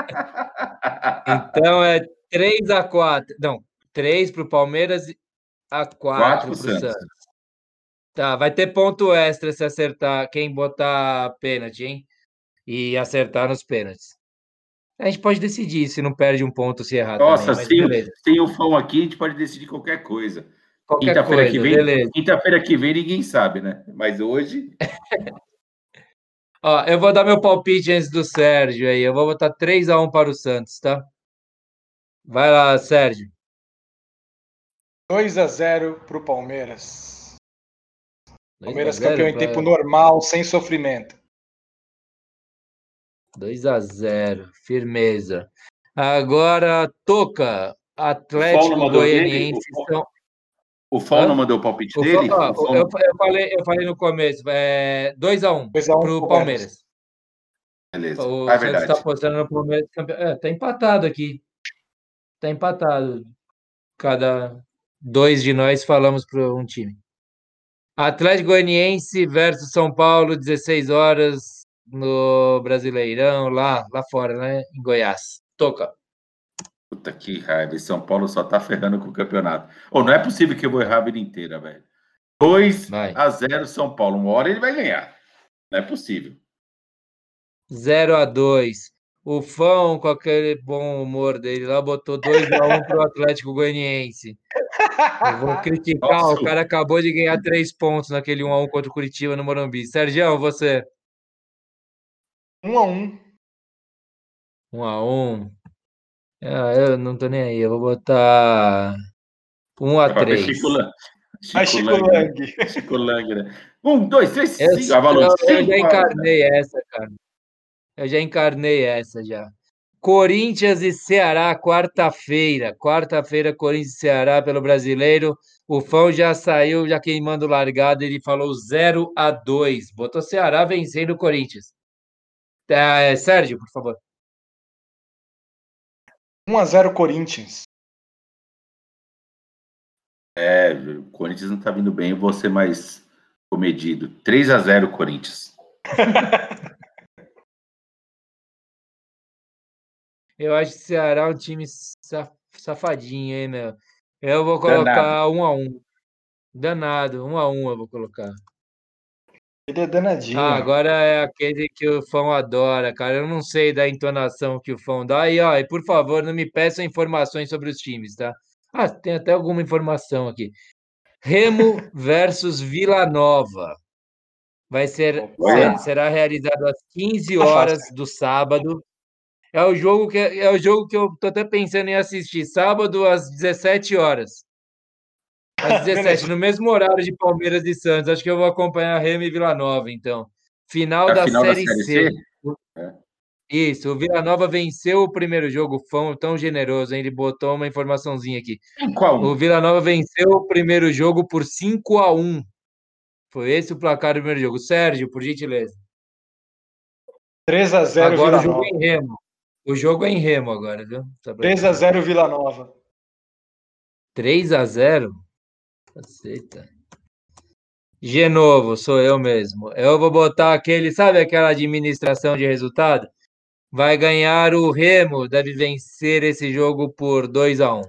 Então é três a quatro. Não, três para o Palmeiras a quatro para o Santos. Santos. Tá, vai ter ponto extra se acertar, quem botar pênalti, hein? E acertar nos pênaltis. A gente pode decidir se não perde um ponto se errar. Nossa, também, sem, sem o Fão aqui, a gente pode decidir qualquer coisa. Qualquer quinta-feira que vem, beleza. Quinta-feira que vem ninguém sabe, né? Mas hoje... Ó, eu vou dar meu palpite antes do Sérgio aí. Eu vou botar três a um para o Santos, tá? Vai lá, Sérgio. dois a zero para o Palmeiras. Palmeiras campeão em tempo normal, sem sofrimento. dois a zero, firmeza. Agora, Toca, Atlético Goianiense. São... O Fão não mandou o palpite o dele? Fão, o eu, eu, falei, eu falei no começo, é dois a um para o Palmeiras. Beleza, o é Santos verdade. está apostando no Palmeiras. É, tá empatado aqui. Tá empatado. Cada dois de nós falamos para um time. Atlético Goianiense versus São Paulo, dezesseis horas no Brasileirão, lá, lá fora, né? Em Goiás. Toca. Puta que raiva. E São Paulo só tá ferrando com o campeonato. Ô, não é possível que eu vou errar a vida inteira, velho. dois a zero São Paulo. Uma hora ele vai ganhar. Não é possível. zero a dois. O Fão, com aquele bom humor dele lá, botou dois a um pro Atlético Goianiense. Eu vou criticar, Nossa. o cara acabou de ganhar três pontos naquele um a um contra o Curitiba no Morumbi. Sergião, você? um a um. um a um. Ah, eu não tô nem aí, eu vou botar um a três. Chico Lang. Vai, Chico Lang. Chico Lang, né? Um, dois, três, Eu, cinco. Ah, valor, eu, eu cinco, já encarnei essa, cara. Eu já encarnei essa já. Corinthians e Ceará, quarta-feira. Quarta-feira, Corinthians e Ceará pelo Brasileiro. O Fão já saiu, já queimando largada, ele falou zero a dois. Botou Ceará vencendo o Corinthians. É, Sérgio, por favor. um a zero Corinthians. É, o Corinthians não tá vindo bem, eu vou ser mais comedido. três a zero Corinthians. Eu acho que o Ceará é um time safadinho, hein, meu? Eu vou colocar um a um. Danado, um a um eu vou colocar. Ele é danadinho. Ah, agora é aquele que o Fão adora, cara. Eu não sei da entonação que o Fão dá. E, ó, e por favor, não me peçam informações sobre os times, tá? Ah, tem até alguma informação aqui. Remo versus Vila Nova. Vai ser, Olha. será realizado às quinze horas do sábado. É o jogo que é o jogo que eu tô até pensando em assistir, sábado às dezessete horas. Às dezessete, no mesmo horário de Palmeiras e Santos. Acho que eu vou acompanhar Remo e Vila Nova, então. Final, A da, final série da Série C. C? É. Isso, o Vila Nova venceu o primeiro jogo, o Fão tão generoso, hein? Ele botou uma informaçãozinha aqui. Em qual? O Vila Nova venceu o primeiro jogo por cinco a um. Foi esse o placar do primeiro jogo. Sérgio, por gentileza. três a zero Agora Vila o jogo Nova. é em Remo. O jogo é em Remo agora, viu? três a zero Vila Nova. três a zero? Caceta. Genovo, sou eu mesmo. Eu vou botar aquele, sabe aquela administração de resultado? Vai ganhar o Remo, deve vencer esse jogo por dois a um.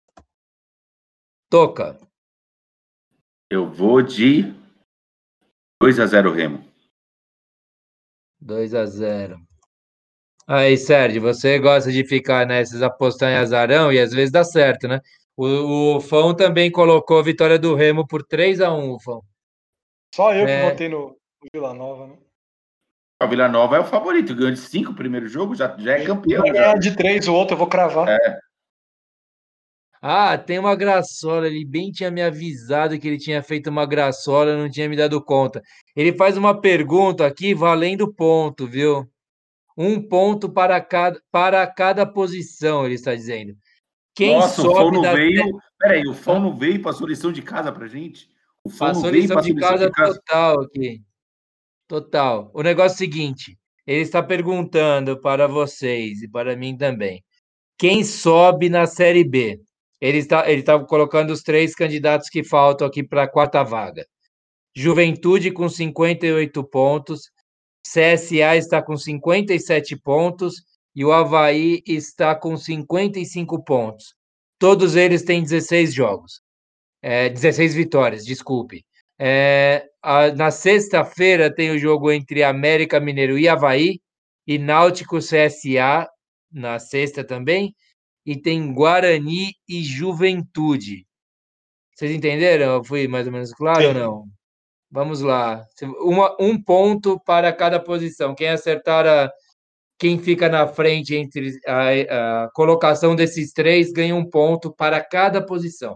Toca. Eu vou de dois a zero Remo. dois a zero. Aí, Sérgio, você gosta de ficar nessas apostando em azarão e às vezes dá certo, né? O, o Fão também colocou a vitória do Remo por três a um, o Fão. Só eu que É. votei no, no Vila Nova, né? O Vila Nova é o favorito, ganhou de cinco o primeiro jogo, já, já é campeão. Vai ganhar de três, o outro eu vou cravar. É. Ah, tem uma graçola, ele bem tinha me avisado que ele tinha feito uma graçola, eu não tinha me dado conta. Ele faz uma pergunta aqui valendo ponto, viu? Um ponto para cada, para cada posição, ele está dizendo. Quem Nossa, o sobe Fão não da veio. Peraí, o Fão Hã? não veio e passou lição de casa pra gente? O Fão Passou não veio e lição passou de lição casa de casa. total aqui. Total. O negócio é o seguinte, ele está perguntando para vocês e para mim também. Quem sobe na Série B? Ele está, ele está colocando os três candidatos que faltam aqui para a quarta vaga. Juventude com cinquenta e oito pontos, C S A está com cinquenta e sete pontos e o Avaí está com cinquenta e cinco pontos. Todos eles têm dezesseis jogos. É, dezesseis vitórias, desculpe. É, a, na sexta-feira tem o jogo entre América Mineiro e Avaí, e Náutico C S A na sexta também, e tem Guarani e Juventude. Vocês entenderam? Eu fui mais ou menos claro ou não? Vamos lá. Uma, um ponto para cada posição. Quem acertar a, quem fica na frente entre a, a colocação desses três ganha um ponto para cada posição.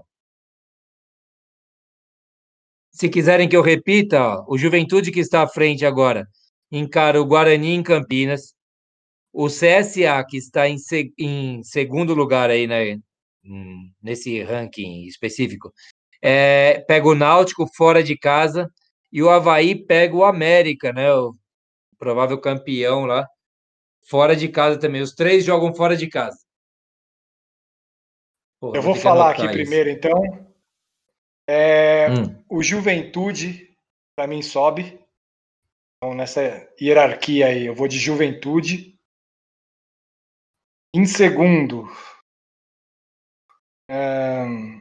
Se quiserem que eu repita, ó, o Juventude que está à frente agora encara o Guarani em Campinas, o C S A que está em, seg em segundo lugar aí, né, nesse ranking específico, é, pega o Náutico fora de casa e o Avaí pega o América, né, o provável campeão lá, fora de casa também. Os três jogam fora de casa. Porra, eu vou, vou falar aqui isso. primeiro, então. É, hum. O Juventude, para mim, sobe. Então, nessa hierarquia aí, eu vou de Juventude. Em segundo, Um,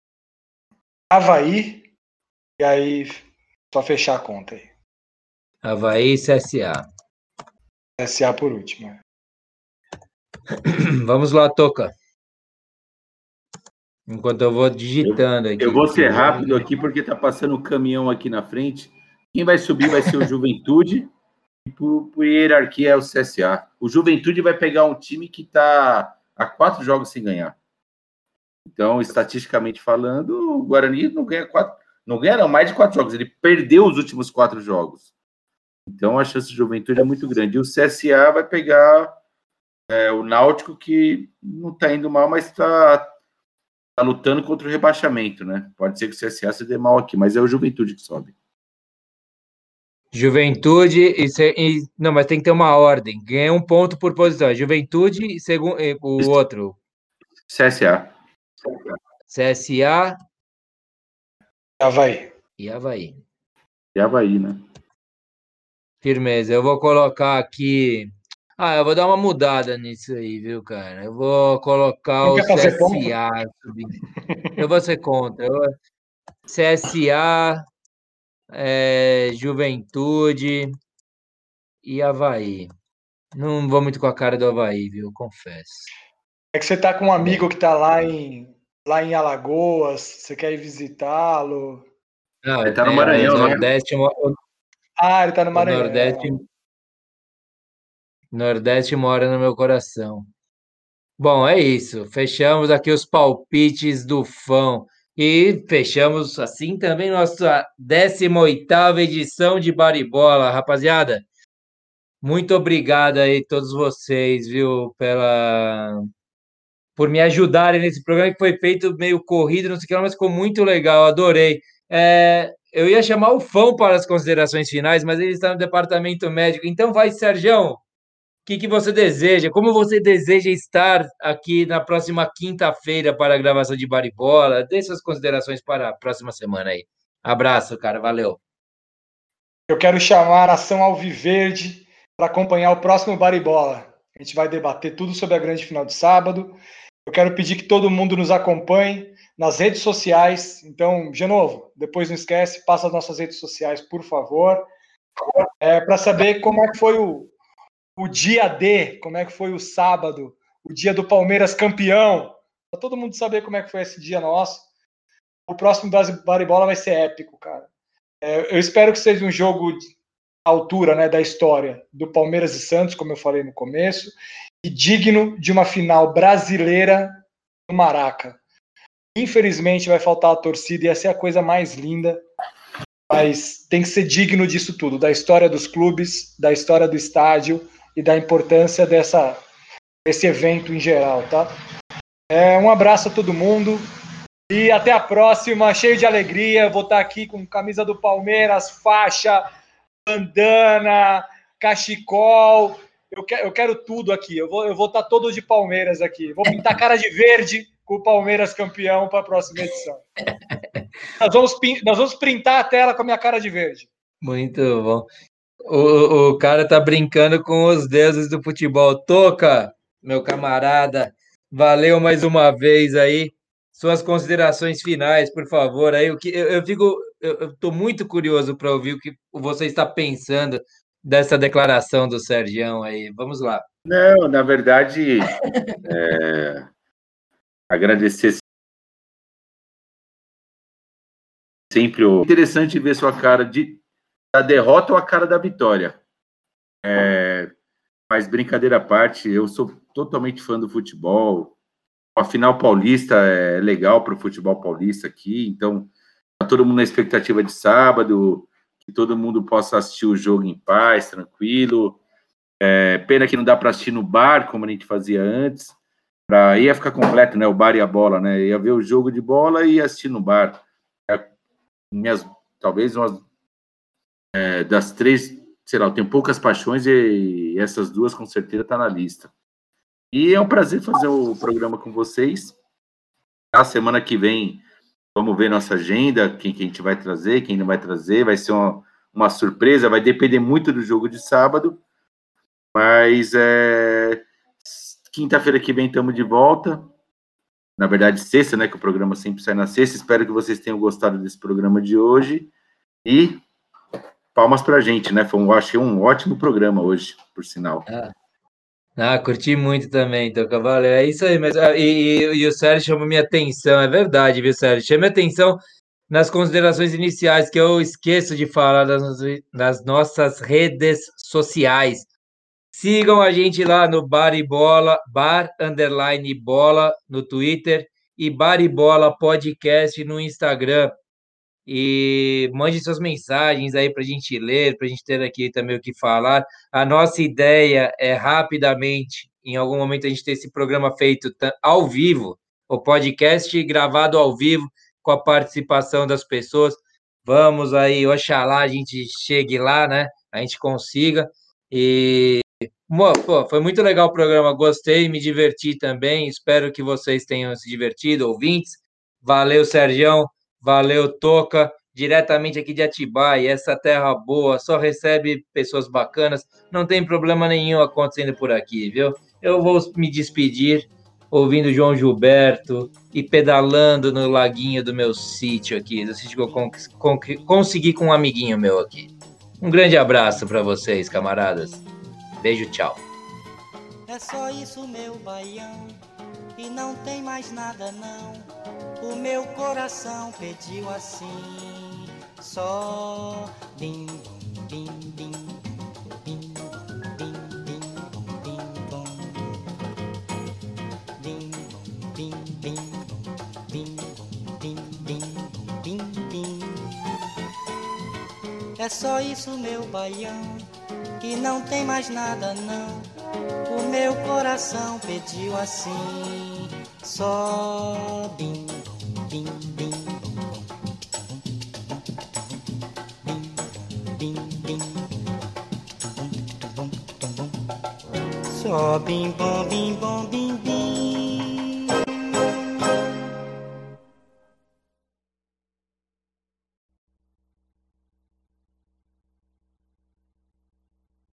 Avaí, e aí só fechar a conta aí. Avaí e C S A. C S A por último. Vamos lá, Toca. Enquanto eu vou digitando eu, aqui. Eu vou ser rápido aqui, porque tá passando um caminhão aqui na frente. Quem vai subir vai ser o Juventude, e por, por hierarquia é o C S A. O Juventude vai pegar um time que está há quatro jogos sem ganhar. Então, estatisticamente falando, o Guarani não ganha quatro, não ganha não, mais de quatro jogos. Ele perdeu os últimos quatro jogos. Então, a chance de Juventude é muito grande. E o C S A vai pegar é, o Náutico, que não está indo mal, mas está tá lutando contra o rebaixamento, né? Pode ser que o C S A se dê mal aqui, mas é o Juventude que sobe. Juventude e, e não, mas tem que ter uma ordem. Ganha um ponto por posição. Juventude e segundo o outro. C S A. C S A. Avaí. E Avaí. E Avaí, né? Firmeza. Eu vou colocar aqui. Ah, eu vou dar uma mudada nisso aí, viu, cara? Eu vou colocar Não o quer fazer C S A. Eu vou ser contra. Eu... C S A, é, Juventude e Avaí. Não vou muito com a cara do Avaí, viu? Confesso. É que você tá com um amigo que tá lá em, lá em Alagoas, você quer ir visitá-lo. Não, Ele tá no é, Maranhão, o né? Nordeste, o, Ah, ele tá no o Maranhão. Nordeste, Nordeste mora no meu coração. Bom, é isso. Fechamos aqui os palpites do Fão. E fechamos assim também nossa décima oitava edição de Baribola. Rapaziada, muito obrigado aí todos vocês, viu, pela por me ajudarem nesse programa que foi feito meio corrido, não sei o que lá, mas ficou muito legal, adorei. É, eu ia chamar o Fão para as considerações finais, mas ele está no departamento médico. Então vai, Sergião, o que, que você deseja? Como você deseja estar aqui na próxima quinta-feira para a gravação de Baribola? Dê suas considerações para a próxima semana aí. Abraço, cara, valeu. Eu quero chamar a Ação Alviverde para acompanhar o próximo Baribola. A gente vai debater tudo sobre a grande final de sábado. Eu quero pedir que todo mundo nos acompanhe nas redes sociais. Então, de novo, depois não esquece, passa as nossas redes sociais, por favor, é, para saber como é que foi o, o dia D, como é que foi o sábado, o dia do Palmeiras campeão, para todo mundo saber como é que foi esse dia nosso. O próximo Baribola vai ser épico, cara. É, eu espero que seja um jogo de altura, né, da história do Palmeiras e Santos, como eu falei no começo, e digno de uma final brasileira no Maraca. Infelizmente vai faltar a torcida, ia ser a coisa mais linda, mas tem que ser digno disso tudo, da história dos clubes, da história do estádio e da importância dessa, desse evento em geral, tá? É, um abraço a todo mundo e até a próxima, cheio de alegria. Vou estar aqui com camisa do Palmeiras, faixa, bandana, cachecol. Eu quero, eu quero tudo aqui. Eu vou, eu vou estar todo de Palmeiras aqui. Vou pintar cara de verde com o Palmeiras campeão para a próxima edição. Nós vamos, nós vamos printar a tela com a minha cara de verde. Muito bom. O, o cara tá brincando com os deuses do futebol. Toca, meu camarada. Valeu mais uma vez aí. Suas considerações finais, por favor. Aí, o que eu, eu fico, eu estou muito curioso para ouvir o que você está pensando dessa declaração do Sergião aí. Vamos lá. Não, na verdade, é, agradecer sempre o interessante ver sua cara de da derrota ou a cara da vitória. É, mas brincadeira à parte, eu sou totalmente fã do futebol. A final paulista é legal para o futebol paulista aqui, então tá todo mundo na expectativa de sábado, que todo mundo possa assistir o jogo em paz, tranquilo. É, pena que não dá para assistir no bar, como a gente fazia antes. Pra, ia ficar completo, né? O bar e a bola, né? Ia ver o jogo de bola e ia assistir no bar. É, minhas, talvez umas é, das três, sei lá, eu tenho poucas paixões e essas duas com certeza tá na lista. E é um prazer fazer o programa com vocês. A semana que vem, vamos ver nossa agenda, quem que a gente vai trazer, quem não vai trazer, vai ser uma, uma surpresa, vai depender muito do jogo de sábado, mas é, quinta-feira que vem estamos de volta, na verdade, sexta, né? Que o programa sempre sai na sexta. Espero que vocês tenham gostado desse programa de hoje. E palmas pra gente, né? Foi, um, acho que um ótimo programa hoje, por sinal. Ah, ah curti muito também, Toca, valeu. É isso aí, mas ah, e, e, e o Sérgio chamou minha atenção, é verdade, viu, Sérgio? Chama minha atenção nas considerações iniciais, que eu esqueço de falar das, das nossas redes sociais. Sigam a gente lá no Bar e Bola, Bar Underline Bola no Twitter e Bar e Bola Podcast no Instagram. E mande suas mensagens aí para a gente ler, para a gente ter aqui também o que falar. A nossa ideia é rapidamente, em algum momento, a gente ter esse programa feito ao vivo, o podcast gravado ao vivo, com a participação das pessoas. Vamos aí, oxalá a gente chegue lá, né? A gente consiga. E pô, foi muito legal o programa, gostei, me diverti também. Espero que vocês tenham se divertido, ouvintes. Valeu, Sergião. Valeu, Toca, diretamente aqui de Atibaia, essa terra boa, só recebe pessoas bacanas, não tem problema nenhum acontecendo por aqui, viu? Eu vou me despedir ouvindo João Gilberto e pedalando no laguinho do meu sítio aqui, do sítio que eu con con consegui com um amiguinho meu aqui. Um grande abraço para vocês, camaradas. Beijo, tchau. É só isso, meu baião, e não tem mais nada não. O meu coração pediu assim, só bim bim bim bim bim bim bim bom, bim bim bim bim bim bim bim bim. É só isso, meu baião, e não tem mais nada não. O meu coração pediu assim, só bim bim bim bim bim, só bim bom bim bom bim bim.